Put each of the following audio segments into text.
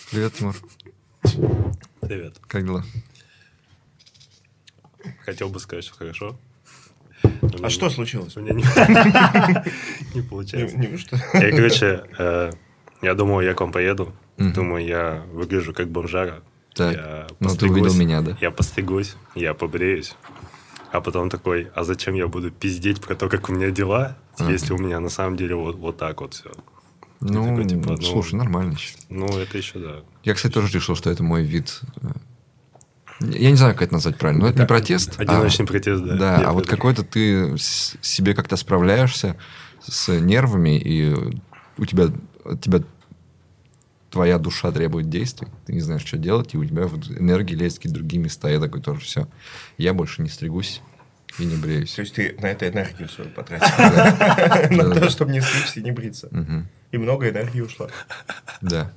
Привет, Тимур. Привет. Как дела? Хотел бы сказать, что хорошо. А что случилось? У меня не получается. Неужто? Я думал, я к вам поеду. Думаю, я выгляжу как бомжара. Так, ну ты увидел меня, да? Я постригусь, я побреюсь. А потом такой, а зачем я буду пиздеть про то, как у меня дела, если у меня на самом деле вот так вот все. Ну, такой, типа, слушай, нормально. Ну, это еще да. Я, кстати, тоже решил, что это мой вид. Я не знаю, как это назвать правильно. Но это не протест. Одиночный протест, да. Да, а вот какой-то ты себе как-то справляешься с нервами, и от тебя твоя душа требует действий. Ты не знаешь, что делать, и у тебя вот энергии лезет в какие-то другие места. Я такой тоже, все. Я больше не стригусь и не бреюсь. То есть ты на это энергию свою потратил? На то, чтобы не стричься и не бриться. И много энергии ушло. Да.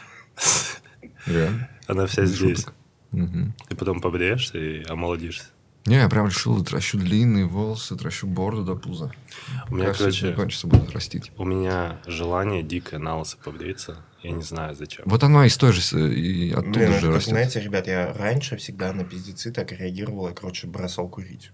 Реально. Она вся здесь. Шуток. Мгм. Ты потом побреешься и омолодишься. Не, я прям решил, тращу длинные волосы, тращу бороду до пуза. У меня, Кажется, кончится, буду растить. у меня желание дикое на лысо побриться. Я не знаю, зачем. Вот оно из той же, и оттуда Блин, же растет. знаете, ребят, я раньше всегда на пиздецы так реагировал, я, короче, бросал курить.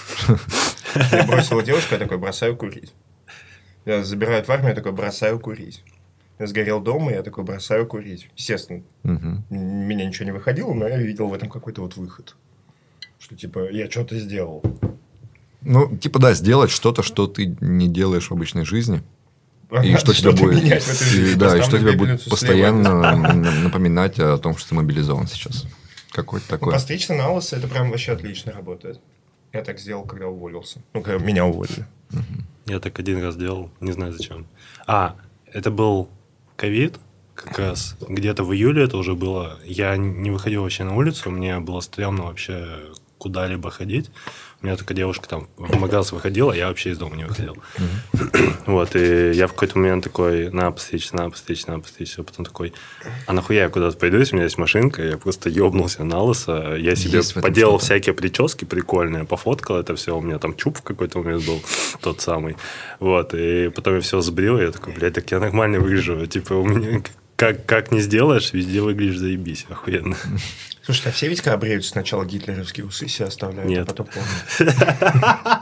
Я бросила девушку, я такой, бросаю курить. Я забирают в армию, я такой, бросаю курить. Я сгорел дома, я такой, бросаю курить. Естественно, меня ничего не выходило, но я видел в этом какой-то вот выход. Что, типа, я что-то сделал. Ну, типа, да, сделать что-то, что ты не делаешь в обычной жизни. И Надо что тебе что-то будет, менять в этой жизни. да, и Поставлю что тебе будет пепельницу постоянно напоминать о том, что ты мобилизован сейчас. Какое-то такое. Постричься на лысо, это прям вообще отлично работает. Я так сделал, когда уволился. Ну, когда меня уволили. Я так один раз делал, не знаю зачем. Это был ковид, как раз где-то в июле это уже было. Я не выходил вообще на улицу, мне было стрёмно вообще куда-либо ходить. У меня только девушка там в магаз выходила, а я вообще из дома не выходил. Вот, и я в какой-то момент такой, на постричься. А потом такой, а нахуя я куда-то пойду, если у меня есть машинка, я просто ёбнулся на лысо. Я себе поделал всякие прически прикольные, пофоткал это все, у меня там чуб в какой-то момент был, тот самый. Вот, и потом я все сбрил, и я такой, блядь, так я нормально выгляжу. Типа, у меня как не сделаешь, везде выглядишь заебись, охуенно. Слушай, а все ведь когда бреются, сначала гитлеровские усы себе оставляют, Нет. а потом помнят.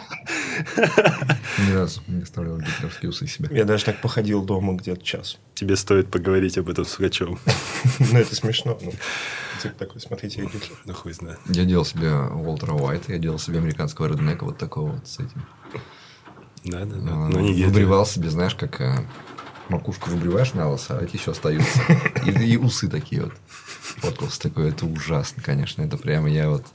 Ни разу не оставлял гитлеровские усы себе. Я даже так походил дома где-то час. Тебе стоит поговорить об этом с врачом. Ну, это смешно. Типа такой, смотрите, я Гитлер. Ну, хуй знает. Я делал себе Уолтера Уайта, я делал себе американского реднека вот такого вот с этим. Да. Но не Гитлер. Выбривал себе, знаешь, как макушку выбриваешь на лысо, а эти еще остаются. И усы такие вот. Фоткался такой, это ужасно, конечно. Это прямо я вот...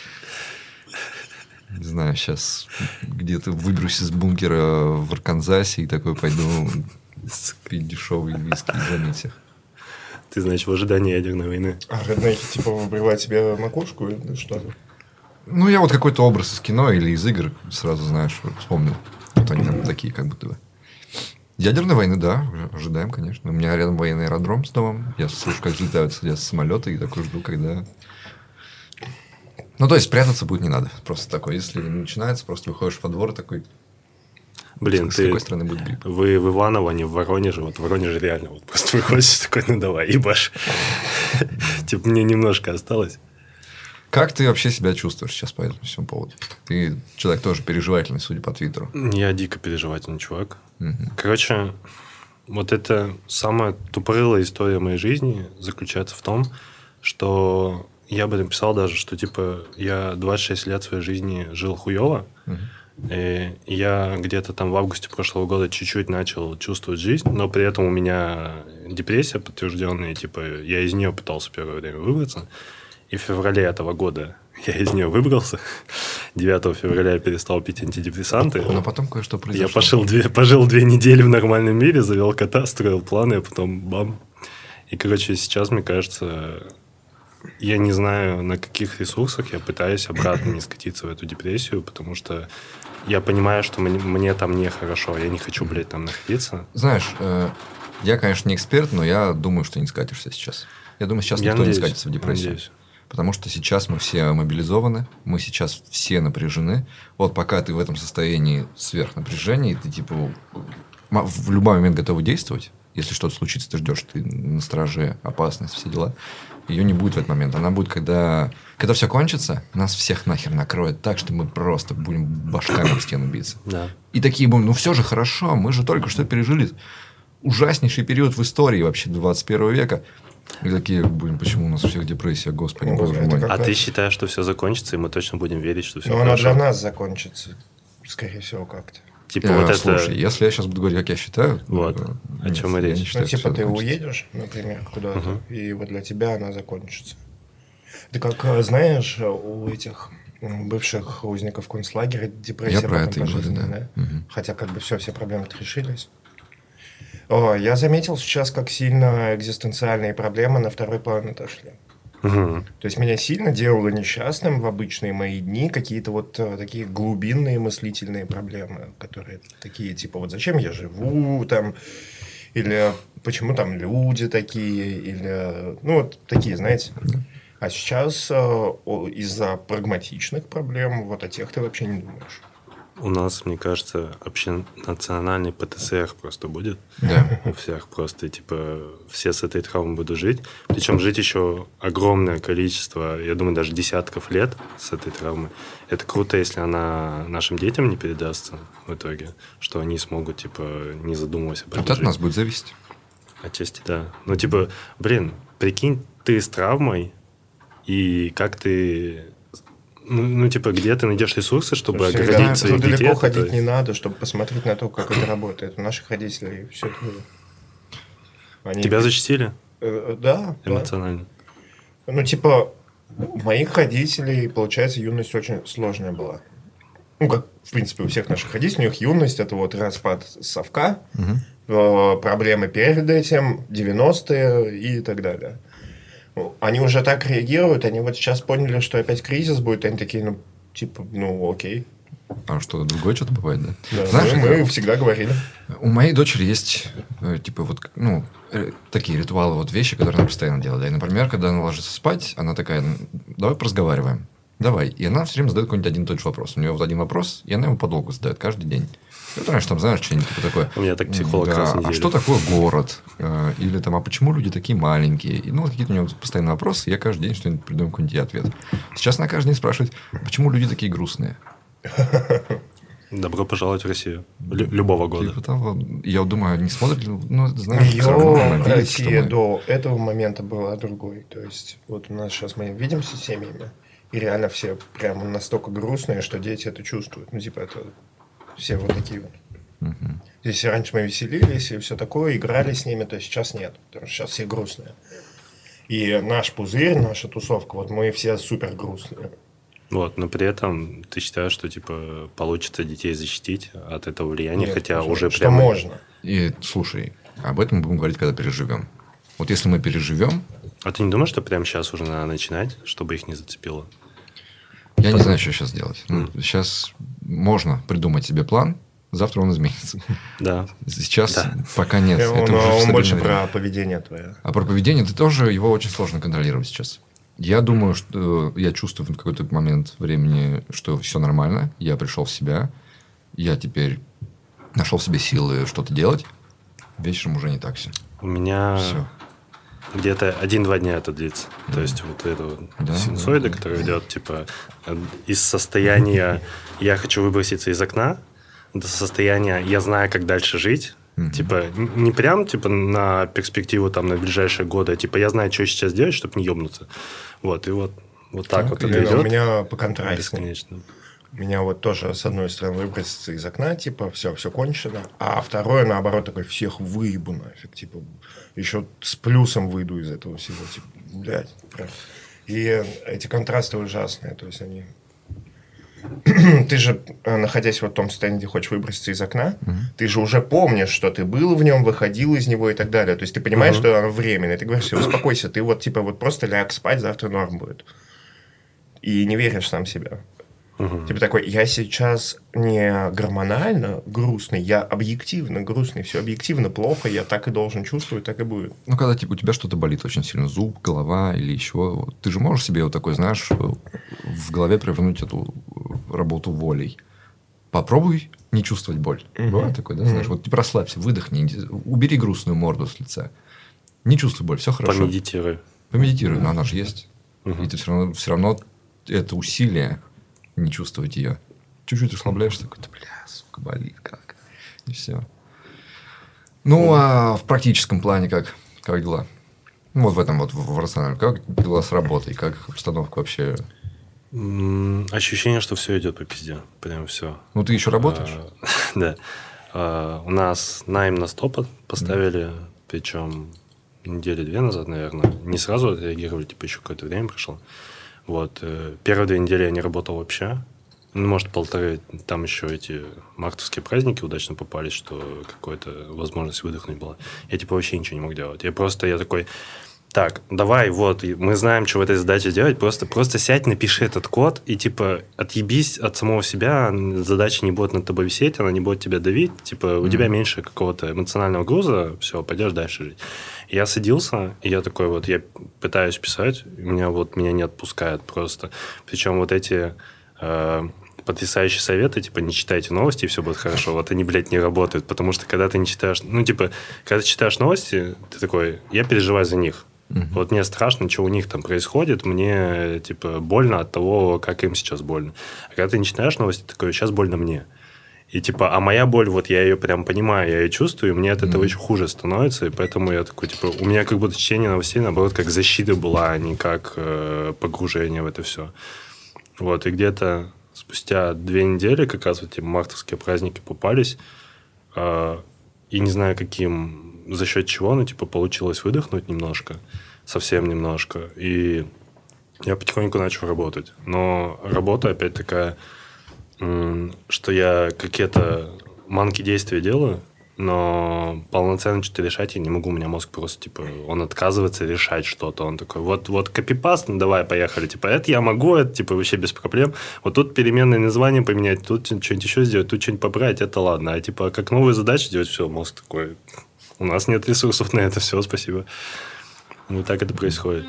Не знаю, сейчас где-то выберусь из бункера в Арканзасе и такой пойду пить дешевые виски и громить всех. Ты, значит, в ожидании ядерной войны. А реднеки, типа, выбривать себе макушку или что? Ну, я вот какой-то образ из кино или из игр сразу, знаешь, вспомнил. Вот они там такие, как будто бы. Ядерной войны, да, ожидаем, конечно. У меня рядом военный аэродром с домом. Я слышу, как взлетают, садятся самолеты, и такой жду, когда... Ну, то есть, прятаться будет не надо. Просто такой, если начинается, просто выходишь во двор и такой... Блин, с какой стороны будет грипп? Вы в Иваново, а не в Воронеже. Вот в Воронеже реально вот просто выходишь такой, ну давай, ебашь. Типа, мне немножко осталось. Как ты вообще себя чувствуешь сейчас по этому всему поводу? Ты человек тоже переживательный, судя по Твиттеру. Я дико переживательный чувак. Короче, вот это самая тупорылая история моей жизни заключается в том, что я об этом писал даже, что типа я 26 лет своей жизни жил хуёво. И я где-то там в августе прошлого года чуть-чуть начал чувствовать жизнь, но при этом у меня депрессия подтвержденная, типа я из нее пытался первое время выбраться. И в феврале этого года я из нее выбрался. 9 февраля я перестал пить антидепрессанты. Но потом кое-что произошло. Я пожил 2 недели в нормальном мире, завел кота, строил планы, а потом бам. И, короче, сейчас, мне кажется, я не знаю, на каких ресурсах я пытаюсь обратно не скатиться в эту депрессию, потому что я понимаю, что мне там нехорошо. Я не хочу, блядь, там находиться. Знаешь, я, конечно, не эксперт, но я думаю, что не скатишься сейчас. Я думаю, сейчас никто не скатится в депрессию. Надеюсь. Потому что сейчас мы все мобилизованы, мы сейчас все напряжены. Вот пока ты в этом состоянии сверхнапряжения, ты типа в любой момент готовы действовать, если что-то случится, ты ждешь, ты на страже, опасность, все дела. Ее не будет в этот момент. Она будет, когда все кончится, нас всех нахер накроет так, что мы просто будем башками в стену биться. Да. И такие будем, ну все же хорошо, мы же только что пережили ужаснейший период в истории вообще 21 века. И такие будем, почему у нас у всех депрессия, господи, боже это мой. как- А ты считаешь, что все закончится, и мы точно будем верить, что все Но оно хорошо? для нас закончится, скорее всего, как-то. Типа вот это... Слушай, если я сейчас буду говорить, как я считаю... Вот. О нет, чем и я речь. не считаю, Ну, что типа, всё ты закончится. уедешь, например, куда-то, и вот для тебя она закончится. Ты как, знаешь, у этих бывших узников концлагеря депрессия Я про потом это и говорю, пожизненная, да. Мгм. Хотя как бы все проблемы решились. Я заметил сейчас, как сильно экзистенциальные проблемы на второй план отошли. Мгм. То есть меня сильно делало несчастным в обычные мои дни какие-то вот такие глубинные мыслительные проблемы, которые такие, типа, вот зачем я живу, там, или почему там люди такие, или, ну, вот такие, знаете. А сейчас из-за прагматичных проблем вот о тех ты вообще не думаешь. У нас, мне кажется, общенациональный ПТСР просто будет. Да. У всех просто, типа, все с этой травмой будут жить. Причем жить еще огромное количество, я думаю, даже десятков лет с этой травмой. Это круто, если она нашим детям не передастся в итоге, что они смогут, типа, не задумываясь об этом Вот от жить. нас будет зависеть. Отчасти, да. Ну, типа, блин, прикинь, ты с травмой, и как ты... Ну, типа, где ты найдешь ресурсы, чтобы Слушай, оградить ребята, своих тут детей? далеко от ходить этого? не надо, чтобы посмотреть на то, как это работает. У наших родителей все это было. Они- Тебя защитили Да, да. эмоционально? Ну, типа, у моих родителей, получается, юность очень сложная была. Ну, как, в принципе, у всех наших родителей, у них юность – это вот распад совка, проблемы перед этим, 90-е и так далее. Ну, они уже так реагируют, они вот сейчас поняли, что опять кризис будет, они такие, ну, типа, ну, окей. А что, другое что-то бывает, да? Да, Знаешь, мы всегда говорили. у моей дочери есть, типа, вот, ну, такие ритуалы, вот вещи, которые она постоянно делает. Да. И, например, когда она ложится спать, она такая, «Ну, давай поразговариваем. Давай. И она все время задает какой-нибудь один и тот же вопрос. У нее вот один вопрос, и она его подолгу задает каждый день. Ты раньше там знаешь что-нибудь типа такое. У меня так психолог да, раз в а неделю. что такое город? Или там, а почему люди такие маленькие? И, ну, вот какие-то у нее постоянные вопросы. Я каждый день что-нибудь придумаю, какой-нибудь ей ответ. Сейчас она каждый день спрашивает, почему люди такие грустные? Добро пожаловать в Россию. Любого года. Типа того. Я вот думаю, не смотрят ли... Ну, знаешь, всё равно она Ее видит, что Россия мы- до этого момента была другой. То есть, вот у нас сейчас мы видимся с семьями, и реально все прям настолько грустные, что дети это чувствуют. Ну, типа, это все вот такие вот. Здесь раньше мы веселились и все такое, играли с ними, то сейчас нет. Потому что сейчас все грустные. И наш пузырь, наша тусовка, вот мы все супер грустные. Вот, но при этом ты считаешь, что типа получится детей защитить от этого влияния, Нет, хотя что- уже что прямо... можно. И, слушай, об этом мы будем говорить, когда переживем. Вот если мы переживем, А ты не думаешь, что прямо сейчас уже надо начинать, чтобы их не зацепило? я не знаю, что сейчас делать. Ну, сейчас можно придумать себе план, завтра он изменится. Да. Сейчас Да. пока нет. Он, Это уже он стабильное больше время. про поведение твое. А про поведение ты тоже его очень сложно контролировать сейчас. Я думаю, что я чувствую в какой-то момент времени, что все нормально. Я пришел в себя. Я теперь нашел в себе силы что-то делать. Вечером уже не так все. У меня Все. где-то 1-2 дня это длится. То есть вот эта вот Да, синусоида, да, которая идет типа из состояния «я хочу выброситься из окна» до состояния «я знаю, как дальше жить». Типа, не прям типа на перспективу там на ближайшие годы, а типа я знаю, что сейчас делать, чтобы не ёбнуться. Вот, и вот так Так, вот и это Блин, идет у меня по контрасту. бесконечно. У меня вот тоже, с одной стороны, выброситься из окна, типа, все кончено, а второе, наоборот, такой, всех выебу нафиг, типа, еще с плюсом выйду из этого всего, типа, блядь, прям. И эти контрасты ужасные, то есть они... Ты же, находясь вот в том состоянии, где хочешь выброситься из окна, ты же уже помнишь, что ты был в нем, выходил из него и так далее. То есть ты понимаешь, что оно временно. И ты говоришь, все, успокойся, ты вот типа вот просто ляг спать, завтра норм будет. И не веришь сам себя. Типа такой, я сейчас не гормонально грустный, я объективно грустный, все объективно плохо, я так и должен чувствовать, так и будет. Ну, когда типа, у тебя что-то болит очень сильно, зуб, голова или еще, вот, ты же можешь себе вот такой, знаешь, в голове провернуть эту работу волей. Попробуй не чувствовать боль. Бывает такое, да? Знаешь, вот типа расслабься, выдохни, убери грустную морду с лица. Не чувствуй боль, все хорошо. Помедитируй, но она же есть. И ты все равно это усилие не чувствовать ее. Чуть-чуть расслабляешься, такой, сука, болит как. И все. Ну, а в практическом плане как дела? Ну, вот в этом вот, в рациональном. Как дела с работой? Как обстановка вообще? Ощущение, что все идет по пизде. Прям все. Ну, ты еще работаешь? Да. У нас найм на стоп поставили, причем недели 2 назад, наверное. Не сразу отреагировали, типа еще какое-то время прошло. Вот. Первые 2 недели я не работал вообще. Ну, может, 1,5. Там еще эти мартовские праздники удачно попались, что какая-то возможность выдохнуть была. Я типа вообще ничего не мог делать. Я такой, так, давай, вот, мы знаем, что в этой задаче делать, просто сядь, напиши этот код и типа отъебись от самого себя, задача не будет над тобой висеть, она не будет тебя давить, типа у тебя меньше какого-то эмоционального груза, все, пойдешь дальше жить. И я садился, и я такой вот, я пытаюсь писать, меня не отпускает просто. Причем вот эти... потрясающие советы, типа, не читайте новости, и все будет хорошо. Вот они, блядь, не работают, потому что когда ты не читаешь... Ну, типа, когда ты читаешь новости, ты такой, я переживаю за них. Вот мне страшно, что у них там происходит, мне, типа, больно от того, как им сейчас больно. А когда ты не читаешь новости, ты такой, сейчас больно мне. И, типа, а моя боль, вот я ее прям понимаю, я ее чувствую, и мне от этого еще хуже становится, и поэтому я такой, типа, у меня как будто чтение новостей, наоборот, как защита была, а не как погружение в это все. Вот, и где-то спустя 2 недели как раз вот эти мартовские праздники попались, и не знаю, за счет чего, но типа получилось выдохнуть немножко, совсем немножко, и я потихоньку начал работать. Но работа опять такая, что я какие-то манки действия делаю, но полноценно что-то решать я не могу. У меня мозг просто, типа, он отказывается решать что-то. Он такой, вот копипаст, ну, давай, поехали. Типа, это я могу, это, типа, вообще без проблем. Вот тут переменные названия поменять, тут что-нибудь еще сделать, тут что-нибудь поправить, это ладно. А, типа, как новые задачи делать, все, мозг такой, у нас нет ресурсов на это, все, спасибо. Вот так это происходит.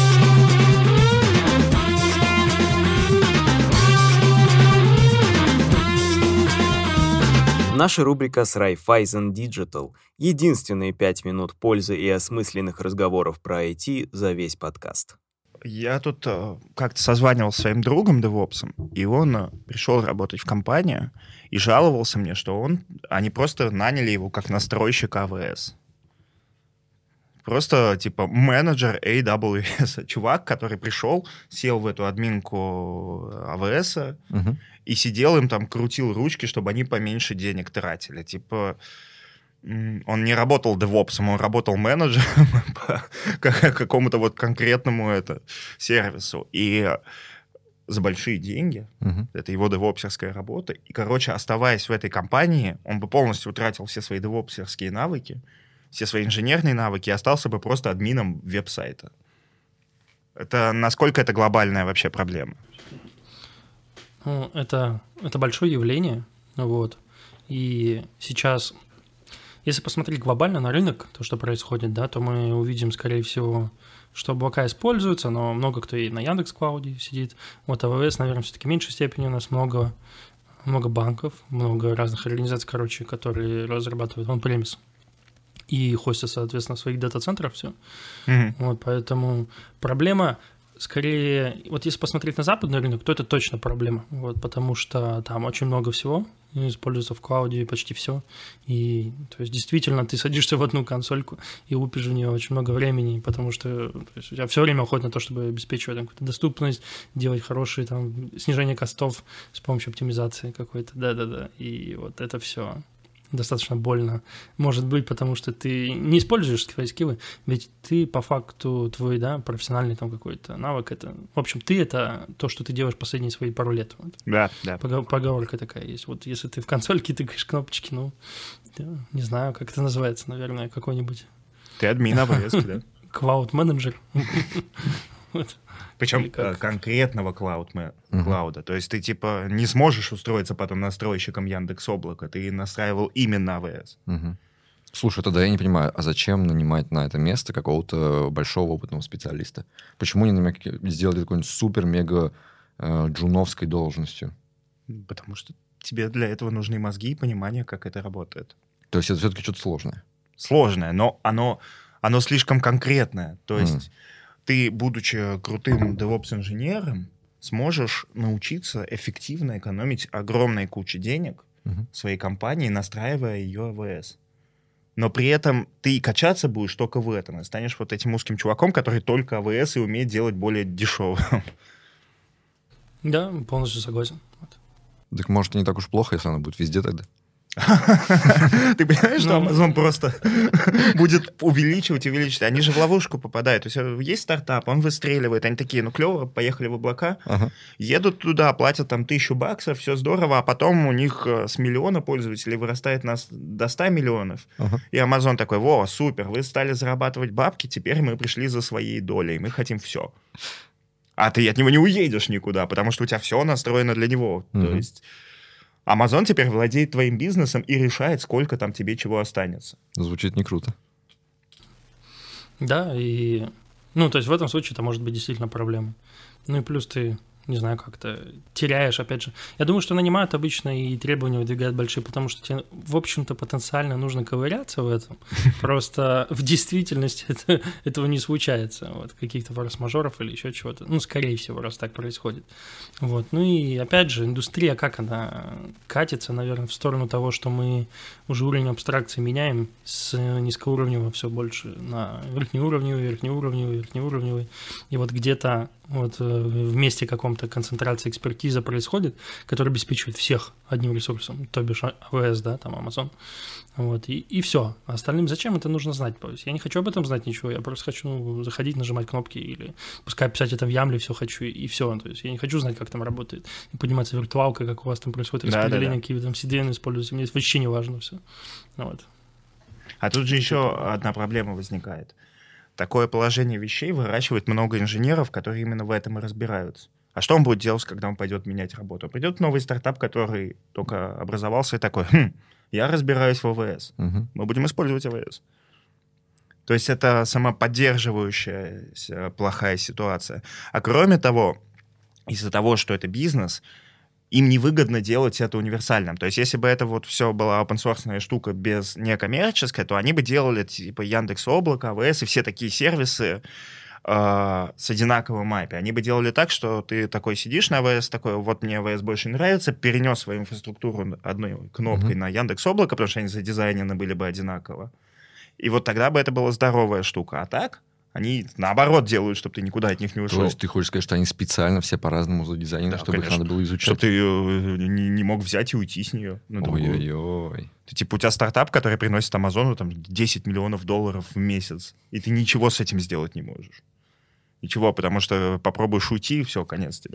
Наша рубрика с Raiffeisen Digital. Единственные 5 минут пользы и осмысленных разговоров про IT за весь подкаст. Я тут как-то созванивался с своим другом девопсом, и он пришел работать в компанию и жаловался мне, что они просто наняли его как настройщик АВС. Просто, типа, менеджер AWS. Чувак, который пришел, сел в эту админку АВС и сидел им там, крутил ручки, чтобы они поменьше денег тратили. Типа, он не работал девопсом, он работал менеджером по какому-то вот конкретному сервису. И за большие деньги, это его девопсерская работа. И, короче, оставаясь в этой компании, он бы полностью утратил все свои девопсерские навыки, все свои инженерные навыки и остался бы просто админом веб-сайта. Насколько это глобальная вообще проблема? Ну, это большое явление. Вот. И сейчас, если посмотреть глобально на рынок, то, что происходит, да, то мы увидим, скорее всего, что облака используются, но много кто и на Яндекс.Клауде сидит. Вот AWS, наверное, все-таки в меньшей степени у нас много банков, много разных организаций, короче, которые разрабатывают on-premise. И хостят, соответственно, в своих дата-центрах все. Вот, поэтому проблема скорее... Вот если посмотреть на западный рынок, то это точно проблема. Вот, потому что там очень много всего используется в клауде, почти все. И то есть действительно ты садишься в одну консольку и лупишь в нее очень много времени, потому что то есть, у тебя все время уходит на то, чтобы обеспечивать там, какую-то доступность, делать хорошие там снижение костов с помощью оптимизации какой-то. Да-да-да. И вот это все достаточно больно. Может быть, потому что ты не используешь свои скиллы, ведь ты по факту твой, да, профессиональный там какой-то навык, это, в общем, ты это то, что ты делаешь последние свои пару лет. Вот. Да. Поговорка такая есть. Вот если ты в консольке тыкаешь кнопочки, ну, не знаю, как это называется, наверное, какой-нибудь... Ты админ AWS, да? Клауд-менеджер. Причем конкретного клауда. То есть ты, типа, не сможешь устроиться потом настройщиком Яндекс.Облака. Ты настраивал именно AWS. Слушай, тогда я не понимаю, а зачем нанимать на это место какого-то большого опытного специалиста? Почему не сделать какой-нибудь супер-мега джуновской должностью? Потому что тебе для этого нужны мозги и понимание, как это работает. То есть это все-таки что-то сложное. Сложное, но оно слишком конкретное. То есть ты, будучи крутым DevOps-инженером, сможешь научиться эффективно экономить огромные кучи денег в своей компании, настраивая ее АВС. Но при этом ты качаться будешь только в этом. И станешь вот этим узким чуваком, который только АВС и умеет делать более дешевым. Да, полностью согласен. Вот. Так может, не так уж плохо, если она будет везде тогда. Ты понимаешь, что Amazon просто будет увеличивать. Они же в ловушку попадают. То есть есть стартап, он выстреливает. Они такие, ну клево, поехали в облака. Едут туда, платят там $1000, все здорово. А потом у них с миллиона пользователей вырастает до 100 миллионов. И Amazon такой, во, супер, вы стали зарабатывать бабки, теперь мы пришли за своей долей. Мы хотим все. А ты от него не уедешь никуда, потому что у тебя все настроено для него. То есть Amazon теперь владеет твоим бизнесом и решает, сколько там тебе чего останется. Звучит не круто. Да, и... Ну, то есть в этом случае это может быть действительно проблема. Ну и плюс ты, не знаю, как-то теряешь, опять же. Я думаю, что нанимают обычно и требования выдвигают большие, потому что тебе, в общем-то, потенциально нужно ковыряться в этом. Просто в действительности этого не случается. Вот, каких-то форс-мажоров или еще чего-то. Ну, скорее всего, раз так происходит. Вот. Ну и, опять же, индустрия, как она катится, наверное, в сторону того, что мы уже уровень абстракции меняем с низкоуровневого все больше на верхнеуровневый. И вот где-то вот в месте каком-то концентрация экспертиза происходит, которая обеспечивает всех одним ресурсом, то бишь AWS, да, там Amazon. Вот, и все. А остальным зачем это нужно знать? Я не хочу об этом знать ничего, я просто хочу заходить, нажимать кнопки или пускай писать это в Ямле, все хочу, и все. То есть я не хочу знать, как там работает, и подниматься виртуалка, как у вас там происходит распределение, какие вы там CDN используете, мне это вообще не важно все. Вот. А тут же еще одна проблема возникает. Такое положение вещей выращивает много инженеров, которые именно в этом и разбираются. А что он будет делать, когда он пойдет менять работу? Придет новый стартап, который только образовался, и такой, я разбираюсь в АВС. Мы будем использовать АВС. То есть это самоподдерживающая плохая ситуация. А кроме того, из-за того, что это бизнес, им невыгодно делать это универсальным. То есть если бы это вот все была open-source штука без некоммерческой, то они бы делали типа Яндекс.Облако, АВС и все такие сервисы с одинаковым API. Они бы делали так, что ты такой сидишь на АВС, такой, вот мне АВС больше нравится, перенес свою инфраструктуру одной кнопкой на Яндекс.Облако, потому что они задизайнены были бы одинаково. И вот тогда бы это была здоровая штука. А так они наоборот делают, чтобы ты никуда от них не ушел. То есть ты хочешь сказать, что они специально все по-разному задизайнены, чтобы конечно. их надо было изучать? Чтобы ты не мог взять и уйти с нее. Ой-ой-ой. Ты, типа, у тебя стартап, который приносит Амазону там, $10 миллионов в месяц, и ты ничего с этим сделать не можешь. Ничего, потому что попробуешь уйти, и все, конец тебе.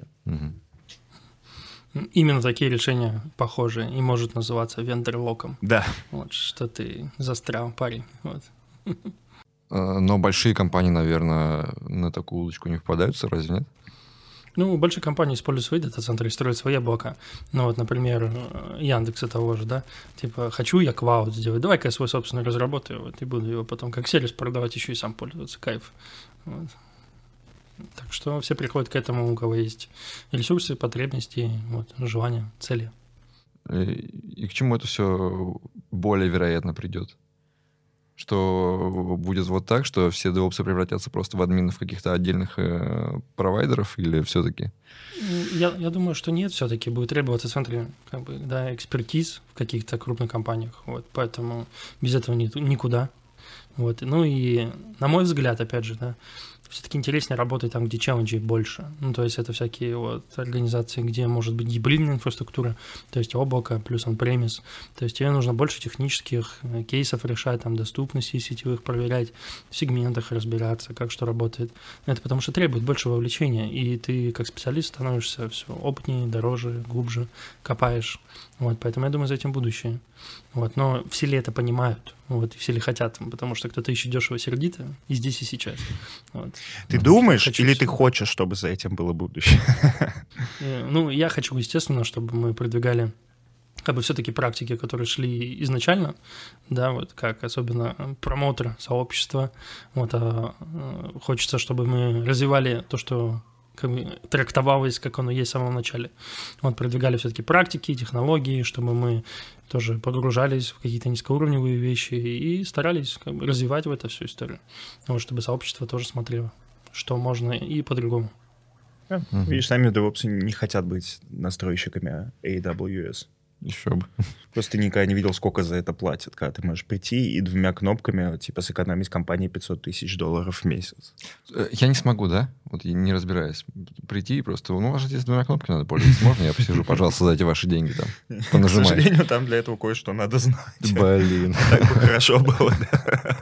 Именно такие решения похожи и может называться вендор-локом. Да. Вот, что ты застрял, парень. Вот. Но большие компании, наверное, на такую удочку не впадаются, разве нет? Ну, большие компании используют свои дата-центры и строят свои облака. Ну, вот, например, Яндекса того же, да, типа, хочу я клауд сделать, давай-ка я свой собственный разработаю, вот, и буду его потом как сервис продавать, еще и сам пользоваться, кайф. Вот. Так что все приходят к этому, у кого есть ресурсы, потребности, вот, желания, цели. И к чему это все более вероятно придет? Что будет вот так, что все DevOps превратятся просто в админов каких-то отдельных провайдеров, или все-таки? Я думаю, что нет, все-таки будет требоваться центры, как бы, да, экспертиз в каких-то крупных компаниях, вот, поэтому без этого никуда. Вот. Ну и, на мой взгляд, опять же, да, все-таки интереснее работать там, где челленджей больше. Ну, то есть это всякие вот организации, где может быть гибридная инфраструктура, то есть облако плюс on-premise. То есть тебе нужно больше технических кейсов решать, там, доступности сетевых проверять, в сегментах разбираться, как что работает. Это потому что требует больше вовлечения, и ты как специалист становишься все опытнее, дороже, глубже, копаешь. Вот, поэтому я думаю, за этим будущее. Вот, но все ли это понимают? Вот, и все ли хотят? Потому что кто-то ищет дешево сердито и здесь, и сейчас. Вот. Ты думаешь или ты хочешь, чтобы за этим было будущее? Ну, я хочу, естественно, чтобы мы продвигали как бы все-таки практики, которые шли изначально, да, вот как особенно промоутер сообщества. Вот, хочется, чтобы мы развивали то, что как бы трактовалось, как оно есть в самом начале. Вот, продвигали все-таки практики, технологии, чтобы мы тоже погружались в какие-то низкоуровневые вещи и старались как бы развивать в это всю историю. Вот, чтобы сообщество тоже смотрело, что можно и по-другому. Видишь, сами DevOps не хотят быть настройщиками AWS. Еще бы. Просто никогда не видел, сколько за это платят, когда ты можешь прийти и 2 кнопками, типа, сэкономить компании $500 000 в месяц. Я не смогу, да? Вот я не разбираюсь. Прийти и просто, ну, у вас же здесь 2 кнопками надо пользоваться. Можно я посижу, пожалуйста, за эти ваши деньги там? К Понажимай. сожалению, там для этого кое-что надо знать. Блин. Так бы хорошо было, да.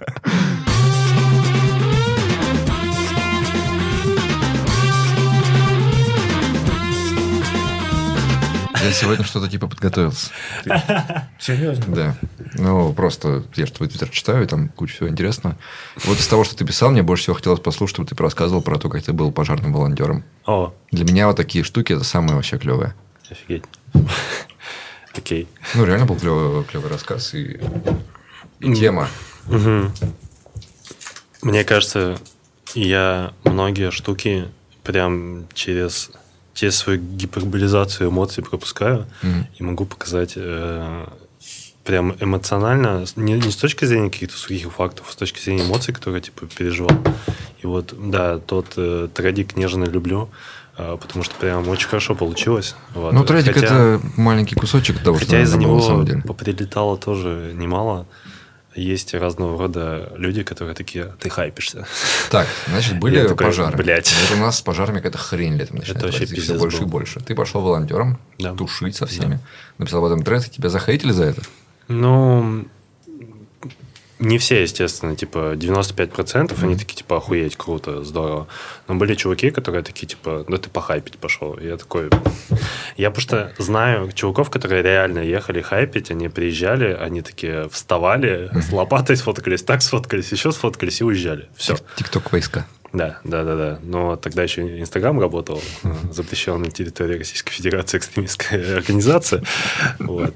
Я сегодня что-то типа подготовился. Серьезно? Да. Ну, просто я же твой твиттер читаю, и там куча всего интересного. Вот из того, что ты писал, мне больше всего хотелось послушать, чтобы ты рассказывал про то, как ты был пожарным волонтером. О, Для меня вот такие штуки – это самое вообще клевое. офигеть. Окей. Ну, реально был клевый рассказ и тема. Мгм. Мне кажется, я многие штуки прям через свою гиперболизацию эмоций пропускаю и могу показать прям эмоционально, не с точки зрения каких-то сухих фактов, а с точки зрения эмоций, которые я типа переживал. И вот, да, тот тредик нежно люблю, потому что прям очень хорошо получилось. Вот. Ну, тредик – это маленький кусочек того, что Хотя из-за надо было, на самом него деле. поприлетало тоже немало. Есть разного рода люди, которые такие, ты хайпишься. Так, значит, были Я такой, пожары. блядь. Вот у нас с пожарами какая-то хрень летом начинает Это вообще твориться, все пиздец больше и был. больше. Ты пошел волонтером, Да. тушить со всеми. Написал об этом тред, и тебя захейтили за это? Ну, не все, естественно, типа 95%, они такие, типа, охуеть, круто, здорово. Но были чуваки, которые такие, типа, да ты похайпить пошел. И я такой... Я просто знаю чуваков, которые реально ехали хайпить, они приезжали, они такие вставали, с лопатой сфоткались, так сфоткались, еще сфоткались и уезжали. Все. Тикток войска. Да. Но тогда еще Инстаграм работал, запрещенная на территории Российской Федерации экстремистская организация. Вот.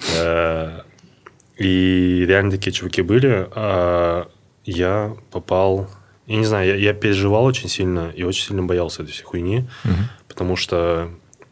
И реально такие чуваки были. Я попал... Я не знаю, я переживал очень сильно и очень сильно боялся этой всей хуйни, потому что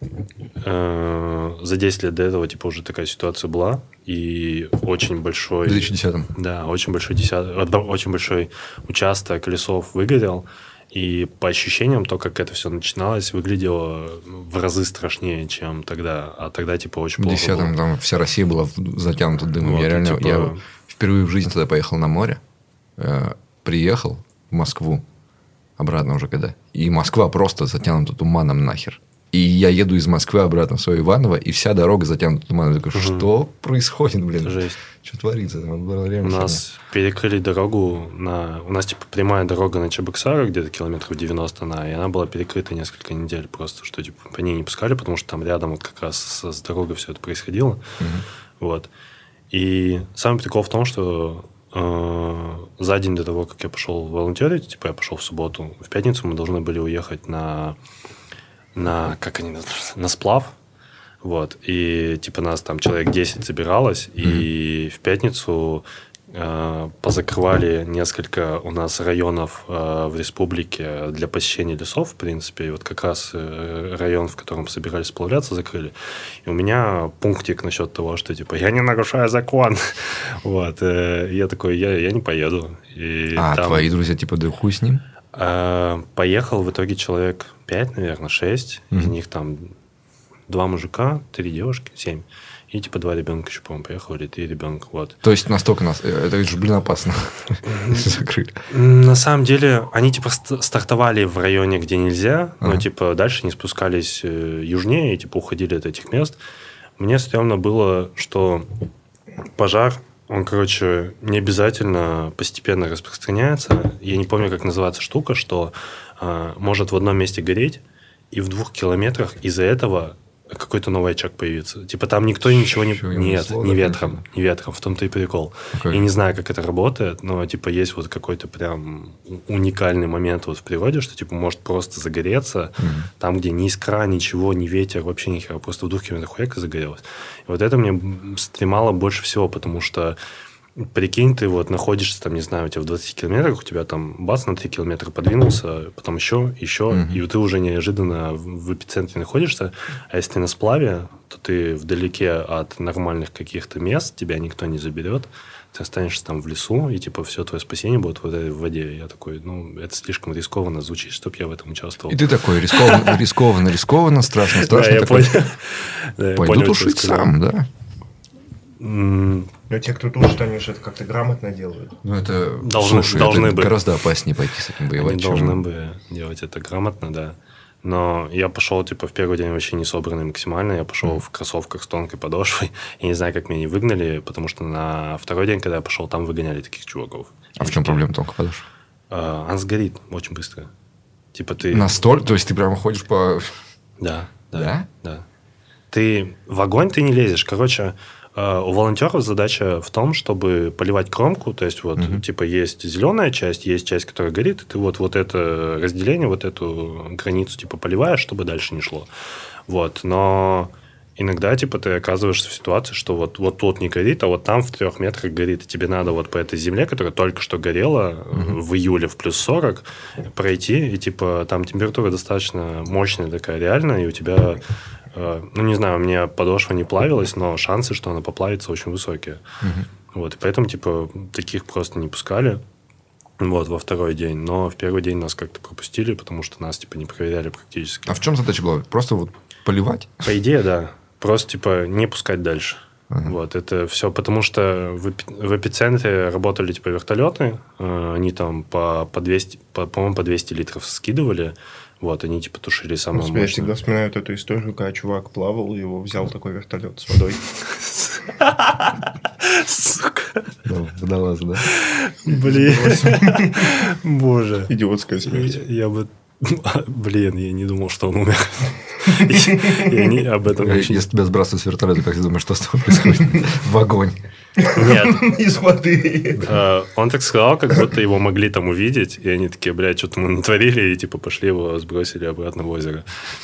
за 10 лет до этого типа уже такая ситуация была, и очень большой... В 2010-м. Да, очень большой участок лесов выгорел. И по ощущениям, то, как это все начиналось, выглядело в разы страшнее, чем тогда. А тогда, типа, очень В плохо 2010-м было. там вся Россия была затянута дымом. Вот, Я и реально... типа- Я впервые в жизни тогда поехал на море. Приехал в Москву. Обратно уже когда. И Москва просто затянута туманом нахер. И я еду из Москвы обратно в свое Иваново, и вся дорога затянута туманом. Я такой, что происходит, блин? Жесть. Что творится? Там было реально У нас перекрыли дорогу на... У нас, типа, прямая дорога на Чебоксары, где-то километров 90 и она была перекрыта несколько недель просто, что, типа, по ней не пускали, потому что там рядом вот как раз с дорогой все это происходило. Вот. И самый прикол в том, что за день до того, как я пошел волонтерить, типа, я пошел в субботу, в пятницу мы должны были уехать на как они называются, на сплав. Вот. И типа нас там человек 10 собиралось, и в пятницу позакрывали несколько у нас районов в республике для посещения лесов, в принципе. И вот как раз район, в котором собирались сплавляться, закрыли. И у меня пунктик насчет того, что типа я не нарушаю закон. Вот. Я такой, я не поеду. И там... твои друзья типа, да хуй с ним? Поехал в итоге человек 5, наверное, 6. Из них там 2 мужика, 3 девушки, 7. И типа 2 ребенка еще, по-моему, поехало, или 3 ребенка. Вот. То есть настолько это же, блин, опасно. Закрыли. На самом деле, они типа стартовали в районе, где нельзя, но типа дальше не спускались южнее и типа уходили от этих мест. Мне стрёмно было, что пожар, он, короче, не обязательно постепенно распространяется. Я не помню, как называется штука, что может в одном месте гореть, и в 2 километрах из-за этого какой-то новый очаг появится. Типа там никто ничего не... Нет, не ветром. Не ветром, в том-то и прикол. Я не знаю, как это работает, но типа есть вот какой-то прям уникальный момент вот в природе, что типа может просто загореться там, где ни искра, ничего, ни ветер, вообще ни хера, просто в 2 километрах хуяка загорелось. И вот это мне стремало больше всего, потому что прикинь, ты вот находишься там, не знаю, у тебя в 20 километрах, у тебя там бац на 3 километра подвинулся, потом еще, и ты уже неожиданно в эпицентре находишься. А если ты на сплаве, то ты вдалеке от нормальных каких-то мест, тебя никто не заберет. Ты останешься там в лесу, и типа все твое спасение будет в этой воде. Я такой, это слишком рискованно звучит, чтобы я в этом участвовал. И ты такой, рискованно, страшно. Да, я понял. Пойду тушить сам, да? Но те, кто тушит, они же это как-то грамотно делают. Это должны бы. Гораздо опаснее пойти с этим воевать. Они должны бы делать это грамотно, да. Но я пошел, в первый день вообще не собранный максимально. Я пошел в кроссовках с тонкой подошвой. Я не знаю, как меня не выгнали, потому что на второй день, когда я пошел, там выгоняли таких чуваков. А в чем проблема тонкой подошвы? Она сгорит очень быстро. Ты... Настолько? То есть, ты прямо ходишь по... Да. Да? Да. Ты в огонь ты не лезешь. Короче, у волонтеров задача в том, чтобы поливать кромку. То есть, есть зеленая часть, есть часть, которая горит, и ты вот это разделение, вот эту границу поливаешь, чтобы дальше не шло. Но иногда ты оказываешься в ситуации, что вот тут не горит, а вот там в 3 метрах горит. И тебе надо по этой земле, которая только что горела в июле в плюс 40, пройти. И там температура достаточно мощная такая, реальная, и у тебя... не знаю, у меня подошва не плавилась, но шансы, что она поплавится, очень высокие. И поэтому, таких просто не пускали во второй день. Но в первый день нас как-то пропустили, потому что нас, не проверяли практически. А в чем задача была? Просто поливать? По идее, да. Просто, не пускать дальше. Это все потому, что в эпицентре работали, вертолеты. Они там по 200, по-моему, по 200 литров скидывали. Они тушили самое мощное. Я всегда вспоминаю эту историю, когда чувак плавал, его взял такой вертолет с водой. Сука. Водолаз, да? Блин. Боже. Идиотская смерть. Я бы... Блин, я не думал, что он умер. Я об этом очень... Если тебя сбрасывают с вертолета, как ты думаешь, что с тобой происходит? В огонь. Нет. Из воды. Он так сказал, как будто его могли там увидеть, и они такие, блядь, что-то мы натворили, и пошли его, сбросили обратно в озеро.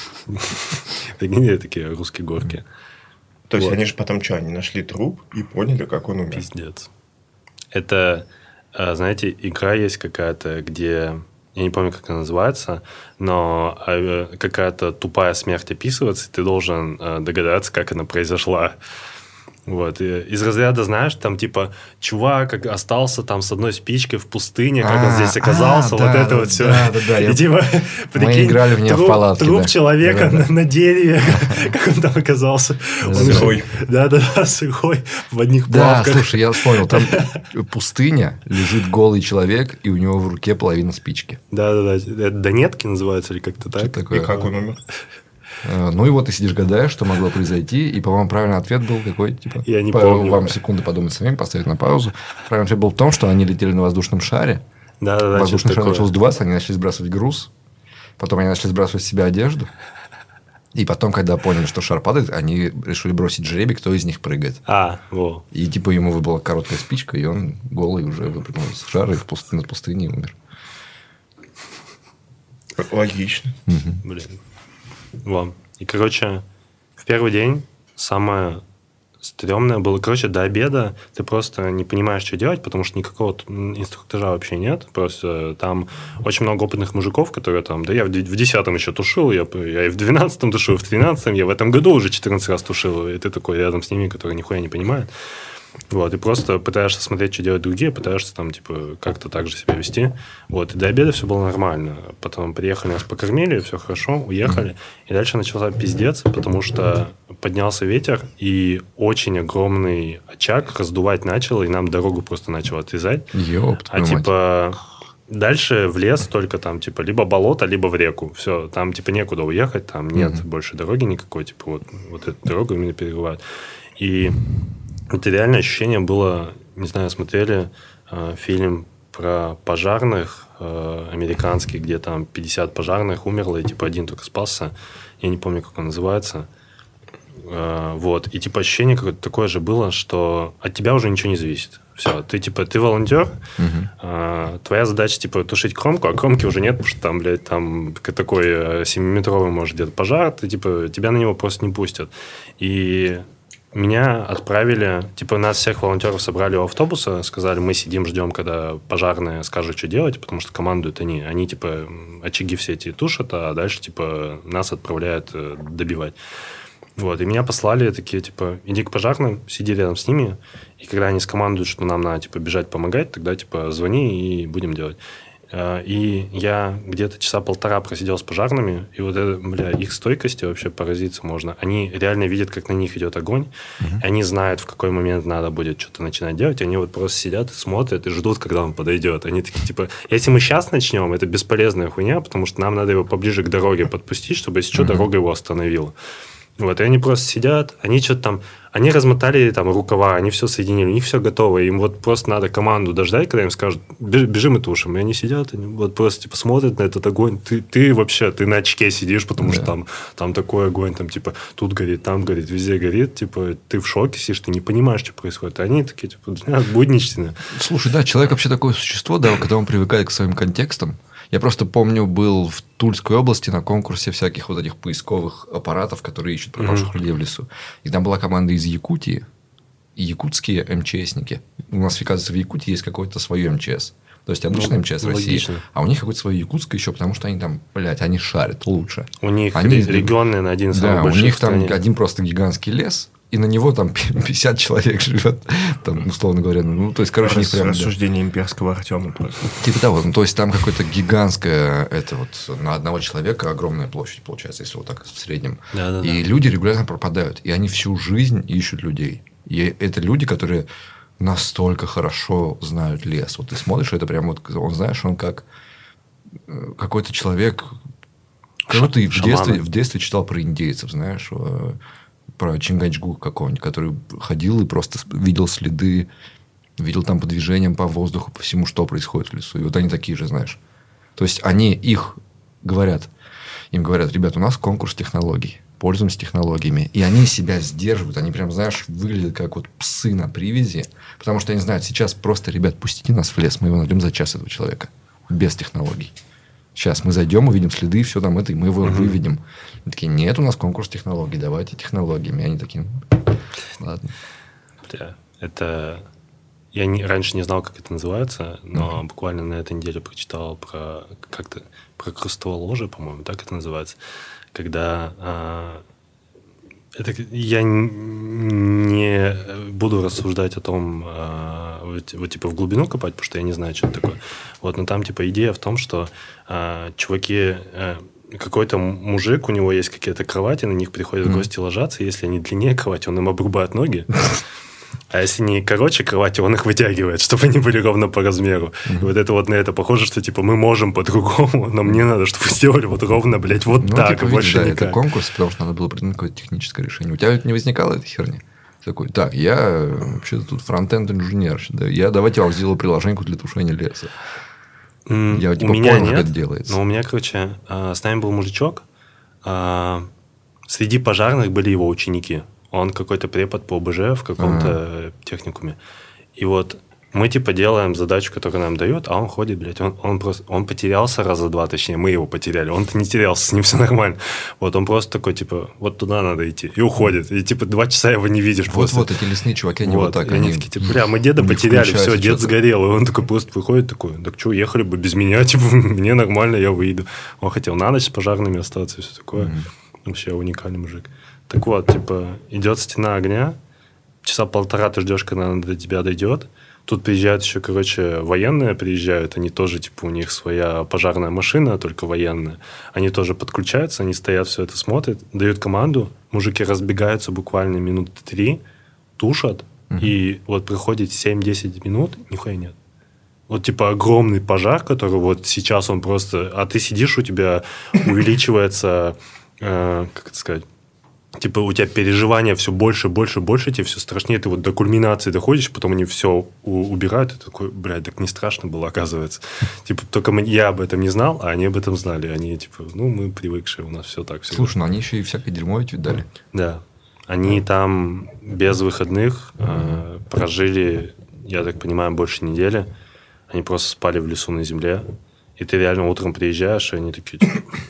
Такие русские горки. То есть, они же потом что, они нашли труп и поняли, как он умер? Пиздец. Это, знаете, игра есть какая-то, где... Я не помню, как она называется, но какая-то тупая смерть описывается, и ты должен догадаться, как она произошла. Из разряда, знаешь, там чувак остался там с одной спичкой в пустыне, как он здесь оказался, все. Да. И Мы играли в нее в палатке. Труп человека на дереве, как он там оказался. Сырой. Да, сырой, в одних плавках. Да, слушай, я вспомнил, там пустыня, лежит голый человек, и у него в руке половина спички. Да. Это Донетки называется, или как-то так? И как он умер? Ты сидишь, гадаешь, что могло произойти. И, по-моему, правильный ответ был какой? Я не помню. Вам секунду подумать самим, поставить на паузу. Правильный ответ был в том, что они летели на воздушном шаре. Да. Воздушный шар начал сдуваться, они начали сбрасывать груз. Потом они начали сбрасывать с себя одежду. И потом, когда поняли, что шар падает, они решили бросить жребий, кто из них прыгает. И ему выпала короткая спичка, и он голый уже выпрыгнул из шара и над пустыней умер. Логично. Блин. И, в первый день самое стрёмное было... до обеда ты просто не понимаешь, что делать, потому что никакого инструктажа вообще нет. Просто там очень много опытных мужиков, которые там... Да я в 10-м еще тушил, я и в 12-м тушил, в 13-м, я в этом году уже 14 раз тушил. И ты такой рядом с ними, которые нихуя не понимают. И просто пытаешься смотреть, что делают другие, пытаешься там, как-то так же себя вести. И до обеда все было нормально. Потом приехали, нас покормили, все хорошо, уехали. И дальше начался пиздец, потому что поднялся ветер, и очень огромный очаг раздувать начал, и нам дорогу просто начал отрезать. Дальше в лес только там, либо болото, либо в реку. Все, там, некуда уехать, там нет больше дороги никакой. Вот эту дорогу именно перекрывают. И это реальное ощущение было, не знаю, смотрели фильм про пожарных американский, где там 50 пожарных умерло, и один только спасся. Я не помню, как он называется. И ощущение какое-то такое же было, что от тебя уже ничего не зависит. Все, ты волонтер, твоя задача тушить кромку, а кромки уже нет, потому что там, блядь, там такой 7-метровый может где-то пожар, тебя на него просто не пустят. И меня отправили, типа нас всех волонтеров собрали у автобуса, сказали, мы сидим, ждем, когда пожарные скажут, что делать, потому что командуют они. Они, типа, очаги все эти тушат, а дальше, типа, нас отправляют добивать. Вот, и меня послали такие, типа, иди к пожарным, сиди рядом с ними, и когда они скомандуют, что нам надо, типа, бежать помогать, тогда, типа, звони и будем делать. И я где-то часа полтора просидел с пожарными, и вот это, бля, их стойкости вообще поразиться можно. Они реально видят, как на них идет огонь, и они знают, в какой момент надо будет что-то начинать делать, и они вот просто сидят и смотрят, и ждут, когда он подойдет. Они такие, типа, если мы сейчас начнем, это бесполезная хуйня, потому что нам надо его поближе к дороге подпустить, чтобы, если что, дорога его остановила. Вот, и они просто сидят, они что-то там, они размотали там рукава, они все соединили, у них все готово, им вот просто надо команду дождать, когда им скажут, бежим и тушим, и они сидят, они вот просто типа смотрят на этот огонь, ты вообще, ты на очке сидишь, потому что там такой огонь, там типа тут горит, там горит, везде горит, типа ты в шоке сидишь, ты не понимаешь, что происходит, а они такие, типа, будничные. Слушай, да, человек вообще такое существо, да, когда он привыкает к своим контекстам. Я просто помню, был в Тульской области на конкурсе всяких вот этих поисковых аппаратов, которые ищут пропавших людей в лесу. И там была команда из Якутии, и якутские МЧСники. У нас, оказывается, в Якутии есть какое-то свое МЧС. То есть, обычный МЧС в России. Логично. А у них какое-то свое якутское еще, потому что они там, блядь, они шарят лучше. У них они, регионный на один из самых да, больших у них в стране. там один просто гигантский лес, и на него там 50 человек живет, там, условно говоря. Ну, то есть, короче, у них прям... Рассуждение имперского Артема. Типа того. Ну, то есть, там какое-то гигантское... Это вот на одного человека огромная площадь, получается, если вот так в среднем. Да. И люди регулярно пропадают. И они всю жизнь ищут людей. И это люди, которые настолько хорошо знают лес. Вот ты смотришь, это прям вот... Он, знаешь, он как какой-то человек... Как ты в детстве читал про индейцев, знаешь, про Чингачгук какого-нибудь, который ходил и просто видел следы, видел там по движениям, по воздуху, по всему, что происходит в лесу. И вот они такие же, знаешь. То есть, они им говорят, ребят, у нас конкурс технологий, пользуемся технологиями. И они себя сдерживают, они прям, знаешь, выглядят как вот псы на привязи, потому что они знают, сейчас просто, ребят, пустите нас в лес, мы его найдем за час, этого человека, без технологий. Сейчас мы зайдем, увидим следы, все там это, и мы его выведем. Они такие, нет, у нас конкурс технологий, давайте технологиями. И они такие, ладно. Бля, это... Я раньше не знал, как это называется, но буквально на этой неделе прочитал про крустовое ложе, по-моему, так это называется. Когда... я не буду рассуждать о том, вот типа в глубину копать, потому что я не знаю, что это такое. Вот, но там типа идея в том, что чуваки, какой-то мужик, у него есть какие-то кровати, на них приходят гости ложатся, и если они длиннее кровати, он им обрубает ноги. А если не короче кровати, он их вытягивает, чтобы они были ровно по размеру. И вот это вот на это похоже, что типа мы можем по-другому, но мне надо, чтобы вы сделали вот ровно, блядь, вот так, типа, больше да, никак. это конкурс, потому что надо было придумать какое-то техническое решение. У тебя ведь не возникало этой херни? Такой, так, я вообще-то тут фронтенд-инженер. Давайте я вам сделаю приложеньку для тушения леса. Я типа понял, как это делается. Но у меня, короче, с нами был мужичок, среди пожарных были его ученики. Он какой-то препод по ОБЖ в каком-то техникуме. И вот мы типа делаем задачу, которую нам дают, а он ходит, блядь, он потерялся раза два, точнее, мы его потеряли. Он-то не терялся, с ним все нормально. Вот он просто такой, типа, вот туда надо идти. И уходит. И типа 2 часа его не видишь. Вот эти лесные чуваки, они вот так. Они такие, типа, бля, мы деда потеряли, все, дед сгорел. И он такой просто выходит, такой, так что, ехали бы без меня, типа, мне нормально, я выйду. Он хотел на ночь с пожарными остаться и все такое. Вообще уникальный мужик. Так вот, типа, идет стена огня, часа полтора ты ждешь, когда она до тебя дойдет. Тут приезжают еще, короче, военные приезжают, они тоже, типа, у них своя пожарная машина, только военная. Они тоже подключаются, они стоят, все это смотрят, дают команду, мужики разбегаются буквально минут 3, тушат, и вот проходит 7-10 минут, нихуя нет. Вот, типа, огромный пожар, который вот сейчас он просто... А ты сидишь, у тебя увеличивается, как это сказать... Типа, у тебя переживания все больше, тебе все страшнее. Ты вот до кульминации доходишь, потом они все убирают. И ты такой, блядь, так не страшно было, оказывается. Типа, только я об этом не знал, а они об этом знали. Они, типа, мы привыкшие, у нас все так. Слушай, ну они еще и всякое дерьмо ведь видали. Да. Они там без выходных прожили, я так понимаю, больше недели. Они просто спали в лесу на земле. И ты реально утром приезжаешь, и они такие...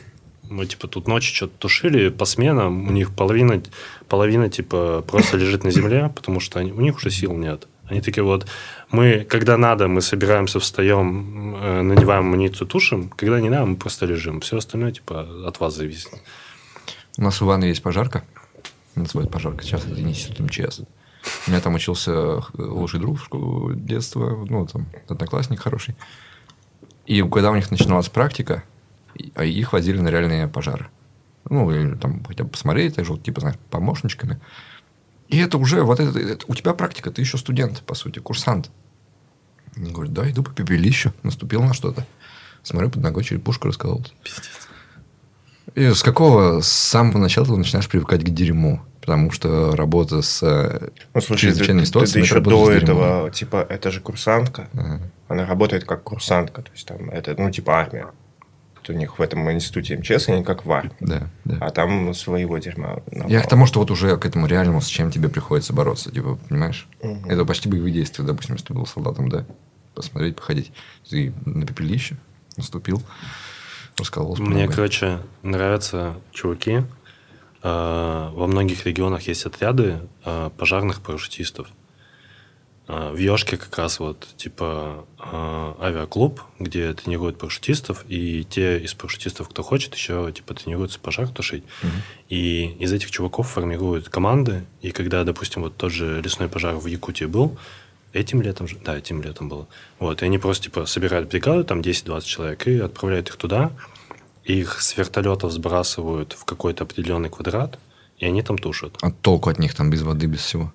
мы, типа, тут ночью что-то тушили по сменам, у них половина типа, просто лежит на земле, потому что у них уже сил нет. Они такие вот, мы, когда надо, мы собираемся, встаем, надеваем амуницию, тушим, когда не надо, мы просто лежим. Все остальное, типа, от вас зависит. У нас в Иванове есть пожарка. Называют пожарка. Сейчас это институт МЧС. У меня там учился лучший друг в школу детства. Ну, там, одноклассник хороший. И когда у них начиналась практика, их возили на реальные пожары. Ну, или там хотя бы посмотреть, так же, вот, типа, знаешь, помощничками. И это уже, вот это, у тебя практика, ты еще студент, по сути, курсант. Он говорит, да, иду по пепелищу, наступил на что-то. Смотрю, под ногой черепушка раскололась. Пиздец. И с самого начала ты начинаешь привыкать к дерьму. Потому что работа с чрезвычайной ситуацией... Ты еще до этого, типа, это же курсантка. Ага. Она работает как курсантка. То есть, там, это, ну, типа, армия. У них в этом институте МЧС, они как в армии. Да, да. А там своего дерьма. Я к тому, что вот уже к этому реальному, с чем тебе приходится бороться. Типа, понимаешь? Угу. Это почти боевые действия, допустим, если ты был солдатом, да? Посмотреть, походить. Ты на пепелище наступил, раскололся. Мне, короче, нравятся чуваки. Во многих регионах есть отряды пожарных парашютистов. В Ёшке как раз вот типа авиаклуб, где тренируют парашютистов, и те из парашютистов, кто хочет, еще типа тренируются пожар тушить. И из этих чуваков формируют команды, и когда, допустим, вот тот же лесной пожар в Якутии был, этим летом было. Вот, и они просто типа собирают бригаду, там 10-20 человек, и отправляют их туда. Их с вертолетов сбрасывают в какой-то определенный квадрат, и они там тушат. А толку от них там без воды, без всего?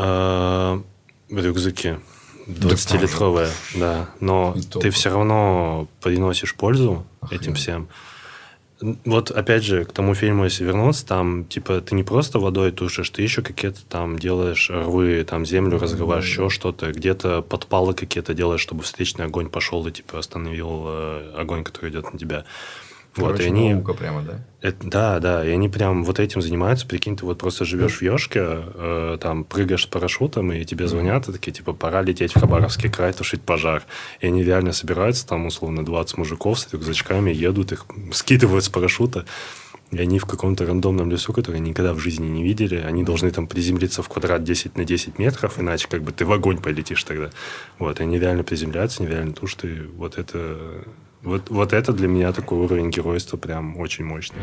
Рюкзаки 20-литровые, да. Но ты все равно приносишь пользу этим всем. Вот опять же, к тому фильму, если вернуться, там типа ты не просто водой тушишь, ты еще какие-то там делаешь рвы, там землю разрываешь, еще что-то, где-то подпалы какие-то делаешь, чтобы встречный огонь пошел и типа остановил огонь, который идет на тебя. Короче, вот, и они, наука прямо, да? Да, и они прям вот этим занимаются. Прикинь, ты вот просто живешь в Ёшке, там прыгаешь с парашютом, и тебе звонят, и такие, типа, пора лететь в Хабаровский край, тушить пожар. И они реально собираются, там, условно, 20 мужиков с рюкзачками, едут, их скидывают с парашюта, и они в каком-то рандомном лесу, который они никогда в жизни не видели, они должны там приземлиться в квадрат 10 на 10 метров, иначе как бы ты в огонь полетишь тогда. Вот, и они реально приземляются, они реально тушат, и вот это... Вот это для меня такой уровень геройства прям очень мощный.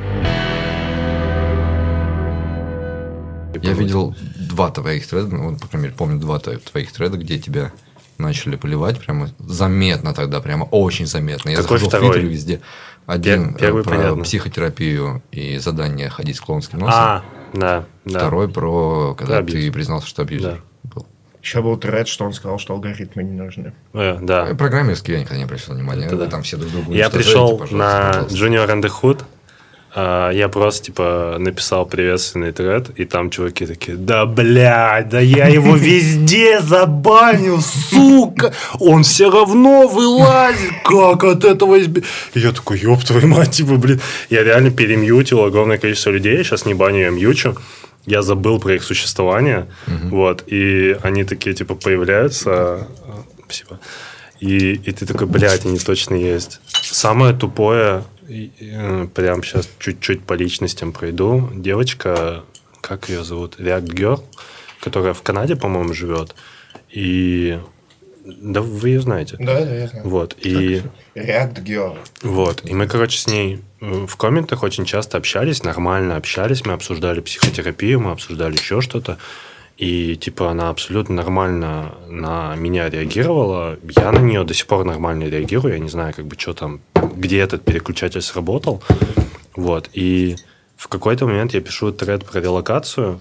Я видел 2 твоих треда, ну, по крайней мере, помню 2 твоих треда, где тебя начали поливать прямо заметно тогда, прямо очень заметно. Я Какой захожу второй? в Твиттере везде. Один Первый, про понятно. психотерапию и задание ходить с клоунским носом. Да. Второй про, когда про ты признался, что абьюзер. Был. Еще был тред, что он сказал, что алгоритмы не нужны. Да. Программерские я никогда не обращал внимания. Это да. Там все друг друга Я пришел на пожалуйста. Junior and the Hood, я просто, типа, написал приветственный тред, и там чуваки такие, да, блядь, да я его везде забанил, сука, он все равно вылазит, как от этого избежать? И я такой, ёб твою мать, типа, блин, я реально перемьютил огромное количество людей, я сейчас не баню, я мьючу. Я забыл про их существование, вот, и они такие, типа, появляются, спасибо, и ты такой, блядь, они точно есть. Самое тупое, прям сейчас чуть-чуть по личностям пройду, девочка, как ее зовут, React Girl, которая в Канаде, по-моему, живет, и... Да, вы ее знаете. Да, я знаю. Вот, и... React Girl. Вот, и мы, короче, с ней в комментах очень часто общались, нормально общались, мы обсуждали психотерапию, мы обсуждали еще что-то, и, типа, она абсолютно нормально на меня реагировала, я на нее до сих пор нормально реагирую, я не знаю, как бы, что там, где этот переключатель сработал, вот, и в какой-то момент я пишу тред про релокацию,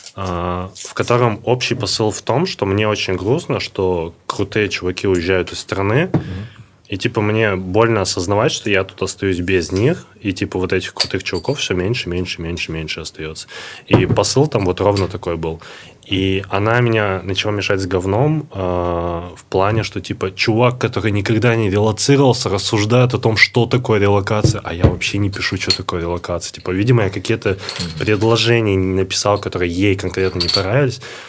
в котором общий посыл в том, что мне очень грустно, что крутые чуваки уезжают из страны, и, типа, мне больно осознавать, что я тут остаюсь без них, и, типа, вот этих крутых чуваков все меньше остается. И посыл там вот ровно такой был. И она меня начала мешать с говном в плане, что, типа, чувак, который никогда не релоцировался, рассуждает о том, что такое релокация, а я вообще не пишу, что такое релокация. Типа, видимо, я какие-то предложения не написал, которые ей конкретно не понравились.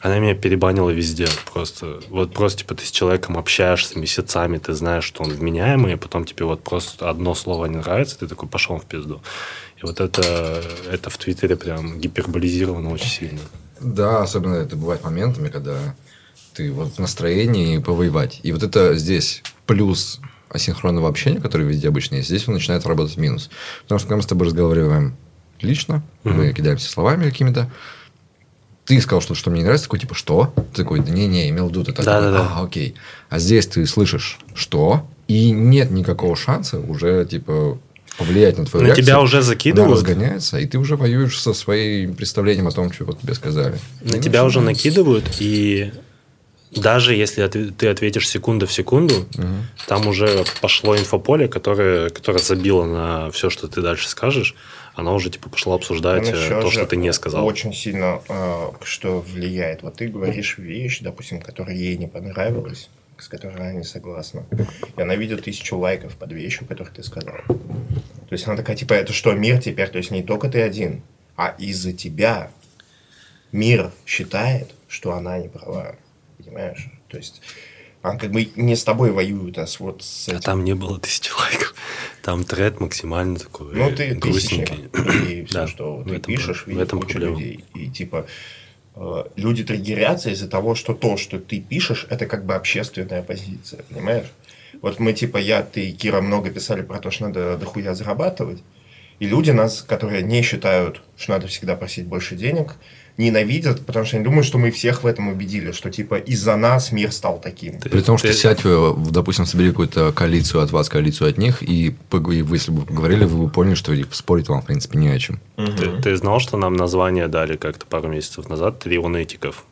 Она меня перебанила везде просто. Вот просто, типа, ты с человеком общаешься месяцами, ты знаешь, что он вменяемый, и потом тебе вот просто одно слово не нравится, ты такой, пошел в пизду. И вот это в Твиттере прям гиперболизировано очень сильно. Да, особенно это бывает моментами, когда ты вот в настроении повоевать. И вот это здесь плюс асинхронного общения, который везде обычно есть, здесь он начинает работать в минус. Потому что когда мы с тобой разговариваем лично, мы кидаемся словами какими-то, ты сказал что-то, что мне не нравится, такой, типа, что? Ты такой, да не, имел в виду, ты такой, окей. А здесь ты слышишь, что? И нет никакого шанса уже, типа, повлиять на твою реакцию. Тебя уже закидывают. Она разгоняется, и ты уже воюешь со своим представлением о том, что вот тебе сказали. На тебя уже накидывают, и даже если ты ответишь секунду в секунду, там уже пошло инфополе, которое забило на все, что ты дальше скажешь. Она уже типа пошла обсуждать то, что ты не сказал. Очень сильно что влияет. Вот ты говоришь вещь, допустим, которая ей не понравилась, с которой она не согласна. И она видит 1000 лайков под вещью, которую ты сказал. То есть она такая, типа, это что, мир теперь? То есть не только ты один, а из-за тебя мир считает, что она не права. Понимаешь? То есть она как бы не с тобой воюет, а вот с этим. А там не было 1000 лайков. Там тред максимально такой ты грустненький. И все, Да, что в ты этом пишешь, в видит этом куча проблема. людей. И типа люди триггерятся из-за того, что то, что ты пишешь, это как бы общественная позиция. Понимаешь? Вот мы типа, ты и Кира много писали про то, что надо дохуя зарабатывать. И люди нас, которые не считают, что надо всегда просить больше денег, ненавидят, потому что они думают, что мы всех в этом убедили, что типа из-за нас мир стал таким. При том, что сядь, допустим, собери какую-то коалицию от вас, коалицию от них, и если бы поговорили, вы бы поняли, что спорить вам, в принципе, не о чем. Ты знал, что нам название дали как-то пару месяцев назад? Трионетиков.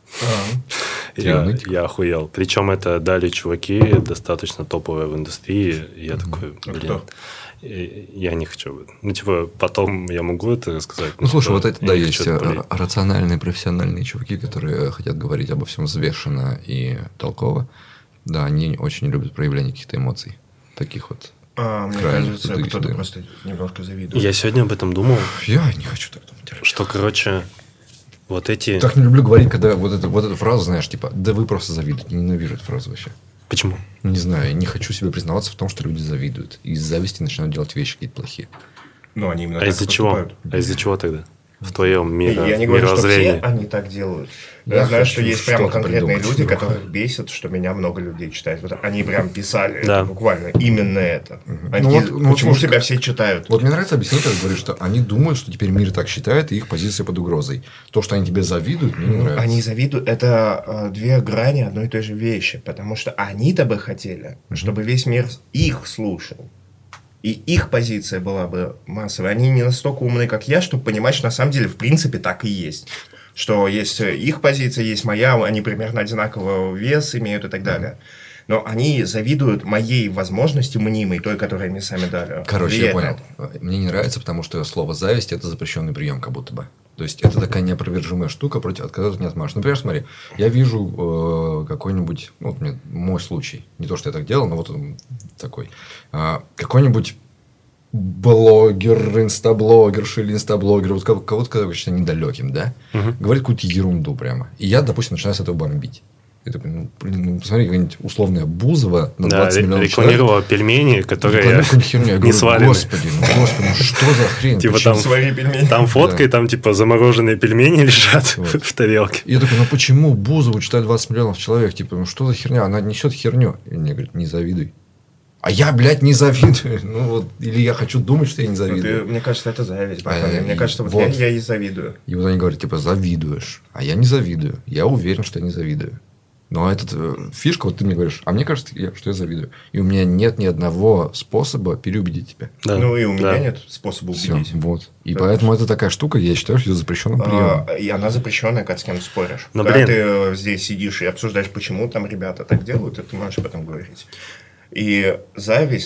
Я охуел. Причем это дали чуваки достаточно топовые в индустрии. И я такой, блин, я не хочу. Ну, типа, потом я могу это рассказать. Ну, слушай, вот это, да, есть рациональные, профессиональные чуваки, которые хотят говорить обо всем взвешенно и толково. Да, они очень любят проявление каких-то эмоций. Таких вот. Мне кажется, кто-то просто немножко завидует. Я сегодня об этом думал. Я не хочу так думать. Что, короче, вот эти... Так не люблю говорить, когда вот эту фразу, знаешь, типа, да вы просто завидуете. Ненавижу эту фразу вообще. Почему? Не знаю, не хочу себе признаваться в том, что люди завидуют. И из зависти начинают делать вещи какие-то плохие. Ну, они именно А из-за чего? А из-за чего тогда? В твоем Я не говорю, что все мировоззрении. они так делают. Я знаю, что есть прямо что-то конкретные придумать. люди, которых бесит, что меня много людей читают. Вот они прям писали Да. это буквально именно это. Они Ну такие, вот почему слушай, тебя все читают? Вот мне нравится объяснить, как говоришь, что они думают, что теперь мир так считает, и их позиция под угрозой. То, что они тебе завидуют, мне не нравится. Они завидуют. Это две грани одной и той же вещи. Потому что они-то бы хотели, чтобы весь мир их слушал. И их позиция была бы массовой. Они не настолько умны, как я, чтобы понимать, что на самом деле в принципе так и есть. Что есть их позиция, есть моя, они примерно одинакового вес имеют и так далее. Но они завидуют моей возможности мнимой, той, которую они сами дали. Короче, Влиять я на понял. это. Мне не нравится, потому что слово «зависть» – это запрещенный прием, как будто бы. То есть, это такая неопровержимая штука, от которой ты не отмажешь. Например, смотри, я вижу какой-нибудь, ну, вот мой случай, не то, что я так делал, но вот он такой, какой-нибудь блогер, инстаблогерша или инстаблогер, вот кого-то, который считаю недалеким, да, говорит какую-то ерунду прямо. И я, допустим, начинаю с этого бомбить. И такой, посмотри, какая-нибудь условная Бузова на 20 миллионов человек. Рекламировала пельмени, которые херню. Я говорю, сварены. Господи, что за хрень? Типа Почему? там фотка, и там типа замороженные пельмени лежат в тарелке. И я такой, почему Бузову читают 20 миллионов человек? Типа, что за херня? Она несет херню. И мне говорят, не завидуй. А я, блядь, не завидую. Или я хочу думать, что я не завидую. Мне кажется, это зависть. Мне кажется, вот я и завидую. И вот они говорят, типа, завидуешь. А я не завидую. Я уверен, что я не завидую. Но фишка, вот ты мне говоришь, а мне кажется, что я завидую. И у меня нет ни одного способа переубедить тебя. Да. Ну, и у меня нет способа Все, убедить. вот. И поэтому это такая штука, я считаю, что это запрещенным приемом. И она запрещенная, как с кем споришь. Но, когда блин. ты здесь сидишь и обсуждаешь, почему там ребята так делают, ты можешь об этом говорить. И зависть,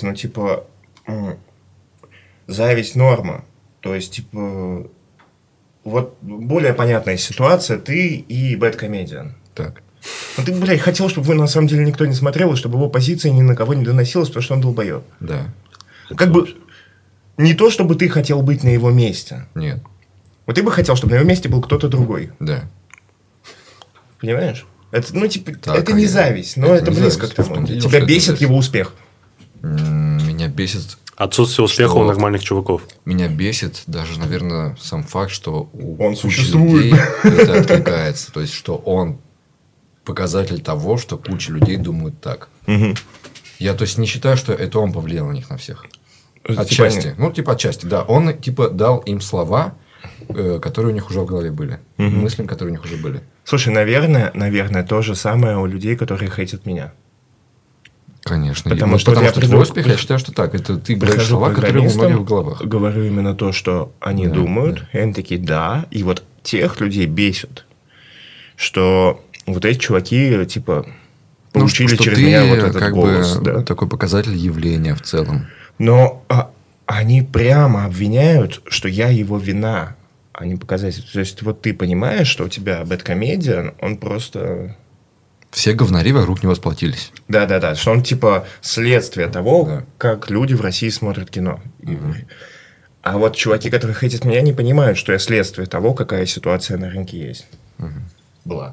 зависть норма. То есть, типа, вот более понятная ситуация, ты и бэдкомедиан. Так. Ну, ты, блядь, хотел, чтобы на самом деле никто не смотрел, и чтобы его позиция ни на кого не доносилась, потому что он долбоеб. Да. Как бы не то, чтобы ты хотел быть на его месте. Нет. Вот ты бы хотел, чтобы на его месте был кто-то другой. Да. Понимаешь? Это, ну, типа, Так, это не а зависть, но это это не близко зависть. к тому. В том-то и дело, Тебя что это бесит зависть. его успех. Меня бесит... Отсутствие успеха Что? у нормальных чуваков. Меня бесит даже, наверное, сам факт, что у Он кучи существует. людей это откликается. То есть, что он показатель того, что куча людей думают так. Я, то есть, не считаю, что это он повлиял на них на всех. Отчасти. Ну, типа, отчасти, да. Он, типа, дал им слова, которые у них уже в голове были. Мысли, которые у них уже были. Слушай, наверное, то же самое у людей, которые хейтят меня. Конечно. Потому что я твой успех, я считаю, что так. Это ты говоришь Прихожу слова, к которые у многих в программистам, головах. говорю именно то, что они Да, думают, и они такие, да. И вот тех людей бесит, что вот эти чуваки, типа, получили что через ты, меня вот этот как голос. бы, Да. такой показатель явления в целом. Но они прямо обвиняют, что я его вина, а не показатель. То есть, вот ты понимаешь, что у тебя бэдкомедиан, он просто... Все говнари вокруг него сплотились. Да, что он типа следствие того, Да. как люди в России смотрят кино. А вот чуваки, которые хейтят меня, не понимают, что я следствие того, какая ситуация на рынке есть. Была.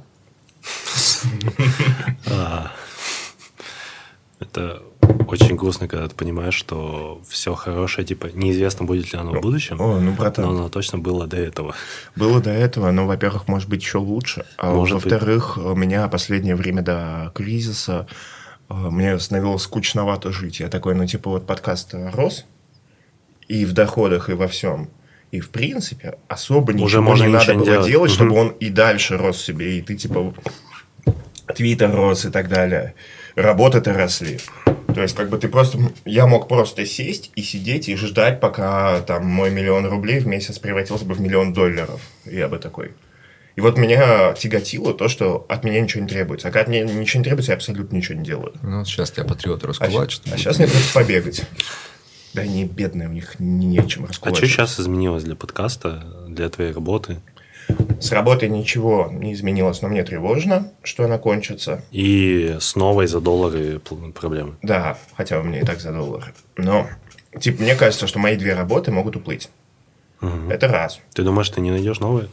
Это очень грустно, когда ты понимаешь, что все хорошее, типа, неизвестно, будет ли оно в будущем, О, ну, братан. но оно точно было до этого. Было до этого, но, во-первых, может быть, еще лучше. А Может быть. во-вторых, у меня последнее время до кризиса мне становилось скучновато жить. Я такой, ну, типа, вот подкаст рос и в доходах, и во всем. И, в принципе, особо Уже ничего можно не надо ничего не было делать. делать, чтобы Мгм. он и дальше рос себе. И ты, типа, Твиттер рос и так далее. Работы-то росли. То есть, как бы ты просто... Я мог просто сесть и сидеть и ждать, пока там мой 1 000 000 рублей в месяц превратился бы в $1 000 000. Я бы такой. И вот меня тяготило то, что от меня ничего не требуется. А когда от меня ничего не требуется, я абсолютно ничего не делаю. Ну, сейчас тебя патриоты А раскулачат. сейчас мне просто побегать. Да они бедные, у них нечем А раскулачить. что сейчас изменилось для подкаста, для твоей работы? С работой ничего не изменилось, но мне тревожно, что она кончится. И снова из-за доллара проблемы. Да, хотя бы мне и так за $1. Но, типа, мне кажется, что мои 2 работы могут уплыть. Это раз. Ты думаешь, ты не найдешь новые?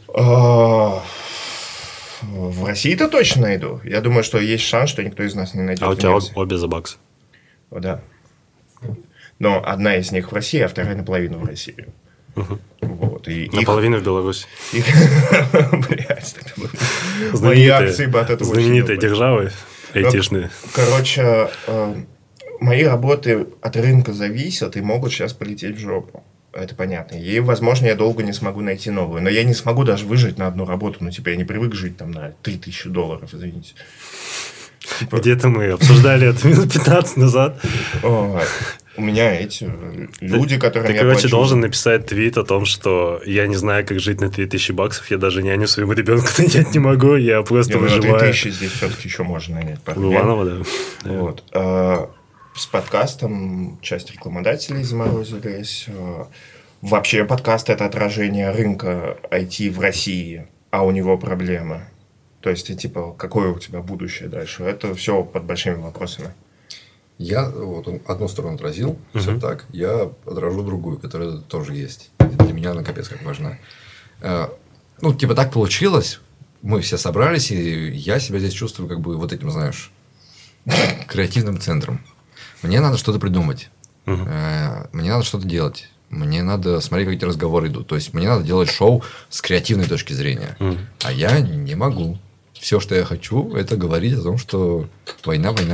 В России-то точно найду. Я думаю, что есть шанс, что никто из нас не найдет. А у в тебя Нерсе. обе за баксы. О, да. Но одна из них в России, а вторая наполовину в России. Вот. И их... Наполовину в Беларуси. Блядь, это было- Мои акции бы от этого знаменитые очень державы айтишные. Короче, мои работы от рынка зависят и могут сейчас полететь в жопу. Это понятно. И, возможно, я долго не смогу найти новую. Но я не смогу даже выжить на одну работу. Ну, типа, я не привык жить там на $3000, извините. Типа, Где-то мы обсуждали это минут 15 назад. у меня эти люди, которым Ты, я короче, плачу. должен написать твит о том, что я не знаю, как жить на 3000 баксов, я даже няню своему ребенку нанять не могу, я просто Не, ну, на выживаю. 3000 здесь все-таки еще можно нанять пару дней. Иванова, да. Вот. С подкастом часть рекламодателей заморозились. Вообще подкаст – это отражение рынка IT в России, а у него проблемы. То есть, типа, какое у тебя будущее дальше? Это все под большими вопросами. Я вот одну сторону отразил, все так. Я отражу другую, которая тоже есть. Для меня она капец как важна. Ну, типа, так получилось. Мы все собрались, и я себя здесь чувствую как бы вот этим, знаешь, креативным центром. Мне надо что-то придумать. Мне надо что-то делать. Мне надо смотреть, как эти разговоры идут. То есть, мне надо делать шоу с креативной точки зрения. А я не могу. Все, что я хочу, это говорить о том, что война. Вот,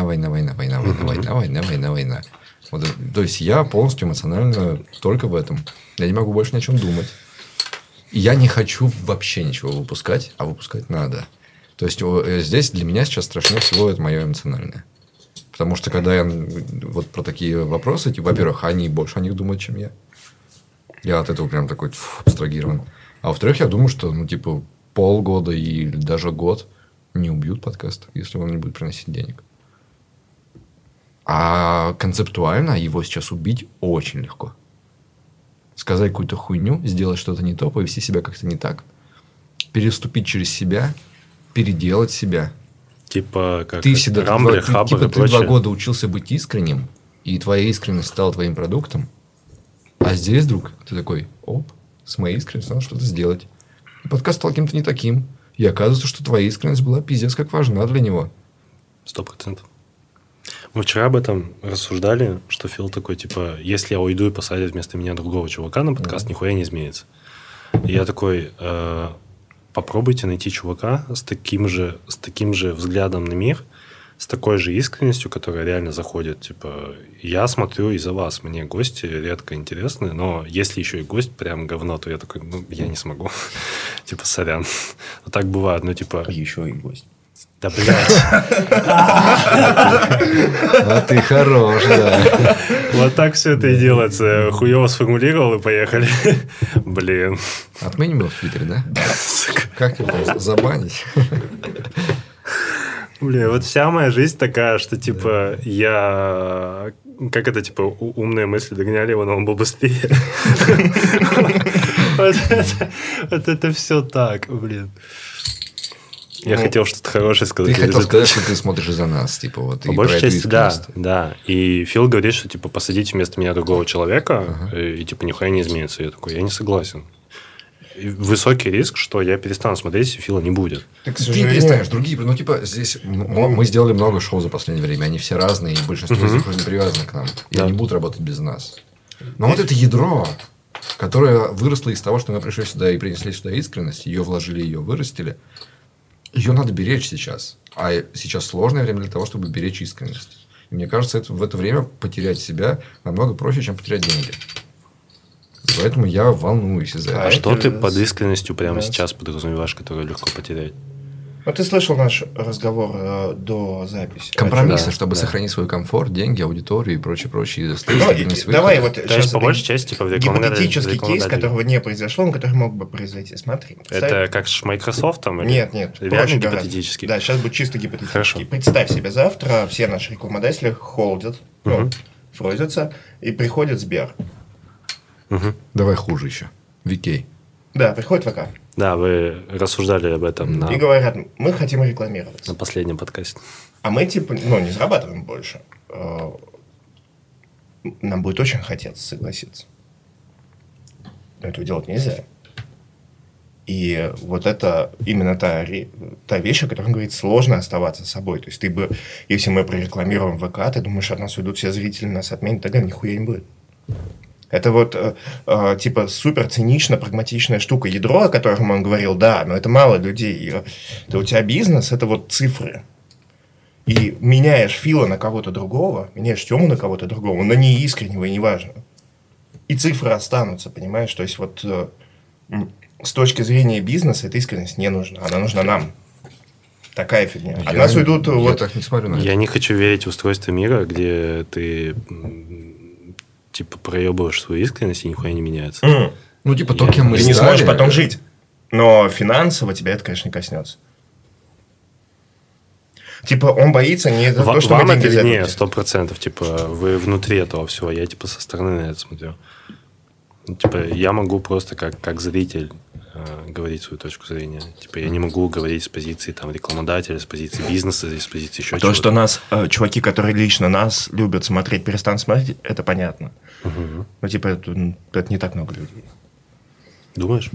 то есть, я полностью эмоционально только в этом. Я не могу больше ни о чем думать. И я не хочу вообще ничего выпускать, а выпускать надо. То есть, здесь для меня сейчас страшнее всего это мое эмоциональное. Потому что, когда я вот про такие вопросы, типа, во-первых, они больше о них думают, чем я. Я от этого прям такой абстрагирован. А во-вторых, я думаю, что, ну, типа, полгода или даже год не убьют подкаст, если он не будет приносить денег. А концептуально его сейчас убить очень легко. Сказать какую-то хуйню, сделать что-то не то, повести себя как-то не так. Переступить через себя, переделать себя. Типа, как Ты всегда Рамблер, Хабр и ты 2 прочее. года учился быть искренним, и твоя искренность стала твоим продуктом. А здесь вдруг ты такой, оп, с моей искренностью надо что-то сделать. И подкаст стал каким-то не таким. И оказывается, что твоя искренность была пиздец как важна для него. 100%. Мы вчера об этом рассуждали, что Фил такой, типа, если я уйду и посадят вместо меня другого чувака на подкаст, нихуя не изменится. И я такой, попробуйте найти чувака с таким же взглядом на мир, с такой же искренностью, которая реально заходит. Типа, я смотрю из-за вас, мне гости редко интересны, но если еще и гость прям говно, то я такой, я не смогу. Типа, сорян. Вот так бывает, типа... Еще и гость. Да, блядь. А ты хорош, да. Вот так все это и делается. Хуево сформулировал и поехали. Блин. Отменим его в Твиттере, да? Как его там забанить? Блин, вот вся моя жизнь такая, что, типа, я... Как это, типа, умные мысли догоняли его, но он был быстрее. Вот это все так, блин. Я хотел что-то хорошее сказать. Ты хотел сказать, что ты смотришь за нас, типа, вот. По большей части, да. И Фил говорит, что, типа, посадите вместо меня другого человека, и, типа, нихуя не изменится. Я такой, я не согласен. Высокий риск, что я перестану смотреть, если Фила не будет. Ты перестанешь. Другие, здесь мы сделали много шоу за последнее время. Они все разные, и большинство из них уже не привязаны к нам. И они будут работать без нас. Но вот это ядро, которое выросло из того, что мы пришли сюда и принесли сюда искренность, ее вложили, ее вырастили, ее надо беречь сейчас. А сейчас сложное время для того, чтобы беречь искренность. И мне кажется, в это время потерять себя намного проще, чем потерять деньги. Поэтому я волнуюсь из-за этого. А что ты под искренностью прямо сейчас подразумеваешь, которую легко потерять? Ну, ты слышал наш разговор до записи. Компромиссы, чтобы сохранить свой комфорт, деньги, аудиторию и прочее. Давай вот сейчас по большей части, типа, гипотетический кейс, которого не произошло, но который мог бы произойти. Смотри. Это как с Microsoft? Нет. Реально гипотетический? Да, сейчас будет чисто гипотетический. Хорошо. Представь себе, завтра все наши рекламодатели холдят, фрозятся, и приходит Сбер. Давай хуже еще. VK. Да, приходит ВК. Да, вы рассуждали об этом и говорят, мы хотим рекламироваться. На последнем подкасте. А мы, типа, не зарабатываем больше. Нам будет очень хотеться согласиться. Но этого делать нельзя. И вот это именно та вещь, о которой он говорит, сложно оставаться собой. То есть, если мы прорекламируем ВК, ты думаешь, от нас уйдут все зрители, нас отменят, тогда нихуя не будет. Это вот, типа, супер цинично, прагматичная штука. Ядро, о котором он говорил, да, но это мало людей. У тебя бизнес, это вот цифры. И меняешь Фила на кого-то другого, меняешь Тему на кого-то другого, но не искреннего и не важно. И цифры останутся, понимаешь? То есть, вот с точки зрения бизнеса эта искренность не нужна. Она нужна нам. Такая фигня. От нас уйдут... Я так не смотрю на это. Я не хочу верить в устройство мира, где ты... типа, проебываешь свою искренность, и нихуя не меняется. Ну, типа, то, кем мы стали... Ты не сможешь потом жить. Но финансово тебя это, конечно, не коснется. Типа, он боится не за то, что вам мы деньги это виднее, 100%. Типа, вы внутри этого всего. Я, типа, со стороны на это смотрю. Типа, я могу просто как зритель говорить свою точку зрения. Типа, я не могу говорить с позиции там рекламодателя, с позиции бизнеса, с позиции еще чего-то. То, что нас, чуваки, которые лично нас любят смотреть, перестанут смотреть, это понятно. Но, типа, это не так много людей. Думаешь?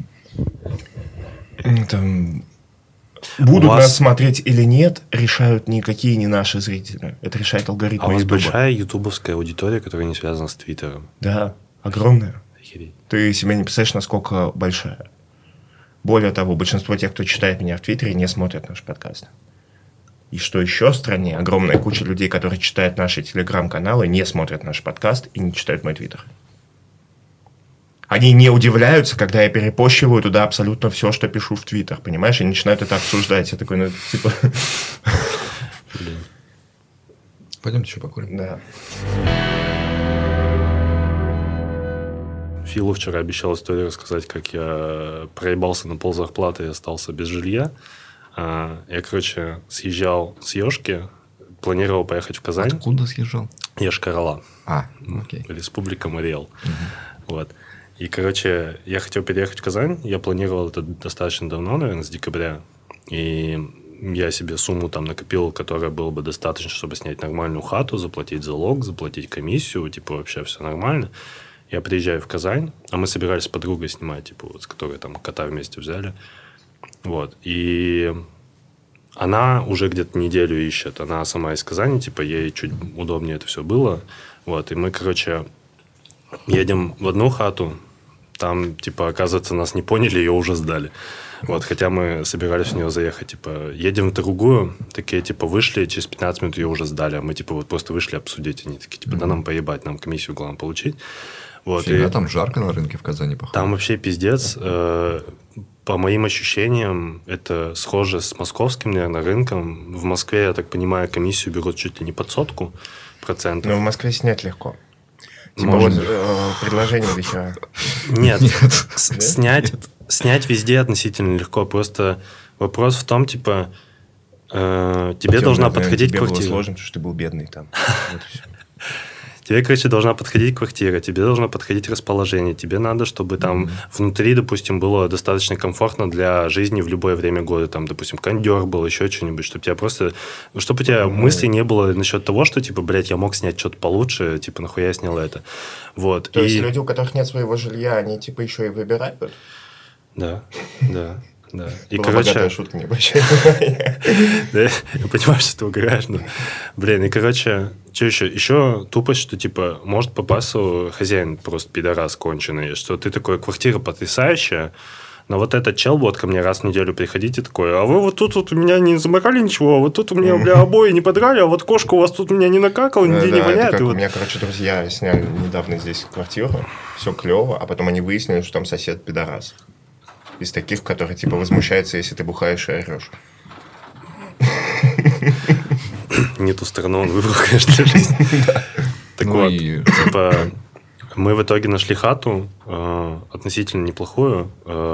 Будут нас смотреть или нет, решают никакие не наши зрители. Это решает алгоритм. А у вас большая ютубовская аудитория, которая не связана с Твиттером? Да, огромная. Охереть. Ты себе не представляешь, насколько большая. Более того, большинство тех, кто читает меня в Твиттере, не смотрят наш подкаст. И что еще страннее, огромная куча людей, которые читают наши телеграм-каналы, не смотрят наш подкаст и не читают мой Твиттер. Они не удивляются, когда я перепощиваю туда абсолютно все, что пишу в Твиттер, понимаешь? И начинают это обсуждать. Я такой, типа... Пойдемте еще покурим. Да. Филу вчера обещал историю рассказать, как я проебался на ползарплаты и остался без жилья. Я, короче, съезжал с Ёшки, планировал поехать в Казань. Откуда съезжал? Йошкар-Олы. Окей. Республика Мариэл. Вот. И, короче, я хотел переехать в Казань. Я планировал это достаточно давно, наверное, с декабря. И я себе сумму там накопил, которая была бы достаточно, чтобы снять нормальную хату, заплатить залог, заплатить комиссию. Типа, вообще все нормально. Я приезжаю в Казань, а мы собирались с подругой снимать, типа, вот, с которой там кота вместе взяли. Вот. И она уже где-то неделю ищет. Она сама из Казани, типа, ей чуть удобнее это все было. Вот. И мы, короче, едем в одну хату. Там, типа, оказывается, нас не поняли, ее уже сдали. Вот, хотя мы собирались в нее заехать, типа, едем в другую, такие, типа, вышли, через 15 минут ее уже сдали, а мы, типа, вот просто вышли обсудить, они такие, типа, да нам поебать, нам комиссию главное получить. Вот, Фига, и там жарко на рынке в Казани, походу. там вообще пиздец. По моим ощущениям, это схоже с московским, наверное, рынком. В Москве, я так понимаю, комиссию берут чуть ли не под 100%. Но в Москве снять легко. Типа Может. вот предложение дохера. Нет, снять везде относительно легко. Просто вопрос в том, типа, тебе должна подходить тебе было квартира. сложно, потому что ты был бедный там. Вот и всё. Тебе, короче, должна подходить квартира, тебе должно подходить расположение, тебе надо, чтобы там внутри, допустим, было достаточно комфортно для жизни в любое время года. Там, допустим, кондер был, еще что-нибудь, чтобы тебя просто... Чтобы у тебя мыслей не было насчет того, что, типа, блядь, я мог снять что-то получше, типа, нахуя я снял это. Вот. То есть люди, у которых нет своего жилья, они, типа, еще и выбирают? Да. И, Была короче... богатая шутка, не обращай внимания. Да, я понимаю, что ты угораешь, но... Блин, и, короче, что еще? Еще тупость, что, типа, может попасться хозяин просто пидорас конченый, что ты такой, квартира потрясающая, но вот этот чел будет ко мне раз в неделю приходить и такой, а вы вот тут вот у меня не заморали ничего, а вот тут у меня, бля, обои не подрали, а вот кошка у вас тут у меня не накакала, нигде не воняет. У меня, короче, друзья сняли недавно здесь квартиру, все клево, а потом они выяснили, что там сосед пидорас. Из таких, которые, типа, возмущаются, если ты бухаешь и орешь. Не ту сторону он выбрал, конечно, жизнь. Так Ну вот, и- типа, мы в итоге нашли хату относительно неплохую,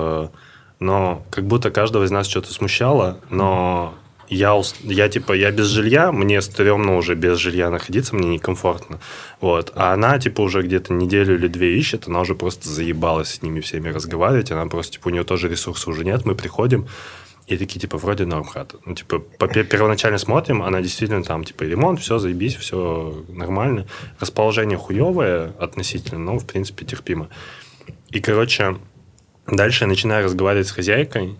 но как будто каждого из нас что-то смущало, но я без жилья, мне стрёмно уже без жилья находиться, мне некомфортно. Вот. А она, типа, уже где-то неделю или две ищет, она уже просто заебалась с ними всеми разговаривать, она просто, типа, у нее тоже ресурсов уже нет, мы приходим, и такие, типа, вроде норм хата. Ну, типа, первоначально смотрим, она действительно там, типа, ремонт, все, заебись, все нормально. Расположение хуевое относительно, но, в принципе, терпимо. И, короче, дальше я начинаю разговаривать с хозяйкой,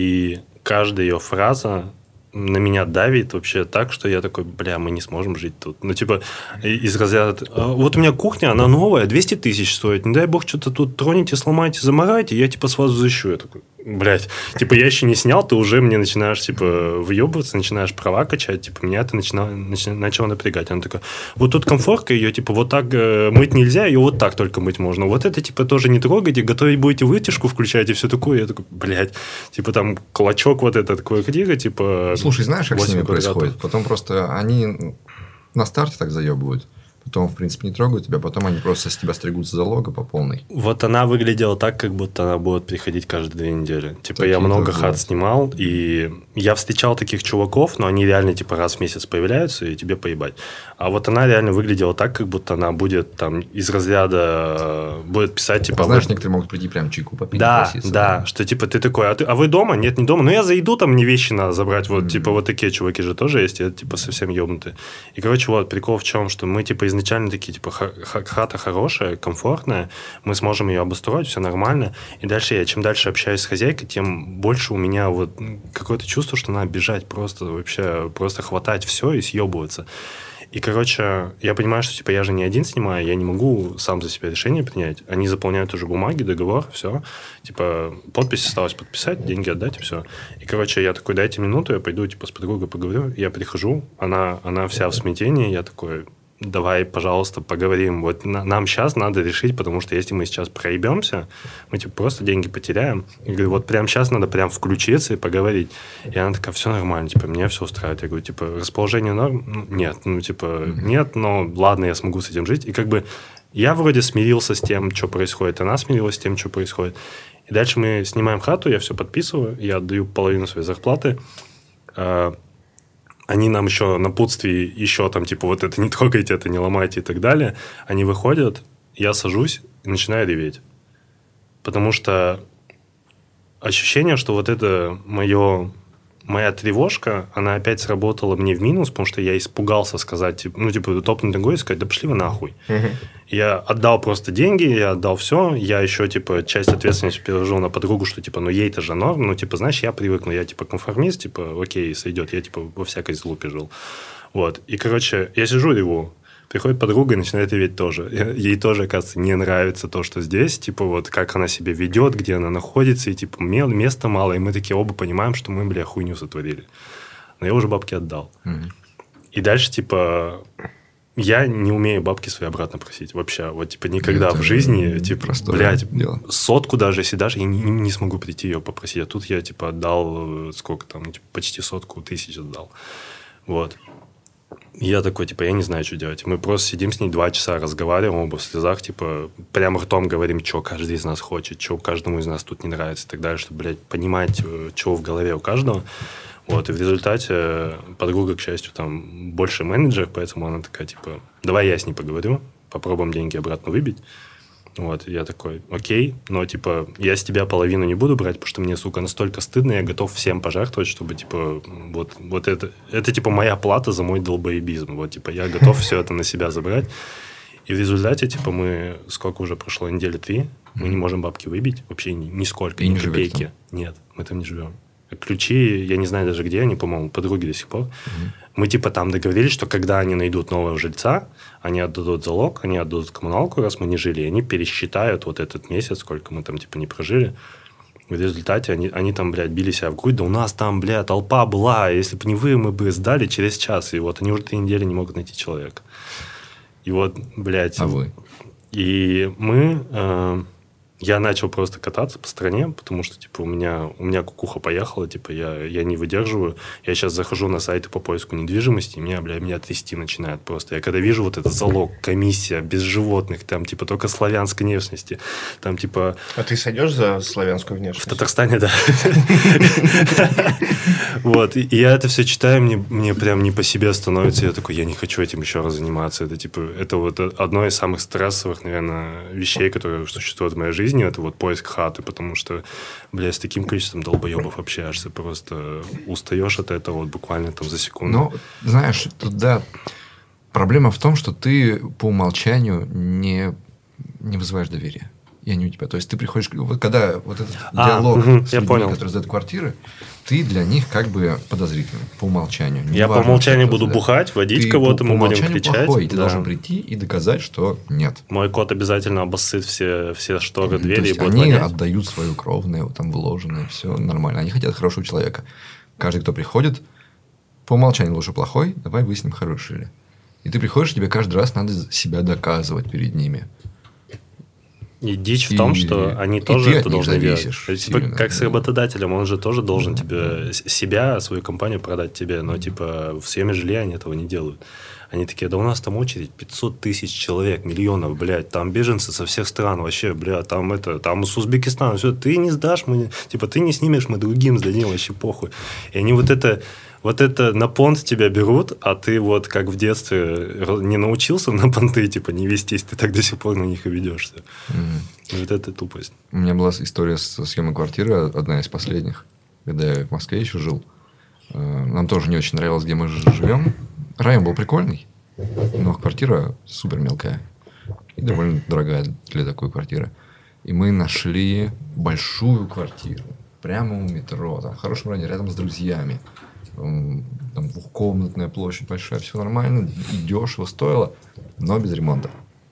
и каждая ее фраза на меня давит вообще так, что я такой, бля, мы не сможем жить тут. Ну, типа, из разряда, вот у меня кухня, она новая, 200 тысяч стоит, не дай бог, что-то тут тронете, сломаете, заморайте, я, типа, с вас взыщу. Я такой, блядь, типа, я еще не снял, ты уже мне начинаешь, типа, выебываться, начинаешь права качать, типа, меня это начало напрягать. Она такая, вот тут комфортка, ее, типа, вот так мыть нельзя, ее вот так только мыть можно. Вот это, типа, тоже не трогайте, готовить будете, вытяжку включать и все такое. Я такой, блядь, типа, там, клочок вот этот, квартира, типа... Слушай, знаешь, как с 8 ними квадратов. происходит? Потом просто они на старте так заебывают. Потом, в принципе, не трогают тебя, потом они просто с тебя стригутся залога по полной. Вот она выглядела так, как будто она будет приходить каждые 2 недели. Типа, Такие я много тоже, хат да. снимал, и я встречал таких чуваков, но они реально, типа, раз в месяц появляются, и тебе поебать. А вот она реально выглядела так, как будто она будет там из разряда... Будет писать, типа... Знаешь, вот- некоторые могут прийти прям чайку попить. Да, попроситься. да, что типа ты такой, а вы дома? Нет, не дома. Ну, я зайду, там мне вещи надо забрать. Вот, типа, вот такие чуваки же тоже есть, и это, типа, совсем ебнутые. И, короче, вот, прикол в чем, что мы, типа, изначально такие, типа, хата хорошая, комфортная, мы сможем ее обустроить, все нормально. И дальше чем дальше общаюсь с хозяйкой, тем больше у меня вот какое-то чувство, что надо бежать просто вообще, просто хватать все и съебываться. И, короче, я понимаю, что, типа, я же не один снимаю, я не могу сам за себя решение принять. Они заполняют уже бумаги, договор, все. Типа, подпись осталось подписать, деньги отдать, и все. И, короче, я такой, дайте минуту, я пойду, типа, с подругой поговорю. Я прихожу, она вся в смятении, я такой... Давай, пожалуйста, поговорим. Вот нам сейчас надо решить, потому что если мы сейчас проебемся, мы типа просто деньги потеряем. Я говорю, вот прямо сейчас надо прям включиться и поговорить. И она такая, все нормально, типа, меня все устраивает. Я говорю, типа, расположение норм? Ну, нет, ну, типа, нет, но ладно, я смогу с этим жить. И как бы я вроде смирился с тем, что происходит, она смирилась с тем, что происходит. И дальше мы снимаем хату, я все подписываю, я отдаю половину своей зарплаты. Они нам еще напутствие, еще там, типа, вот это не трогайте, это не ломайте и так далее. Они выходят, я сажусь и начинаю реветь. Потому что ощущение, что вот это мое моя тревожка, она опять сработала мне в минус, потому что я испугался сказать, топнуть ногой и сказать, да пошли вы нахуй. Я отдал просто деньги, я отдал все, я еще, часть ответственности переложил на подругу, что, ей-то же норм, знаешь, я привыкну, я, конформист, окей, сойдет, я, во всякой залупе жил. Вот, и, короче, я сижу, реву. Приходит подруга и начинает реветь тоже. Ей тоже, оказывается, не нравится то, что здесь, как она себя ведет, где она находится, и, места мало, и мы такие оба понимаем, что мы, хуйню сотворили. Но я уже бабки отдал. И дальше, я не умею бабки свои обратно просить вообще. Вот, никогда в жизни, дело. 100 даже, если даже, я не смогу прийти ее попросить. А тут я, отдал, сколько там, почти 100 тысяч отдал. Вот. Я такой, я не знаю, что делать. Мы просто сидим с ней 2 часа, разговариваем оба в слезах, прямо ртом говорим, что каждый из нас хочет, что каждому из нас тут не нравится и так далее, чтобы, понимать, что в голове у каждого. Вот, и в результате подруга, к счастью, там больше менеджер, поэтому она такая, давай я с ней поговорю, попробуем деньги обратно выбить. Вот, я такой, окей, но, я с тебя половину не буду брать, потому что мне, сука, настолько стыдно, я готов всем пожертвовать, чтобы, вот это, моя плата за мой долбоебизм. Вот, я готов все это на себя забрать. И в результате, мы, сколько уже прошло, недели 3, мы не можем бабки выбить, вообще нисколько, ни копейки. Нет, мы там не живем. Ключи, я не знаю даже где они, по-моему, подруги до сих пор. Мы, там договорились, что когда они найдут нового жильца, они отдадут залог, они отдадут коммуналку, раз мы не жили, и они пересчитают вот этот месяц, сколько мы там, не прожили. В результате они там, били себя в грудь, да у нас там, толпа была, если бы не вы, мы бы сдали через час. И вот они уже 3 недели не могут найти человека. И вот, А вы? И мы... Я начал просто кататься по стране, потому что, у меня кукуха поехала, я не выдерживаю. Я сейчас захожу на сайты по поиску недвижимости, и меня трясти начинает просто. Я когда вижу вот этот залог, комиссия, без животных, там, только славянской внешности, там, А ты сойдешь за славянскую внешность? В Татарстане, да. Вот, и я это все читаю, мне прям не по себе становится, я такой, я не хочу этим еще раз заниматься. Это вот одно из самых стрессовых, наверное, вещей, которые существуют в моей жизни, это вот поиск хаты, потому что, с таким количеством долбоебов общаешься, просто устаешь от этого вот буквально там за секунду. Ну, знаешь, тут, да, проблема в том, что ты по умолчанию не вызываешь доверия. И они у тебя. То есть, ты приходишь... Вот когда вот этот диалог с людьми, которые сдают квартиры, ты для них как бы подозрительный по умолчанию. Я по умолчанию буду бухать, водить кого-то, мы будем кричать. Плохой, ты должен прийти и доказать, что нет. Мой кот обязательно обоссыт все шторы, двери. То есть, они отдают свое кровное, там вложенное, все нормально. Они хотят хорошего человека. Каждый, кто приходит, по умолчанию лучше плохой, давай выясним, хороший ли. И ты приходишь, тебе каждый раз надо себя доказывать перед ними. И дичь в том, что они тоже это должны делать. Как с работодателем, он же тоже должен тебе себя, свою компанию продать тебе, но в съеме жилья они этого не делают. Они такие, да у нас там очередь 500 тысяч человек, миллионов, там беженцы со всех стран, вообще, там с Узбекистана, все, ты не сдашь, ты не снимешь, мы другим сдадим, вообще похуй. И они вот это на понт тебя берут, а ты вот как в детстве не научился на понты, не вестись, ты так до сих пор на них и ведешься. И вот это тупость. У меня была история со съемой квартиры, одна из последних, когда я в Москве еще жил. Нам тоже не очень нравилось, где мы живем. Район был прикольный, но квартира супер мелкая и довольно дорогая для такой квартиры. И мы нашли большую квартиру прямо у метро, там, в хорошем районе, рядом с друзьями. Там двухкомнатная площадь большая, все нормально, и дешево стоило, но без ремонта.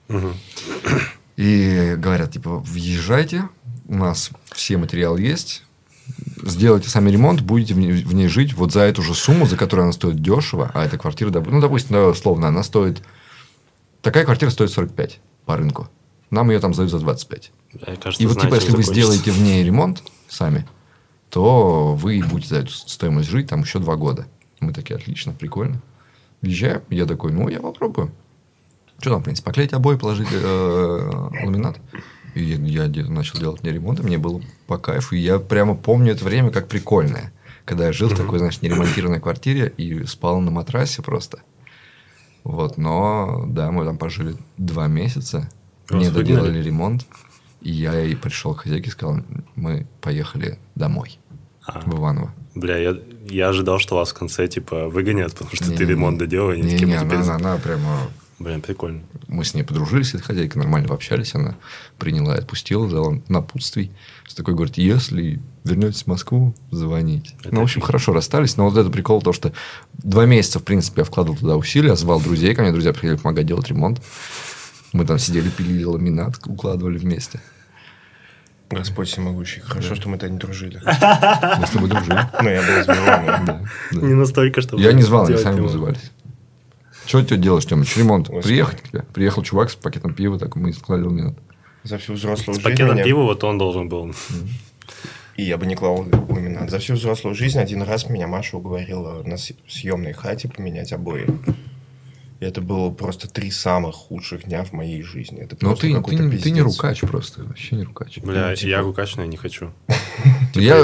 И говорят, въезжайте, у нас все материалы есть, сделайте сами ремонт, будете в ней жить вот за эту же сумму, за которую она стоит дешево, а эта квартира, допустим, да, условно, она стоит... Такая квартира стоит 45 по рынку. Нам ее там сдают за 25. Кажется, и вот, если вы сделаете в ней ремонт сами, то вы будете за эту стоимость жить там еще 2 года. Мы такие, отлично, прикольно. Въезжаем, я такой, я попробую. Что там, в принципе, поклеить обои, положить ламинат. И я начал делать мне ремонт, и мне было по кайфу. И я прямо помню это время как прикольное. Когда я жил в такой, неремонтированной квартире и спал на матрасе просто. Вот, но, да, мы там пожили 2 месяца. Мне доделали ремонт. И я пришел к хозяйке и сказал, мы поехали домой. В Иваново. Бля, я ожидал, что вас в конце, типа, выгонят, потому что ты ремонт доделал, и Не, она прямо... Блин, прикольно. Мы с ней подружились, этой хозяйкой, нормально пообщались. Она приняла и отпустила, дала напутствий. С такой говорит, если вернетесь в Москву, звоните. Ну, в общем, хорошо расстались. Но вот это прикол, то, что 2 месяца, в принципе, я вкладывал туда усилия, звал друзей. Ко мне друзья приходили помогать делать ремонт. Мы там сидели, пилили ламинат, укладывали вместе. Господь всемогущий. Хорошо, что мы-то не дружили. Мы с тобой дружили. Ну, я был избиваемый. Да. Не настолько, чтобы... Я не звал, они делать сами ремонт. вызывались. Что ты делаешь, Тёмыч? Ремонт. Господи. Приехать к тебе? Приехал чувак с пакетом пива, так мы складывали ламинат. За всю взрослую С жизнь пакетом меня... пива вот он должен был. И я бы не клал ламинат. За всю взрослую жизнь один раз меня Маша уговорила на съемной хате поменять обои. И это было просто 3 самых худших дня в моей жизни. Это Но просто какой-то ты не пиздец. рукач просто. Вообще не рукач. Бля, Ну, типа- я рукач, но я не хочу. Я,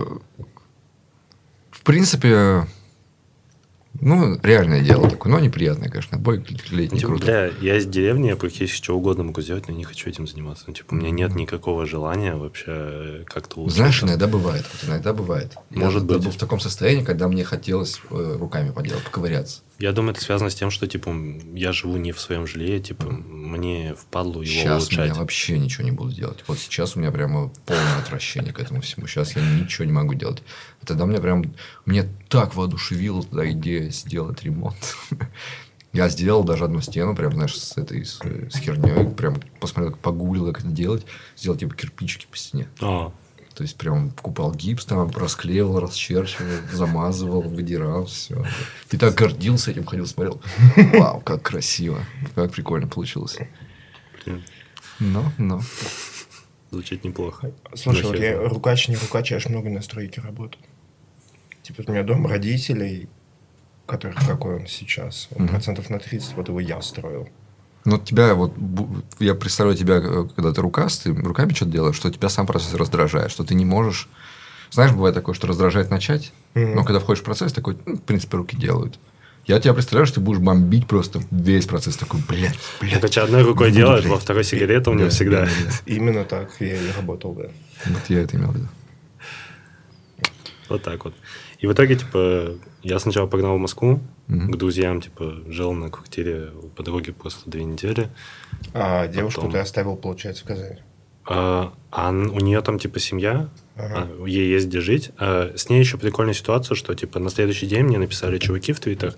в принципе, ну, реальное дело такое. Но неприятное, конечно. Бой клеить не Типа, круто. бля, я из деревни, я практически что угодно могу сделать, но я не хочу этим заниматься. Ну, типа, у меня нет никакого желания вообще как-то улучшать. Знаешь, иногда бывает. Вот иногда бывает. Может я быть. был в таком состоянии, когда мне хотелось руками поделать, поковыряться. Я думаю, это связано с тем, что, типа, я живу не в своем жилье, типа, мне впадлу его Сейчас улучшать. я вообще ничего не буду делать. Вот сейчас у меня прямо полное отвращение к этому всему. Сейчас я ничего не могу делать. А тогда мне так воодушевила тогда идея сделать ремонт. Я сделал даже одну стену, прям, знаешь, с херней. Прям посмотрел, как погуглил, как это делать. Сделал типа кирпичики по стене. То есть, прям покупал гипс, там расклеивал, расчерчивал, замазывал, выдирал, все. И так гордился этим, ходил, смотрел. Вау, как красиво. Как прикольно получилось. Но. Звучит неплохо. Слушай, вот Нахер. я рукач, не рукач, я аж много на стройке работаю. Типа, у меня дом родителей, который какой он сейчас. Он процентов на 30, вот его я строил. Ну, тебя вот... Я представляю тебя, когда ты руками что-то делаешь, что тебя сам процесс раздражает, что ты не можешь... Знаешь, бывает такое, что раздражает начать, но когда входишь в процесс, такой, в принципе, руки делают. Я тебя представляю, что ты будешь бомбить просто весь процесс. Такой, блядь. Короче, одной рукой не буду, делает, блядь. во второй сигарета у него Да, всегда. да. Именно так я и работал, да. Вот я это имел в виду. Вот так вот. И в итоге, типа, я сначала погнал в Москву к друзьям, типа, жил на квартире у подруги просто 2 недели. А девушку Потом. ты оставил, получается, в Казани? У нее там, типа, семья, ей есть где жить. С ней еще прикольная ситуация, что, типа, на следующий день мне написали чуваки в Твиттер,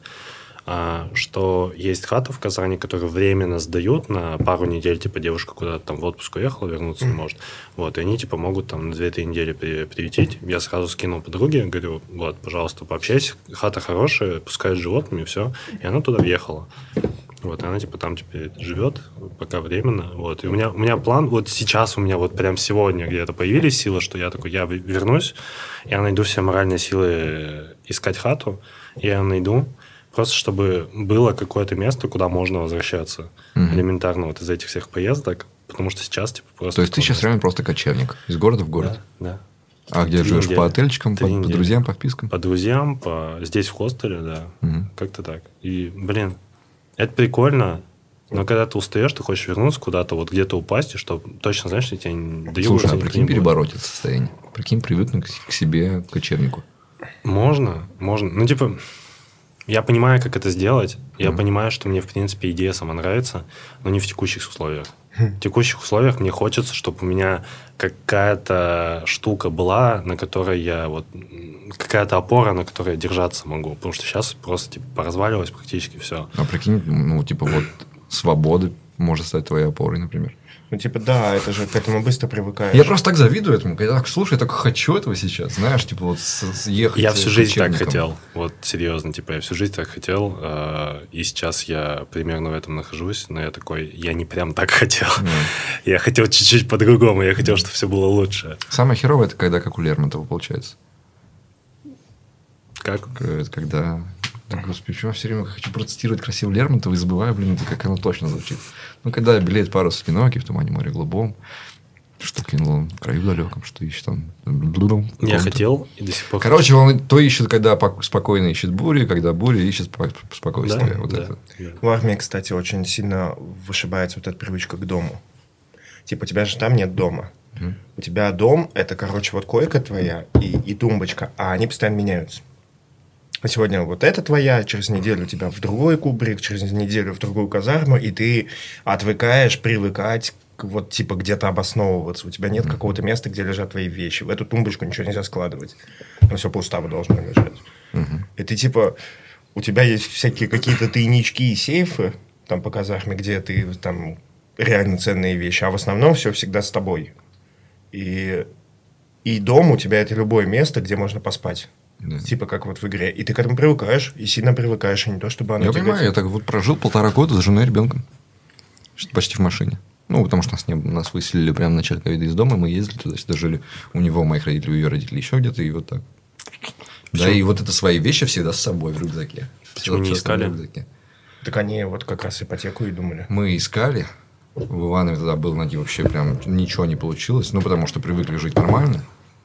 что есть хата в Казани, которую временно сдают на пару недель, типа, девушка куда-то там в отпуск уехала, вернуться не может. Вот, и они, типа, могут там на 2-3 недели приютить. Я сразу скинул подруге, говорю, вот, пожалуйста, пообщайся, хата хорошая, пускай с животными, все. И она туда въехала. Вот, и она, типа, там теперь живет, пока временно. Вот, и у меня план, вот сейчас у меня вот прям сегодня где-то появились силы, что я такой, я вернусь, я найду все моральные силы искать хату, я ее найду, просто чтобы было какое-то место, куда можно возвращаться элементарно вот из этих всех поездок, потому что сейчас, типа, просто... То есть, ты сейчас реально просто кочевник. Из города в город. Да. А где 3 живешь? недели. По отельчикам, 3 по недели. друзьям, по впискам? По друзьям, здесь в хостеле, да. Как-то так. И, блин, это прикольно, но когда ты устаешь, ты хочешь вернуться куда-то, вот где-то упасть, и что точно знаешь, что тебя не дают. Слушай, а прикинь перебороть это состояние? Прикинь привыкнуть к себе, к кочевнику. Можно. Ну, типа, я понимаю, как это сделать. Я понимаю, что мне, в принципе, идея сама нравится, но не в текущих условиях. В текущих условиях мне хочется, чтобы у меня какая-то штука была, на которой я вот... Какая-то опора, на которой я держаться могу. Потому что сейчас просто, типа, поразваливалось практически все. А прикинь, ну, типа, вот свобода может стать твоей опорой, например. Ну, типа, да, это же к этому быстро привыкаешь. Я просто так завидую этому. Когда так слушаю, я так хочу этого сейчас. Знаешь, типа, вот съехать. Я всю жизнь так кочевником. хотел. Вот, серьезно, типа, я всю жизнь так хотел. И сейчас я примерно в этом нахожусь. Но я такой, я не прям так хотел. Я хотел чуть-чуть по-другому. Я хотел, чтобы все было лучше. Самое херовое, это когда как у Лермонтова получается. Как? Это когда... Да, господи, почему я все время хочу процитировать красиво Лермонтова и забываю, блин, это как оно точно звучит. Ну, когда белеет парус одинокий в тумане моря голубом, что кинул он в краю далеком, что ищет он. Я хотел и до сих пор Короче, он то ищет, когда спокойно ищет бури, когда буря ищет спокойствие. Да, Вот да, это. да. В армии, кстати, очень сильно вышибается вот эта привычка к дому. Типа, у тебя же там нет дома. У тебя дом, это, короче, вот койка твоя и тумбочка, а они постоянно меняются. Сегодня вот это твоя, через неделю у тебя в другой кубрик, через неделю в другую казарму, и ты отвыкаешь привыкать вот типа где-то обосновываться. У тебя нет какого-то места, где лежат твои вещи. В эту тумбочку ничего нельзя складывать. Там все пуставо должно лежать. И ты типа... У тебя есть всякие какие-то тайнички и сейфы там по казарме, где ты там реально ценные вещи, а в основном все всегда с тобой. И дом у тебя это любое место, где можно поспать. Да. Типа как вот в игре. И ты к этому привыкаешь, и сильно привыкаешь, и не то, чтобы оно Я тебе... понимаю, я так вот прожил 1,5 года с женой и ребенком. Почти в машине. Ну, потому что нас выселили прямо в начале ковида из дома, мы ездили туда-сюда, жили у него, у моих родителей, у ее родителей, еще где-то, и вот так. Да, и вот это свои вещи всегда с собой в рюкзаке. Почему не искали? Так они вот как раз ипотеку и думали. Мы искали. В Иванове тогда было найти вообще прям ничего не получилось. Ну, потому что привыкли жить нормально.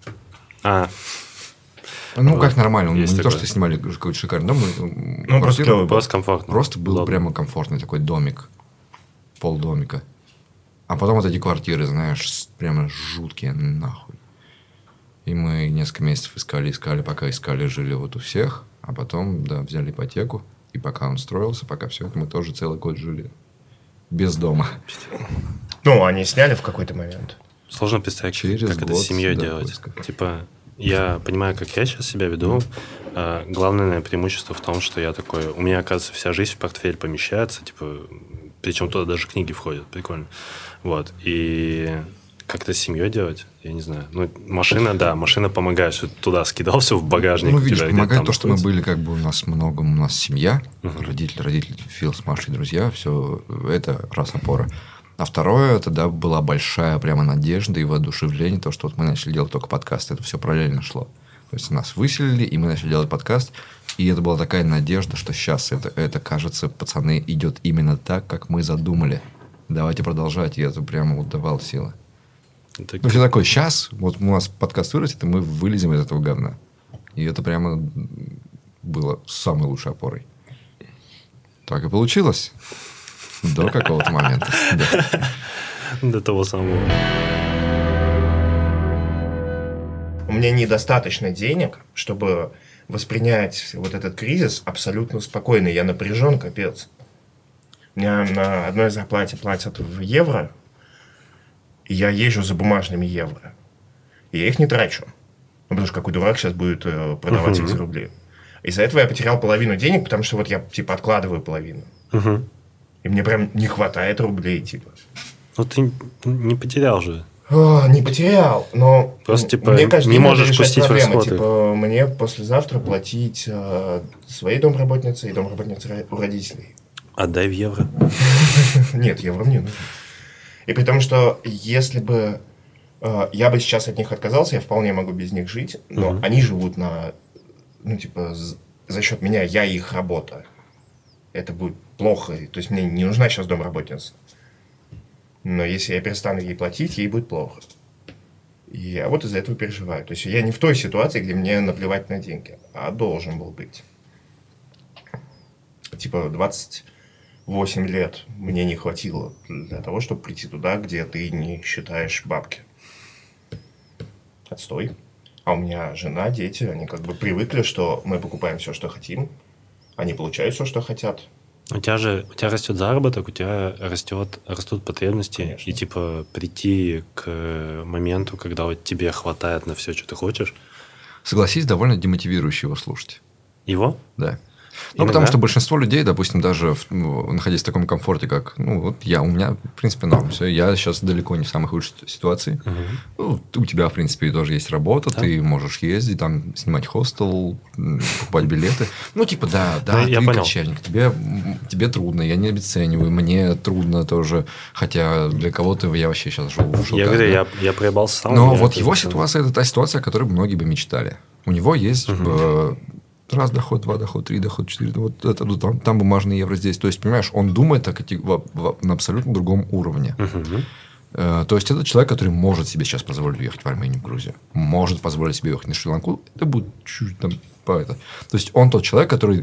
Ну, Вот. как нормально. Есть Не такое. то, что снимали какой-то шикарный дом. Ну, просто клёвый был. Просто комфортно. Просто был Ладно. прямо комфортный такой домик. Полдомика. А потом вот эти квартиры, знаешь, прямо жуткие нахуй. И мы несколько месяцев искали, пока искали, жили вот у всех. А потом, да, взяли ипотеку. И пока он строился, пока все это, мы тоже целый год жили без дома. Ну, они сняли в какой-то момент. Сложно представить, Через как это год, с семьей да, делать. поисков. Типа, я понимаю, как я сейчас себя веду. Главное, наверное, преимущество в том, что я такой... У меня, оказывается, вся жизнь в портфель помещается. Типа, причем туда даже книги входят. Прикольно. Вот. И как-то с семьей делать, я не знаю. Ну, машина, да, машина помогает. Что ты туда скидал все в багажник. Ну, у тебя видишь, где-то помогает там то, что мы находится. были, как бы у нас много, у нас семья, родители, Фил с Машей, друзья, все это раз опора. А второе, это, да, была большая прямо надежда и воодушевление, то, что вот мы начали делать только подкаст, это все параллельно шло. То есть нас выселили, и мы начали делать подкаст, и это была такая надежда, что сейчас это кажется, пацаны, идет именно так, как мы задумали. Давайте продолжать, и это прямо вот давало силы. Это Ну, все такое, сейчас, вот у нас подкаст вырастет, и мы вылезем из этого говна. И это прямо было самой лучшей опорой. Так и получилось. До какого-то момента. Да. До того самого. У меня недостаточно денег, чтобы воспринять вот этот кризис абсолютно спокойно. Я напряжен, капец. У меня на одной зарплате платят в евро, и я езжу за бумажными евро. И я их не трачу. Ну, потому что какой дурак сейчас будет продавать их за рубли. Из-за этого я потерял половину денег, потому что вот я типа откладываю половину. И мне прям не хватает рублей, типа. Ну, ты не потерял же. Не потерял, но Просто, типа, мне каждый не день можешь надо решать пустить в проблемы. расходы. Типа, мне послезавтра платить своей домработнице и домработнице у родителей. Отдай в евро. Нет, евро мне нужно. И при том, что если бы я бы сейчас от них отказался, я вполне могу без них жить, но они живут на, ну, типа, за счет меня, я их работа. Это будет плохо. То есть мне не нужна сейчас домработница. Но если я перестану ей платить, ей будет плохо. И я вот из-за этого переживаю. То есть я не в той ситуации, где мне наплевать на деньги, а должен был быть. Типа 28 лет мне не хватило для того, чтобы прийти туда, где ты не считаешь бабки. Отстой. А у меня жена, дети, они как бы привыкли, что мы покупаем все, что хотим. Они получают все, что хотят. У тебя растет заработок, у тебя растут потребности. Конечно. И типа прийти к моменту, когда вот тебе хватает на все, что ты хочешь. Согласись, довольно демотивирующе его слушать. Его? Да. Ну, Иногда? потому что большинство людей, допустим, даже находясь в таком комфорте, как, ну, вот у меня, в принципе, норм. Все, я сейчас далеко не в самой худшей ситуации. Ну, у тебя, в принципе, тоже есть работа, Да. ты можешь ездить, там, снимать хостел, покупать билеты. Ну, типа, да, Да, я ты понял. кочевник, тебе трудно, я не обесцениваю, мне трудно тоже, хотя для кого-то я вообще сейчас живу в шелках. Я говорю, да. я проебался сам. Но у меня вот это его всё- ситуация – это та ситуация, о которой многие бы мечтали. У него есть раз доход, 2 доход, 3 доход, 4 вот это, ну, там бумажные евро здесь. То есть, понимаешь, он думает на абсолютно другом уровне. То есть, это человек, который может себе сейчас позволить уехать в Армению, в Грузию. Может позволить себе уехать на Шри-Ланку. Это будет чуть там по это. То есть, он тот человек, который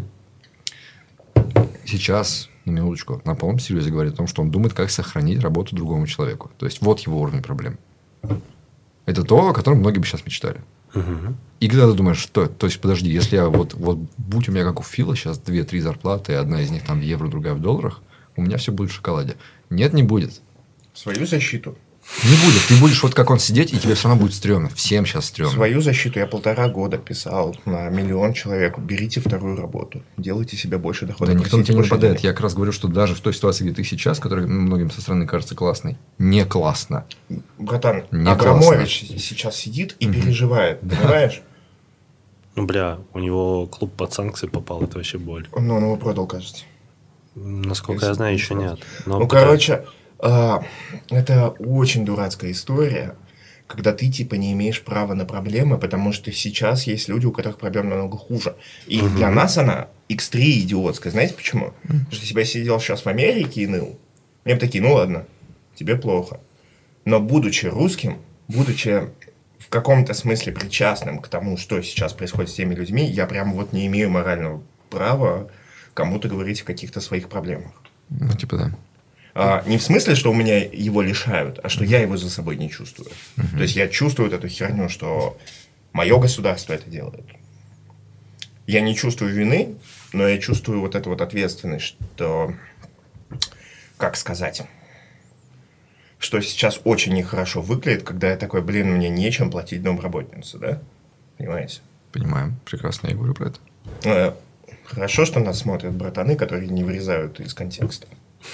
сейчас, на минуточку, на полном серьезе говорит о том, что он думает, как сохранить работу другому человеку. То есть, вот его уровень проблем. Это то, о котором многие бы сейчас мечтали. И когда ты думаешь, что... То есть, подожди, если я вот будь у меня как у Фила сейчас 2-3 зарплаты, одна из них там в евро, другая в долларах, у меня все будет в шоколаде. Нет, не будет. Свою защиту. Не будет. Ты будешь вот как он сидеть, и тебе все равно будет стрёмно. Всем сейчас стрёмно. Свою защиту я 1,5 года писал на 1 миллион человек. Берите вторую работу. Делайте себе больше дохода. Да никто на тебя не больше нападает. денег. Я как раз говорю, что даже в той ситуации, где ты сейчас, которая многим со стороны кажется классной, не классно. Братан, Не Абрамович сейчас сидит и переживает. Понимаешь? Ну, бля, у него клуб под санкции попал, это вообще боль. Ну, он его продал, кажется. Насколько я знаю, еще нет. Но Ну, короче, это очень дурацкая история, когда ты, типа, не имеешь права на проблемы, потому что сейчас есть люди, у которых проблем намного хуже. И для нас она x3 идиотская. Знаете почему? Потому что если бы я сидел сейчас в Америке и ныл, мне бы такие, ну ладно, тебе плохо. Но будучи русским, будучи в каком-то смысле причастным к тому, что сейчас происходит с теми людьми, я прям вот не имею морального права кому-то говорить о каких-то своих проблемах. Ну, типа, да. Не в смысле, что у меня его лишают, а что я его за собой не чувствую. То есть я чувствую эту херню, что мое государство это делает. Я не чувствую вины, но я чувствую вот эту вот ответственность, что, как сказать, что сейчас очень нехорошо выглядит, когда я такой, блин, мне нечем платить домработнице, да? Понимаете? Понимаем. Прекрасно, я говорю про это. Хорошо, что нас смотрят братаны, которые не вырезают из контекста.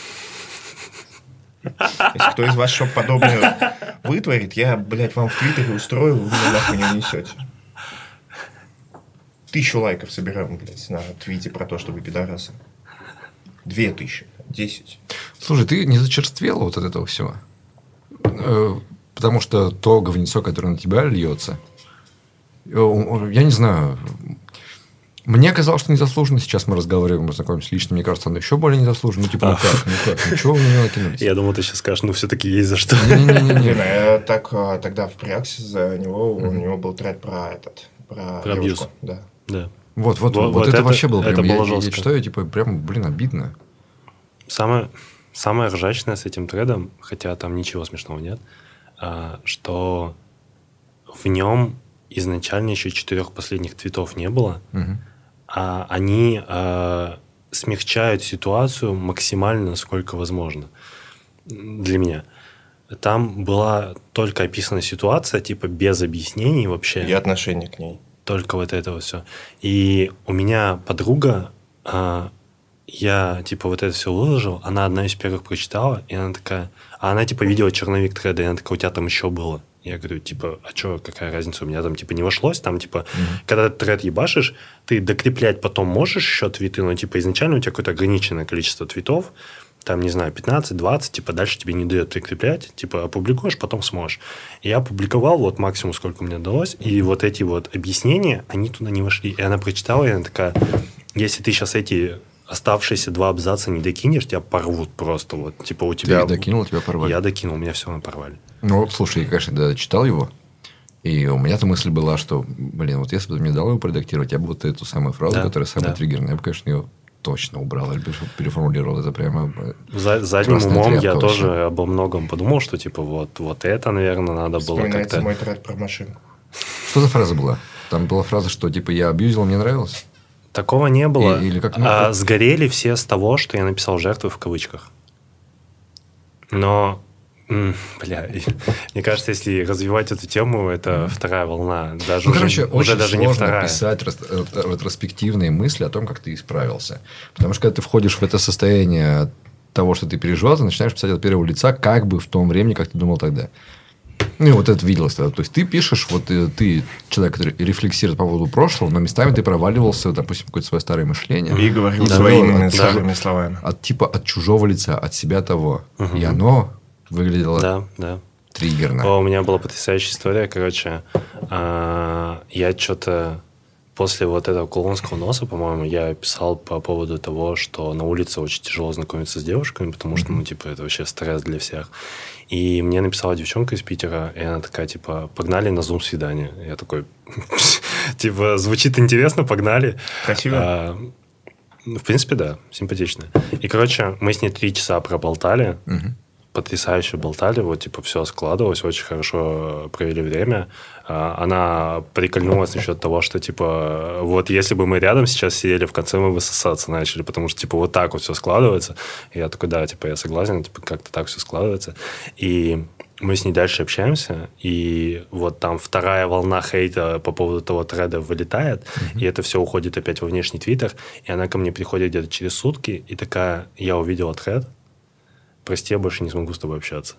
Если кто из вас что подобное вытворит, я, блядь, вам в Твиттере устрою, вы меня нахуй не унесете. 1000 лайков собираем, блядь, на твите про то, что вы пидорасы. 2000, 10. Слушай, ты не зачерствел вот от этого всего? Потому что то говнецо, которое на тебя льется, я не знаю... Мне казалось, что незаслуженно. Сейчас мы разговариваем, мы знакомимся лично. Мне кажется, оно еще более незаслуженно. Ну, типа, ну как? Ну, чего вы на меня накинулись? Я думал, ты сейчас скажешь, ну, все-таки есть за что. Не-не-не. Я так тогда впрягся за него. У него был тред про девушку. Да. Вот это вообще было прям... было Я жестко. читаю, типа, прям, блин, обидно. Самое ржачное с этим тредом, хотя там ничего смешного нет, что в нем изначально еще 4 последних твитов не было, а они смягчают ситуацию максимально, насколько возможно для меня. Там была только описана ситуация, типа без объяснений вообще. И отношение к ней. Только вот это вот все. И у меня подруга, я типа вот это все выложил, она одна из первых прочитала, и она такая... А она типа видела черновик треда, и она такая, у тебя там еще было. Я говорю, типа, а что, какая разница? У меня там, типа, не вошлось. Там, типа, когда ты тред ебашишь, ты докреплять потом можешь еще твиты, но, типа, изначально у тебя какое-то ограниченное количество твитов, там, не знаю, 15-20, типа, дальше тебе не дает прикреплять, типа, опубликуешь, потом сможешь. И я опубликовал вот максимум, сколько мне удалось, и вот эти вот объяснения, они туда не вошли. И она прочитала, и она такая, если ты сейчас эти... оставшиеся 2 абзаца не докинешь, тебя порвут просто. Вот, типа, у тебя... Ты докинул, тебя порвали. Я докинул, меня все равно порвали. Ну, вот, слушай, я, конечно, да, читал его, и у меня-то мысль была, что, блин, вот если бы ты мне дал его проредактировать, я бы вот эту самую фразу, которая самая триггерная, я бы, конечно, ее точно убрал, или переформулировал. Это прямо... Задним умом я тоже обо многом подумал, что, типа, вот это, наверное, надо было как-то... Вспоминается мой тред про машину. Что за фраза была? Там была фраза, что, типа, я абьюзил, мне нравилось? Такого не было. Или как, сгорели все с того, что я написал «жертвы» в кавычках. Но, мне кажется, если развивать эту тему, это вторая волна. Даже короче, уже очень даже не сложно вторая. писать ретроспективные мысли о том, как ты исправился. Потому что, когда ты входишь в это состояние того, что ты переживал, ты начинаешь писать от первого лица, как бы в том времени, как ты думал тогда. Ну, и вот это виделось тогда. То есть, ты пишешь, вот ты человек, который рефлексирует по поводу прошлого, но местами ты проваливался, допустим, в какое-то свое старое мышление. И говорил своими старыми словами. От чужого лица, от себя того. И оно выглядело триггерно. У меня была потрясающая история. Короче, я что-то... После вот этого кулонского носа, по-моему, я писал по поводу того, что на улице очень тяжело знакомиться с девушками, потому что, ну, типа, это вообще стресс для всех. И мне написала девчонка из Питера, и она такая, типа, погнали на зум-свидание. Я такой, типа, звучит интересно, погнали. Красиво? В принципе, да, симпатично. И, короче, мы с ней 3 часа проболтали. потрясающе болтали, вот, типа, все складывалось, очень хорошо провели время. Она прикольнулась насчет того, что, типа, вот если бы мы рядом сейчас сидели, в конце мы бы сосаться начали, потому что, типа, вот так вот все складывается. И я такой, да, типа, я согласен, типа, как-то так все складывается. И мы с ней дальше общаемся, и вот там вторая волна хейта по поводу того треда вылетает, и это все уходит опять во внешний твиттер, и она ко мне приходит где-то через сутки, и такая, я увидела тред, прости, я больше не смогу с тобой общаться.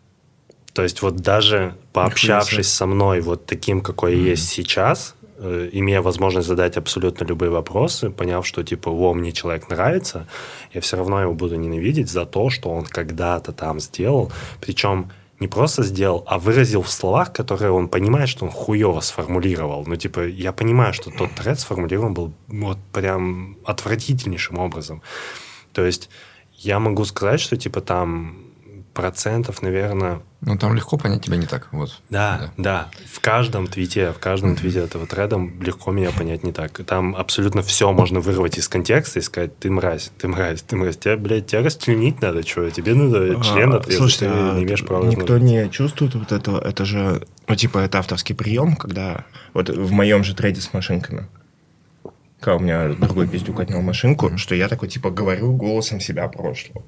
То есть вот даже пообщавшись со мной вот таким, какой я есть сейчас, имея возможность задать абсолютно любые вопросы, поняв, что типа, мне человек нравится, я все равно его буду ненавидеть за то, что он когда-то там сделал, причем не просто сделал, а выразил в словах, которые он понимает, что он хуёво сформулировал. Ну, типа, я понимаю, что тот тред сформулирован был вот прям отвратительнейшим образом. То есть я могу сказать, что типа там процентов, наверное... Ну, там легко понять тебя не так. Вот. Да. В каждом твите этого треда легко меня понять не так. Там абсолютно все можно вырвать из контекста и сказать, ты мразь. Тебя расчленить надо, что? Тебе надо член отрезать. Слушайте, ты не имеешь права. Никто не чувствует вот этого. Это же, ну, типа, это авторский прием, когда вот в моем же треде с машинками, когда у меня другой пиздюк отнял машинку, что я такой, типа, говорю голосом себя прошлого.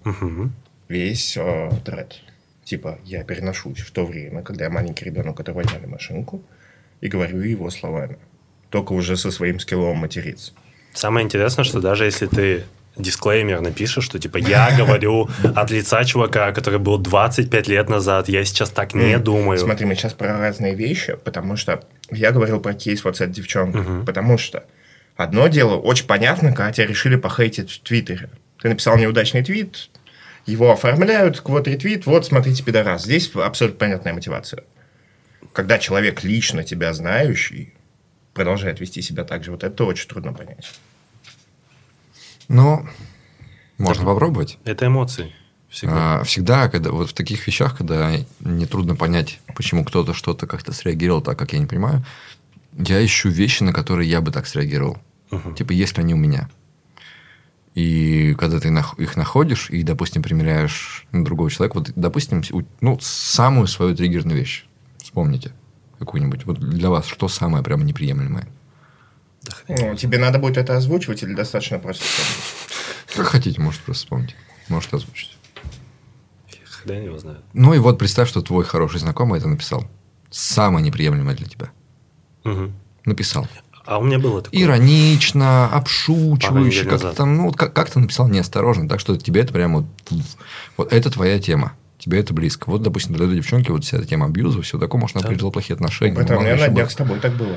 Весь тред. Типа, я переношусь в то время, когда я маленький ребенок, которого отняли машинку, и говорю его словами. Только уже со своим скиллом материться. Самое интересное, что даже если ты дисклеймер напишешь, что типа я говорю от лица чувака, который был 25 лет назад, я сейчас так не думаю. Смотри, мы сейчас про разные вещи, потому что я говорил про кейс вот с этой девчонкой, потому что одно дело, очень понятно, когда тебя решили похейтить в Твиттере. Ты написал неудачный твит, его оформляют, вот ретвит, вот, смотрите, пидорас. Здесь абсолютно понятная мотивация. Когда человек, лично тебя знающий, продолжает вести себя так же, вот это очень трудно понять. Ну, можно попробовать. Это эмоции. Всегда, когда вот в таких вещах, когда нетрудно понять, почему кто-то что-то как-то среагировал так, как я не понимаю, я ищу вещи, на которые я бы так среагировал. Типа, если они у меня. И когда ты их находишь и, допустим, примеряешь на другого человека, вот, допустим, самую свою триггерную вещь вспомните какую-нибудь. Вот для вас что самое прямо неприемлемое? Тебе надо будет это озвучивать или достаточно просто вспомнить? Как хотите, может просто вспомнить. Может озвучить. Хрен его знает. Ну и вот представь, что твой хороший знакомый это написал. Самое неприемлемое для тебя. Написал. А у меня было такое. Иронично, обшучивающе, как-то там, как-то написал неосторожно, так что тебе это прямо вот это твоя тема, тебе это близко. Вот, допустим, для этой девчонки вот вся эта тема абьюза, все такое, может, она пережила плохие отношения. Это у меня на днях с тобой так было.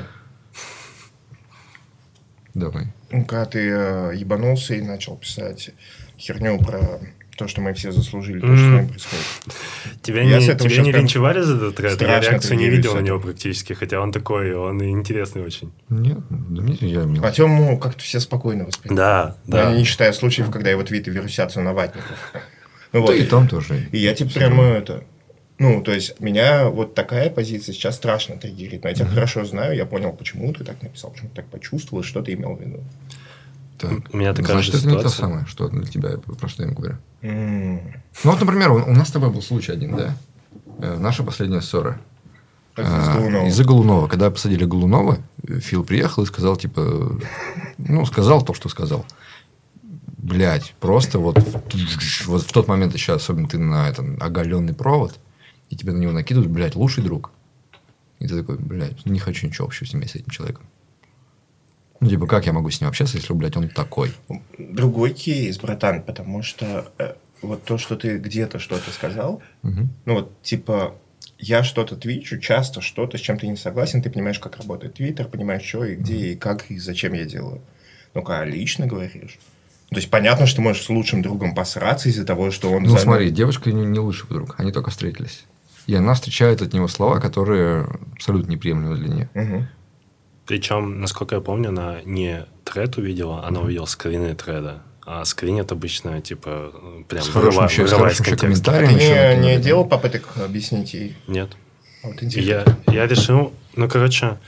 Давай. Когда ты ебанулся и начал писать херню про то, что мы все заслужили, то, что с нами происходит. Тебя не линчевали за этот тред? Я реакцию не видел на него практически, хотя он такой, он интересный очень. Нет, да мне я мил. А Тему как-то все спокойно воспринимают. Да. Не считая случаев, когда его твиты вирусятся на ватников. Да и там тоже. И я типа прямо это... Ну, то есть, меня вот такая позиция сейчас страшно триггерит. Но я тебя хорошо знаю, я понял, почему ты так написал, почему ты так почувствовал, что ты имел в виду. Так. У меня такая Значит, же это не то ситуация. самое, что для тебя, про что я им говорю. Ну, вот, например, у нас с тобой был случай один, да? Наша последняя ссора. Из-за Голунова. Когда посадили Голунова, Фил приехал и сказал, типа... Ну, сказал то, что сказал. Блядь, просто вот в тот момент еще, особенно ты на оголенный провод, и тебе на него накидывают, блядь, лучший друг. И ты такой, блядь, не хочу ничего общего с этим человеком. Ну, типа, как я могу с ним общаться, если, блядь, он такой? Другой кейс, братан, потому что вот то, что ты где-то что-то сказал, ну, вот, типа, я что-то твичу, часто что-то, с чем ты не согласен, ты понимаешь, как работает Твиттер, понимаешь, что и где, и как, и зачем я делаю. Ну, когда лично говоришь... То есть, понятно, что ты можешь с лучшим другом посраться из-за того, что он... Ну, смотри, девушка не лучший друг, они только встретились. И она встречает от него слова, которые абсолютно неприемлемы для нее. Причем, насколько я помню, она не тред увидела, она увидела скрины треда. А скрин это обычно, типа, прям с хорошим еще комментарием. Ты не делал попыток объяснить ей? Нет. Вот интересно. Я решил, ну, короче,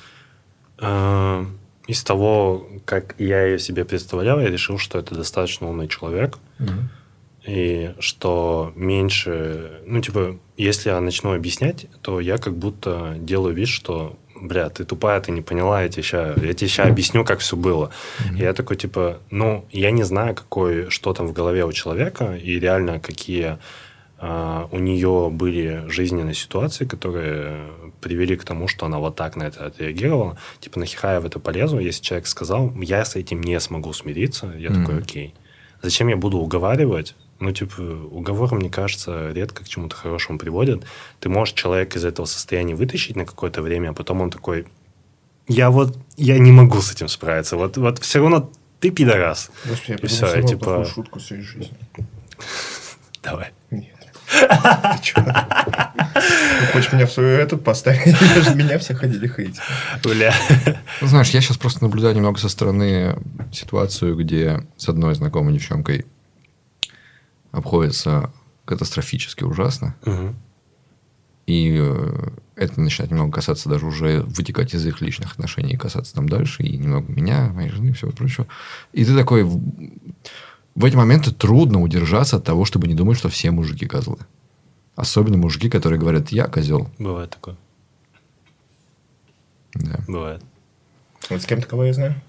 из того, как я ее себе представлял, я решил, что это достаточно умный человек. и что меньше... Ну, типа, если я начну объяснять, то я как будто делаю вид, что, бля, ты тупая, ты не поняла, я тебе ща объясню, как все было. И я такой, типа, ну, я не знаю, что там в голове у человека, и реально какие у нее были жизненные ситуации, которые привели к тому, что она вот так на это отреагировала. Типа, нахера я в это полезу, если человек сказал, я с этим не смогу смириться, я такой, окей. Зачем я буду уговаривать? Ну, типа, уговоры, мне кажется, редко к чему-то хорошему приводят. Ты можешь человека из этого состояния вытащить на какое-то время, а потом он такой, я не могу с этим справиться. Вот все равно ты пидорас. Господи, я И придумал всё, самую типа- плохую шутку в своей жизни. Давай. Нет. Ты чё? Ты хочешь меня в свою этот поставить? Даже меня все ходили хейтить. Бля. Ну, знаешь, я сейчас просто наблюдаю немного со стороны ситуацию, где с одной знакомой девчонкой обходится катастрофически ужасно. Мгм. И это начинает немного касаться даже уже вытекать из их личных отношений и касаться там дальше. И немного меня, моей жены и всего прочего. И ты такой... В эти моменты трудно удержаться от того, чтобы не думать, что все мужики козлы. Особенно мужики, которые говорят, я козел. Бывает такое. Да. Бывает. Вот с кем такого я знаю?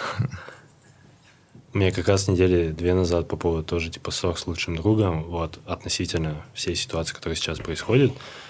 У меня как раз недели 2 назад по поводу тоже типа ссор с лучшим другом, вот, относительно всей ситуации, которая сейчас происходит,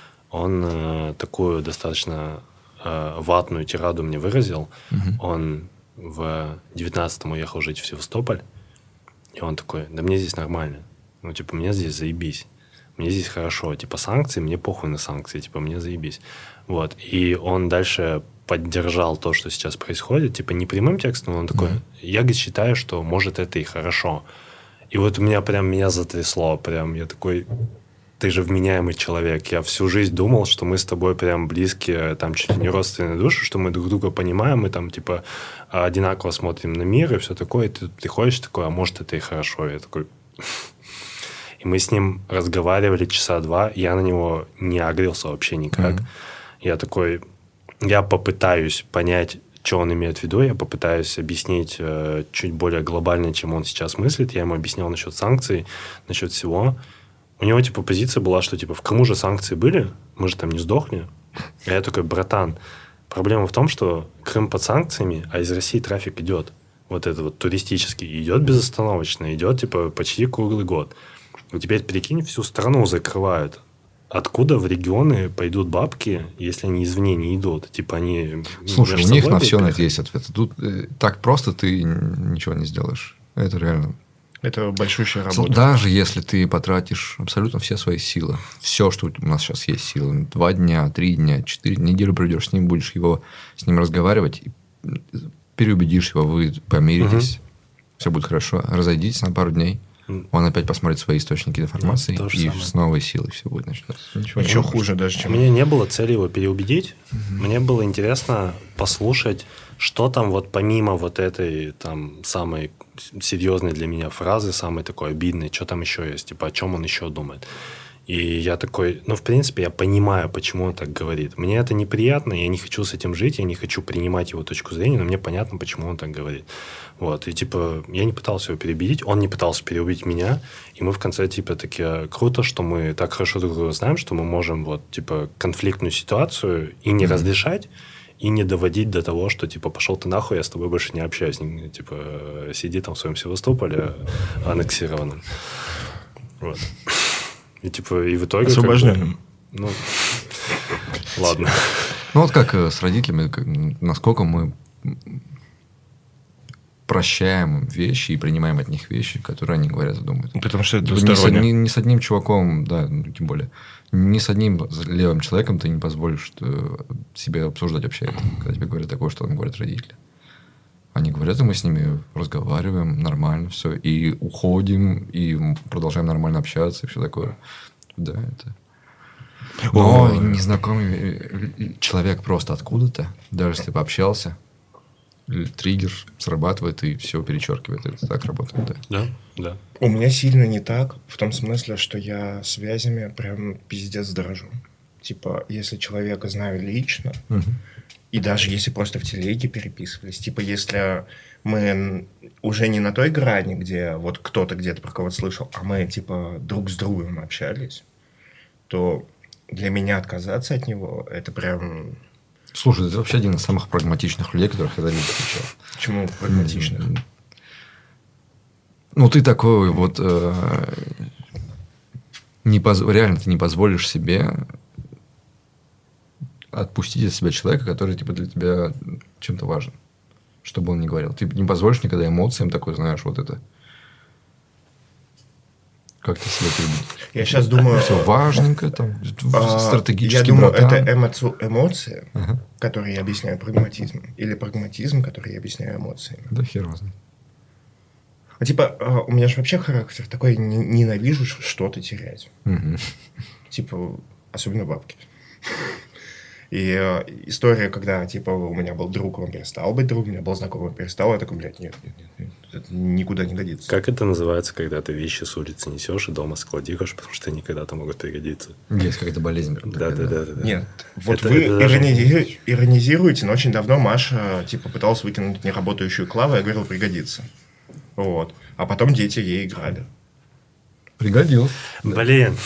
он такую достаточно ватную тираду мне выразил. Он в 19-м уехал жить в Севастополь, и он такой, да мне здесь нормально. Ну, типа, мне здесь заебись. Мне здесь хорошо. Типа, санкции, мне похуй на санкции. Типа, мне заебись. Вот. И он дальше поддержал то, что сейчас происходит. Типа, не прямым текстом, он такой, я, говорит, считаю, что, может, это и хорошо. И вот у меня прям меня затрясло. Прям я такой, ты же вменяемый человек. Я всю жизнь думал, что мы с тобой прям близкие, там, чуть ли не родственные души, что мы друг друга понимаем, мы там, типа, одинаково смотрим на мир и все такое. И ты приходишь такой, а может, это и хорошо. Я такой... И мы с ним разговаривали часа 2, я на него не агрился вообще никак. Я такой... Я попытаюсь понять, что он имеет в виду, я попытаюсь объяснить чуть более глобально, чем он сейчас мыслит. Я ему объяснял насчет санкций, насчет всего. У него, типа, позиция была, что, типа, в Крыму же санкции были, мы же там не сдохли. А я такой, братан, проблема в том, что Крым под санкциями, а из России трафик идет. Вот это вот туристический. Идет безостановочно, идет, типа, почти круглый год. И теперь, прикинь, всю страну закрывают. Откуда в регионы пойдут бабки, если они извне не идут? Типа, они... Слушай, между у них собой на будут все переходить? есть ответ. Тут так просто ты ничего не сделаешь. Это реально. Это большущая работа. Даже если ты потратишь абсолютно все свои силы, все, что у нас сейчас есть силы, 2 дня, 3 дня, 4 недели придешь с ним, будешь с ним разговаривать, и переубедишь его, вы помиритесь, все будет хорошо, разойдитесь на пару дней, он опять посмотрит свои источники информации, то же и самое. с новой силой все будет начинаться. Ничего не Еще может. хуже даже, У чем... меня не было цели его переубедить. Мне было интересно послушать, что там вот помимо вот этой там самой серьезной для меня фразы, самой такой обидной, что там еще есть, типа о чем он еще думает. И я такой, ну, в принципе, я понимаю, почему он так говорит. Мне это неприятно, я не хочу с этим жить, я не хочу принимать его точку зрения, но мне понятно, почему он так говорит. Вот, и, типа, я не пытался его переубедить, он не пытался переубедить меня, и мы в конце, типа, такие, круто, что мы так хорошо друг друга знаем, что мы можем, вот, типа, конфликтную ситуацию и не разрешать, и не доводить до того, что, типа, пошел ты нахуй, я с тобой больше не общаюсь. Типа, сиди там в своем Севастополе аннексированном. Вот. И, типа, и в итоге... Освобожденным. Ну, ладно. Ну, вот как с родителями, насколько мы прощаем вещи и принимаем от них вещи, которые они говорят и думают. Потому что это Не с, двусторонне. не с одним чуваком, да, ну, тем более, не с одним левым человеком ты не позволишь себе обсуждать вообще это, когда тебе говорят такое, что нам говорят родители. Они говорят, и мы с ними разговариваем нормально, все, и уходим, и продолжаем нормально общаться, и все такое. Да, это... Но незнакомый человек просто откуда-то, даже если пообщался, триггер срабатывает и все перечеркивает. Это так работает, да. Да, да. У меня сильно не так, в том смысле, что я связями прям пиздец дорожу. Типа, если человека знаю лично, И даже если просто в телеге переписывались, типа, если мы уже не на той грани, где вот кто-то где-то про кого-то слышал, а мы, типа, друг с другом общались, то для меня отказаться от него, это прям... Слушай, ты вообще один из самых прагматичных людей, которых я когда-либо встречал. Почему прагматичных? Ну, ты такой вот... реально ты не позволишь себе отпустить от себя человека, который типа для тебя чем-то важен. Что бы он ни говорил. Ты не позволишь никогда эмоциям такой, знаешь, вот это. Как ты себя перебудешь? Я сейчас думаю... Все важненько, там, стратегический я думаю, братан. это эмоции, которые я объясняю прагматизмом. Или прагматизм, который я объясняю эмоциями. Да хер его знает. Типа, у меня же вообще характер такой, ненавижу что-то терять. Типа, особенно бабки. И история, когда, типа, у меня был друг, он перестал быть другом, у меня был знакомый, он перестал, я такой, блядь, нет, это никуда не годится. Как это называется, когда ты вещи с улицы несешь и дома складируешь, потому что они когда-то могут пригодиться? Есть какая-то болезнь. Да. Нет, вот Это вы даже иронизируете, но очень давно Маша, типа, пыталась выкинуть неработающую клаву, я говорил, пригодится. Вот. А потом дети ей играли. Пригодилось. Блин,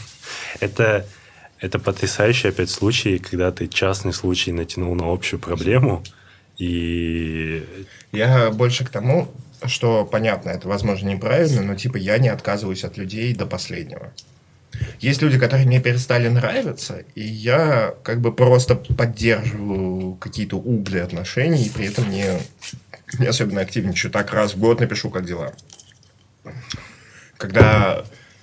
это потрясающий опять случай, когда ты частный случай натянул на общую проблему, и... Я больше к тому, что, понятно, это, возможно, неправильно, но, типа, я не отказываюсь от людей до последнего. Есть люди, которые мне перестали нравиться, и я как бы просто поддерживаю какие-то угли отношений, и при этом не особенно активничаю. Так раз в год напишу, как дела. Когда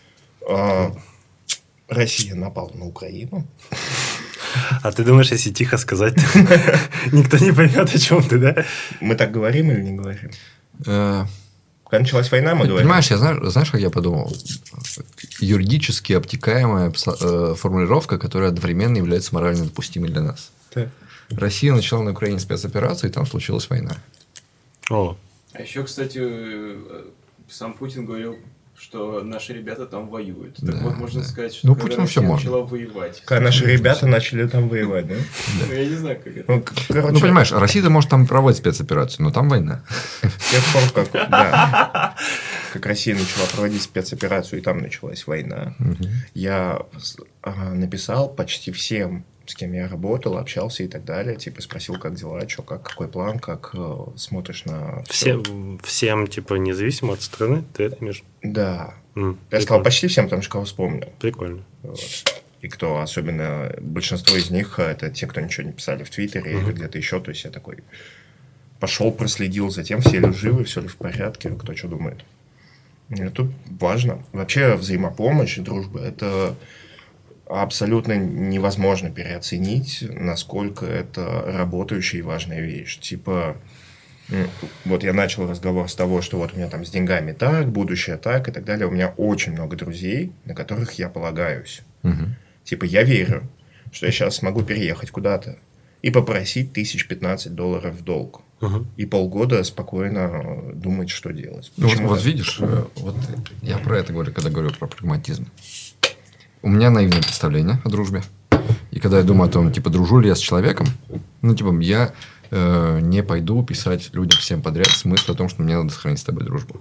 Россия напала на Украину. А ты думаешь, если тихо сказать, никто не поймет, о чем ты, да? Мы так говорим или не говорим? Когда началась война, мы говорим. Понимаешь, знаешь, как я подумал? Юридически обтекаемая формулировка, которая одновременно является морально допустимой для нас. Да. Россия начала на Украине спецоперацию, и там случилась война. О, А еще, кстати, сам Путин говорил, что наши ребята там воюют. Так Да, вот, можно да. сказать, что Ну, когда Путину всё Россия можно. начала воевать. Когда наши ребята начали там воевать, да? Ну, я не знаю, как это. Ну, короче, Ну, понимаешь, Россия-то может там проводить спецоперацию, но там война. с тех пор, как Россия начала проводить спецоперацию, и там началась война, я написал почти всем, с кем я работал, общался и так далее, типа спросил, как дела, что, как, какой план, как смотришь на всё. всем, типа, независимо от страны, ты это имеешь? Да. Я Прикольно. сказал почти всем, потому что кого вспомнил. Прикольно. Вот. И кто, особенно большинство из них, это те, кто ничего не писали в Твиттере или где-то еще. То есть я такой пошел, проследил за тем, все ли живы, все ли в порядке, кто что думает. И это важно. Вообще взаимопомощь и дружба – это абсолютно невозможно переоценить, насколько это работающая и важная вещь. Типа, вот я начал разговор с того, что вот у меня там с деньгами так, будущее так и так далее. У меня очень много друзей, на которых я полагаюсь. Типа, я верю, что я сейчас смогу переехать куда-то и попросить $1500 в долг. И полгода спокойно думать, что делать. Ну, Почему вот так? видишь, вот я про это говорю, когда говорю про прагматизм. У меня наивное представление о дружбе. И когда я думаю о том, типа, дружу ли я с человеком, ну, типа, я не пойду писать людям всем подряд смысл о том, что мне надо сохранить с тобой дружбу.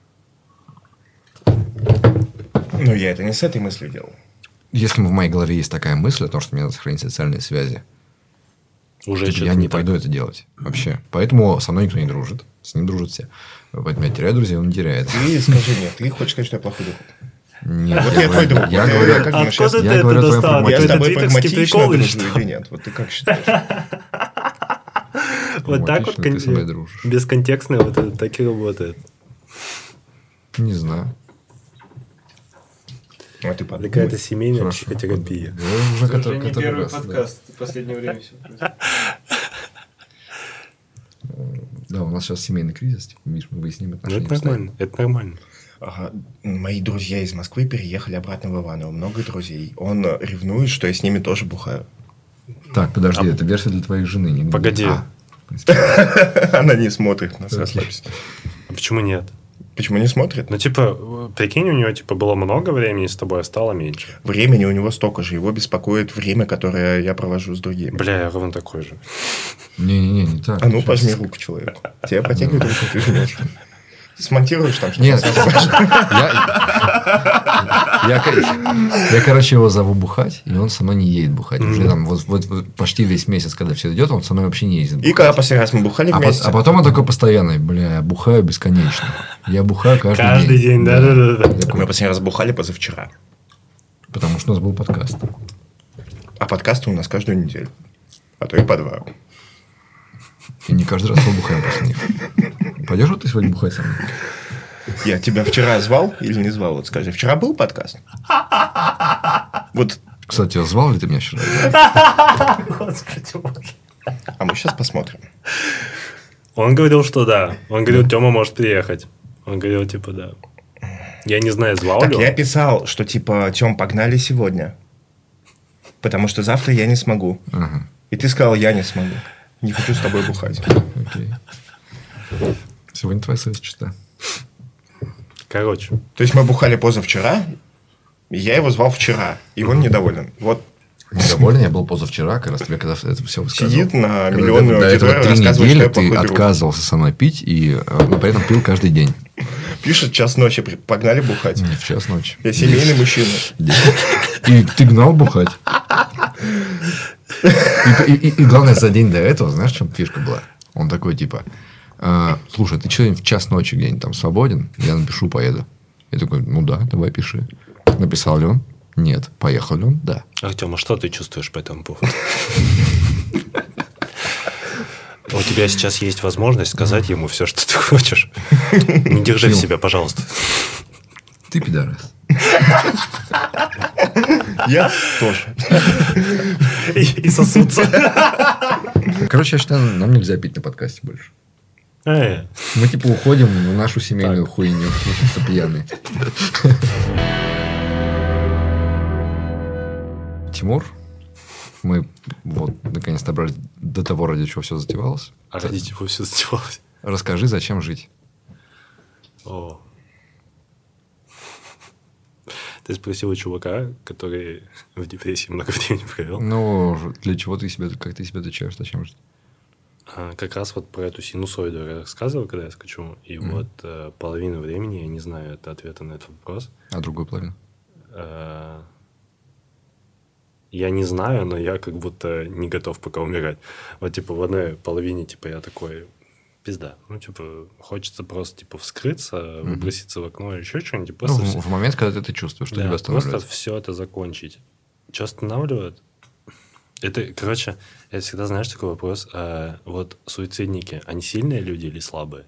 Ну, я это не с этой мыслью делал. Если в моей голове есть такая мысль о том, что мне надо сохранить социальные связи, Уже типа, что-то я не так. пойду это делать вообще. Поэтому со мной никто не дружит. С ним дружат все. Поэтому я теряю друзей, он не теряет. Ты скажи мне, ты хочешь сказать, что я плохой друг? Нет, Вот я твой друг. Я Вот говорю, как думаешь, Откуда ты я это говорю о твоем достал? я с Это тобой твиттерский прагматично прикол или дружу что? или нет? Вот ты как считаешь? Вот так вот ты со мной дружишь. бесконтекстно вот это так и работает. Не знаю. А ты подумай. Какая-то семейная Хорошо. психотерапия. Я уже Это уже не который первый раз, да. подкаст в последнее время. всё происходит. Да, у нас сейчас семейный кризис. Типа, видишь, мы выясним Ну, отношения. это нормально. Это нормально. Ага. Мои друзья из Москвы переехали обратно в Иваново. Много друзей. Он ревнует, что я с ними тоже бухаю. Так, подожди, это версия для твоей жены. Не Погоди. в принципе. Она не смотрит нас, расслабься. А почему нет? Почему не смотрит? Ну, типа, прикинь, у него, типа, было много времени с тобой, а стало меньше. Времени у него столько же. Его беспокоит время, которое я провожу с другими. Бля, я ровно такой же. Не-не-не, не так. А ну, пожми руку человеку. Тебя протягивают руку, ты жмешь. Смонтируешь там, что Нет, я, короче, его зову бухать, и он со мной не едет бухать. Уже там вот почти весь месяц, когда все идет, он со мной вообще не ездит бухать. И когда последний раз мы бухали вместе... А потом он такой постоянный, бля, я бухаю бесконечно. Я бухаю каждый день. Каждый день, да. Мы последний раз бухали позавчера. Потому что у нас был подкаст. А подкасты у нас каждую неделю. А то и по 2. И не каждый раз мы бухаем после них. Пойдешь вот ты сегодня бухать со мной? Я тебя вчера звал или не звал? Вот скажи, вчера был подкаст? Вот. Кстати, звал ли ты меня вчера? Господи, боже. А мы сейчас посмотрим. Он говорил, что да. Он говорил, Тёма может приехать. Он говорил, типа, да. Я не знаю, звал Так ли я он. писал, что типа, Тём, погнали сегодня. Потому что завтра я не смогу. Ага. И ты сказал, я не смогу. Не хочу с тобой бухать. Окей. Сегодня твоя совесть чиста. Короче. То есть мы бухали позавчера, и я его звал вчера, и он недоволен. Вот Недоволен я был позавчера, как раз тебе когда это все высказывал. сидит на Когда миллионную до этого аудиторию, 3 рассказывает, что недели я ты плохой друг. отказывался со мной пить, но при этом пил каждый день. Пишет, час ночи, погнали бухать. Не, в час ночи. Я семейный мужчина. И ты гнал бухать. И главное, за день до этого, знаешь, в чем фишка была? Он такой, типа, слушай, ты что, в час ночи где-нибудь там свободен? Я напишу, поеду. Я такой, ну да, давай пиши. Написал ли он? Нет. Поехал ли он? Да. Артем, а что ты чувствуешь по этому поводу? У тебя сейчас есть возможность сказать ему все, что ты хочешь. Не держи в себя, пожалуйста. Ты пидорас. Я тоже. И сосутся. Короче, я считаю, нам нельзя пить на подкасте больше. Мы типа уходим в нашу семейную хуйню. Мы чисто пьяные. Тимур, мы вот наконец добрались до того, ради чего все затевалось. А ради чего все затевалось? Расскажи, зачем жить? О. Ты спросил у чувака, который в депрессии много времени провел. Ну, для чего ты себя, как ты себя отвечаешь, зачем жить? Как раз вот про эту синусоиду я рассказывал, когда я скачу. И вот половину времени я не знаю ответа на этот вопрос. А другую половину? Я не знаю, но я как будто не готов пока умирать. Вот, типа, в одной половине, типа, я такой, пизда. Ну, типа, хочется просто, типа, вскрыться, выброситься в окно или еще что-нибудь. Ну, в момент, когда ты чувствуешь, что тебя останавливает. Просто все это закончить. Что останавливает? Это, короче, я всегда, знаешь, такой вопрос. Вот суицидники, они сильные люди или слабые?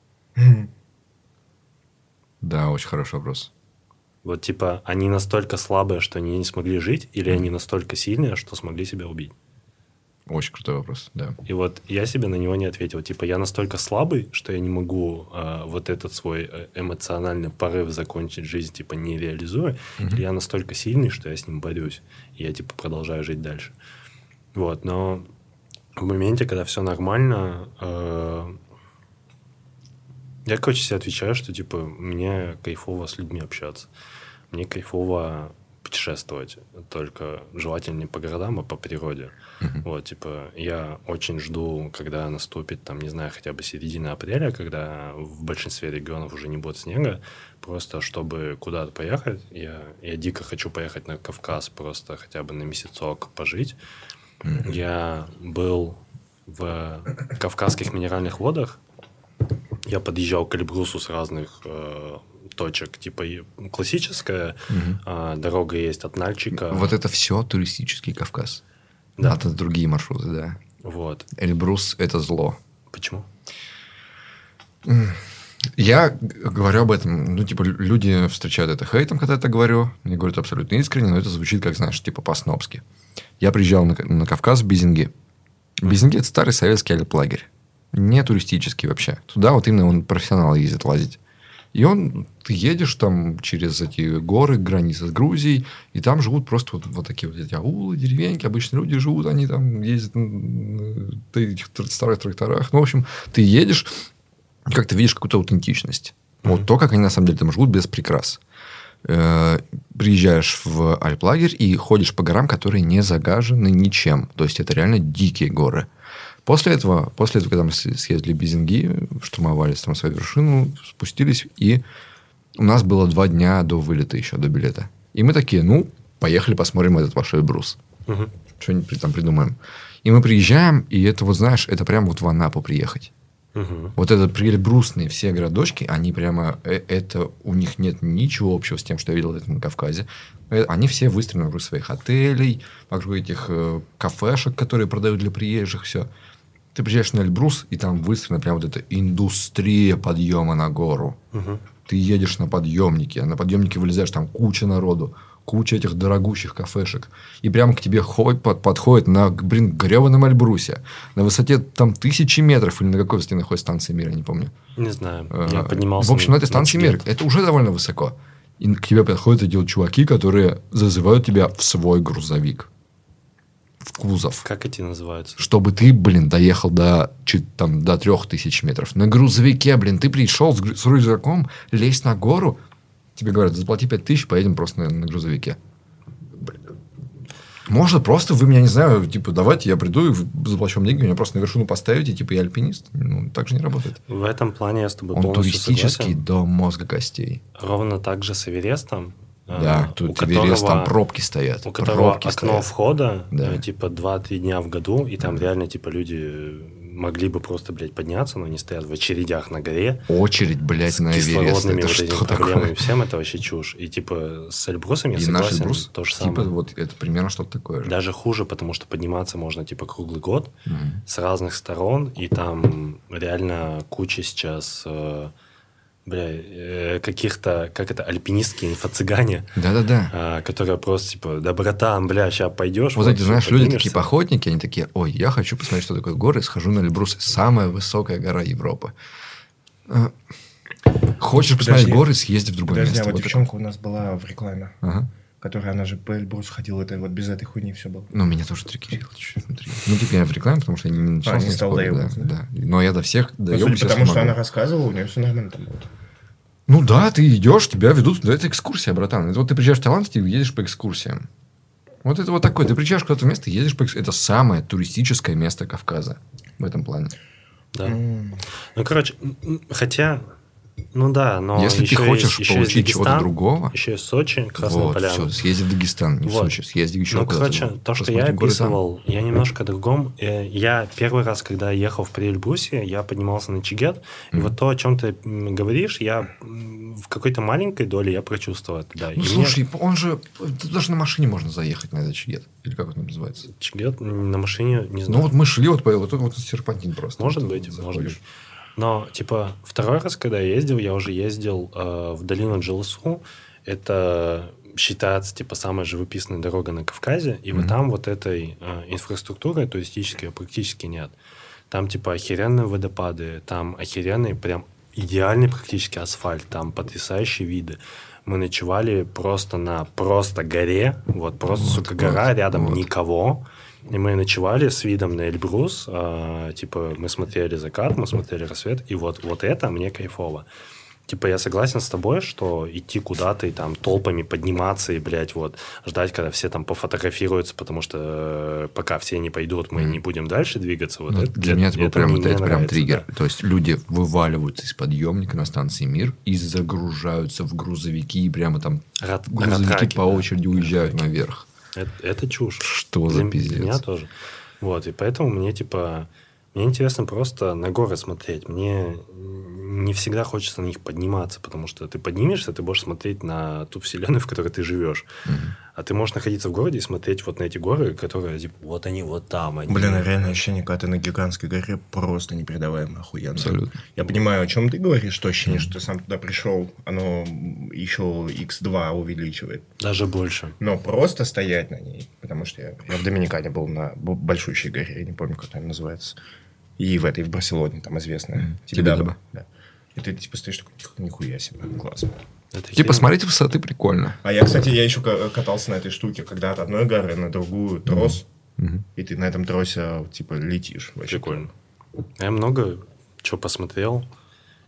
Да, очень хороший вопрос. Вот, типа, они настолько слабые, что они не смогли жить, или они настолько сильные, что смогли себя убить? Очень крутой вопрос, да. И вот я себе на него не ответил. Типа, я настолько слабый, что я не могу вот этот свой эмоциональный порыв закончить жизнь, типа, не реализуя. Или я настолько сильный, что я с ним борюсь. И я, типа, продолжаю жить дальше. Вот, но в моменте, когда все нормально, я, короче, себе отвечаю, что, типа, мне кайфово с людьми общаться. Мне кайфово путешествовать. Только желательно не по городам, а по природе. Вот, типа, я очень жду, когда наступит, там, не знаю, хотя бы середина апреля, когда в большинстве регионов уже не будет снега, просто чтобы куда-то поехать. Я дико хочу поехать на Кавказ, просто хотя бы на месяцок пожить. Я был в Кавказских минеральных водах. Я подъезжал к Эльбрусу с разных точек. Типа классическая дорога есть от Нальчика. Вот это все туристический Кавказ. Да. А это другие маршруты, да. Вот. Эльбрус – это зло. Почему? Я говорю об этом, ну, типа, люди встречают это хейтом, когда я это говорю. Мне говорят абсолютно искренне, но это звучит, как, знаешь, типа по-снобски. Я приезжал на Кавказ в Бизинги. Бизинги – это старый советский альплагерь. Не туристический вообще. Туда вот именно он профессионал ездит лазить. И ты едешь там через эти горы, границы с Грузией, и там живут просто вот такие вот эти аулы, деревеньки. Обычно люди живут, они там ездят на этих старых тракторах. Ну, в общем, ты едешь, как ты видишь какую-то аутентичность. Вот то, как они на самом деле там живут без прикрас. Приезжаешь в альплагерь и ходишь по горам, которые не загажены ничем. То есть, это реально дикие горы. После этого, когда мы съездили в Бизинги, штурмовали там свою вершину, спустились, и у нас было 2 дня до вылета еще, до билета. И мы такие, поехали посмотрим этот ваш Эльбрус. Что-нибудь там придумаем. И мы приезжаем, и это, вот знаешь, это прям вот в Анапу приехать. Вот это эльбрусные все городочки, они прямо... Это у них нет ничего общего с тем, что я видел это на Кавказе. Они все выстроены вокруг своих отелей, вокруг этих кафешек, которые продают для приезжих, все. Ты приезжаешь на Эльбрус, и там выстроена прям вот эта индустрия подъема на гору. Ты едешь на подъемнике, а на подъемнике вылезаешь, там куча народу, куча этих дорогущих кафешек. И прямо к тебе подходит на, гребаном Эльбрусе. На высоте там 1000 метров. Или на какой высоте находится станция Мир, я не помню. Не знаю, я поднимался. В общем, на этой станции Мир. Это уже довольно высоко. И к тебе подходят эти вот чуваки, которые зазывают тебя в свой грузовик. В кузов. Как эти называются? Чтобы ты, доехал до 3000 метров. На грузовике, ты пришел с рюкзаком, лезть на гору. Тебе говорят, заплати 5000, поедем просто на грузовике. Может, просто вы меня, не знаю, давайте я приду и заплачу вам деньги, меня просто на вершину поставите, я альпинист. Так же не работает. В этом плане я с тобой Он полностью туристический согласен. до мозга костей. Ровно так же с Эверестом. Да, тут Эверест, там пробки стоят. У которого пробки окно стоят. входа, Да. 2-3 дня в году, и там реально, люди могли бы просто, подняться, но они стоят в очередях на горе. Очередь, с на Эверест. кислородными Это вот этими что проблемами. такое? Всем это вообще чушь. И с Эльбрусом я И наш согласен, Эльбрус, то же самое. вот это примерно что-то такое же. Даже хуже, потому что подниматься можно круглый год с разных сторон, и там реально куча сейчас каких-то, альпинистские инфо-цыгане, Да-да-да. которые просто да, братан, сейчас пойдешь. Вот эти, знаешь, люди, такие поднимешься. походники, они такие, ой, я хочу посмотреть, что такое горы, схожу на Эльбрус, самая высокая гора Европы. Хочешь посмотреть горы, съезди в другое Подожди, место. а вот Вот девчонка у нас была в рекламе, Ага. которая, она же по Эльбрусу ходила, это вот без этой хуйни все было. Меня тоже трекерило чуть-чуть внутри. Я в рекламе, потому что я не начал не стал доебываться, да. Но я до всех Ну, доебываюсь, судя по тому, если что могу. она рассказывала, у нее все нормально там было. Ты идешь, тебя ведут. Это экскурсия, братан. Это вот ты приезжаешь в Таиланд, ты едешь по экскурсиям. Вот это вот такое. Ты приезжаешь куда-то в место, едешь по экскурсиям. Это самое туристическое место Кавказа в этом плане. Да. Хотя... но если еще ты хочешь есть, получить чего-то другого, еще есть Сочи, Красная вот, Поляна. все, съезди в Дагестан, не в Сочи, съезди еще куда-то. То, что я описывал, я немножко о другом. Я первый раз, когда ехал в Приэльбрусе, я поднимался на Чигет, и вот то, о чем ты говоришь, я в какой-то маленькой доле я прочувствовал это, да. Слушай, он же... Даже на машине можно заехать на этот Чигет. Или как это называется? Чигет на машине, не знаю. Мы шли вот серпантин просто. Может быть. Но, второй раз, когда я ездил, я уже ездил в долину Джилысу. Это считается, самая живописная дорога на Кавказе. И вот там вот этой инфраструктуры туристической практически нет. Там, охеренные водопады, там охеренный, прям идеальный практически асфальт, там потрясающие виды. Мы ночевали просто на горе, сука, гора, рядом никого. И мы ночевали с видом на Эльбрус, мы смотрели закат, мы смотрели рассвет, и вот это мне кайфово. Я согласен с тобой, что идти куда-то и там толпами подниматься и, ждать, когда все там пофотографируются, потому что пока все не пойдут, мы не будем дальше двигаться. Для меня это был прям триггер. Да. То есть люди вываливаются из подъемника на станции Мир и загружаются в грузовики, и прямо там грузовики по очереди уезжают наверх. Это чушь. Что за пиздец? Для меня тоже. И поэтому мне, мне интересно просто на горы смотреть. Мне не всегда хочется на них подниматься, потому что ты поднимешься, ты будешь смотреть на ту вселенную, в которой ты живешь. А ты можешь находиться в городе и смотреть вот на эти горы, которые, вот они вот там. Они... Реально ощущение, когда ты на гигантской горе, просто непередаваемо охуенно. Абсолютно. Я понимаю, о чем ты говоришь, то ощущение, что ты сам туда пришел, оно еще x2 увеличивает. Даже больше. Но просто стоять на ней, потому что я в Доминикане был на большущей горе, я не помню, как она называется. И в Барселоне, там известная. Тибидабо. Да. И ты стоишь такой, нихуя себе, классно. Смотреть высоты прикольно. А я, кстати, еще катался на этой штуке, когда от одной горы на другую трос, и ты на этом тросе, летишь. Вообще прикольно. Я много чего посмотрел.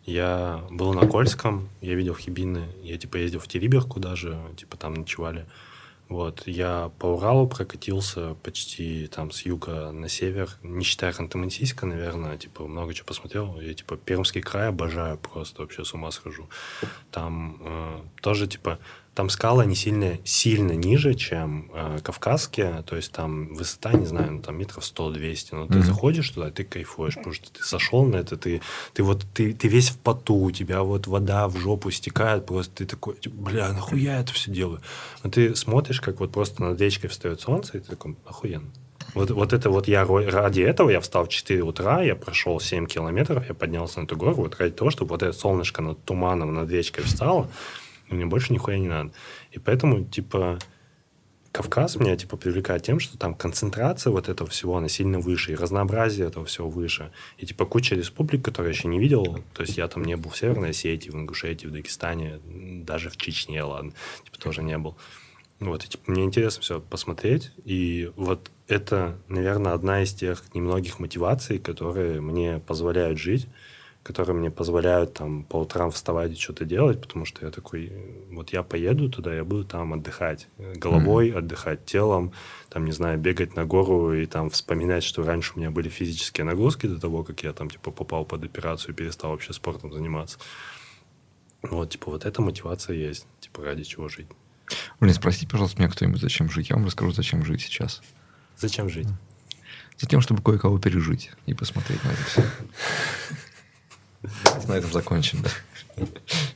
Я был на Кольском, я видел Хибины, я, типа, ездил в Териберку даже, типа, там ночевали. Вот, я по Уралу прокатился почти там с юга на север, не считая Ханты-Мансийска, наверное, типа, много чего посмотрел. Я, типа, Пермский край обожаю, просто вообще с ума схожу. Там тоже, типа, там скалы не сильно ниже, чем Кавказские, то есть там высота, не знаю, ну, там метров 100-200, но ты заходишь туда, ты кайфуешь, потому что ты сошел на это, ты весь в поту, у тебя вот вода в жопу стекает, просто ты такой, типа, бля, нахуя я это все делаю? Но ты смотришь, как вот просто над речкой встает солнце, и ты такой, охуенно. Вот это вот я ради этого я встал в 4 утра, я прошел 7 километров, я поднялся на эту гору, вот ради того, чтобы вот это солнышко над туманом, над речкой встало, и мне больше нихуя не надо. И поэтому, типа, Кавказ меня, типа, привлекает тем, что там концентрация вот этого всего, она сильно выше, и разнообразие этого всего выше. И, типа, куча республик, которые я еще не видел, то есть я там не был в Северной Осетии, в Ингушетии, в Дагестане, даже в Чечне, ладно, типа, тоже не был. Вот, и, типа, мне интересно все посмотреть, и вот это, наверное, одна из тех немногих мотиваций, которые мне позволяют жить, которые мне позволяют там по утрам вставать и что-то делать, потому что я такой, вот я поеду туда, я буду там отдыхать головой, отдыхать телом, там, не знаю, бегать на гору и там вспоминать, что раньше у меня были физические нагрузки до того, как я там, типа, попал под операцию и перестал вообще спортом заниматься. Вот, типа, вот эта мотивация есть, типа, ради чего жить. Блин, спросите, пожалуйста, меня кто-нибудь, зачем жить. Я вам расскажу, зачем жить сейчас. Зачем жить? Затем, чтобы кое-кого пережить и посмотреть на это все. На этом закончим, да.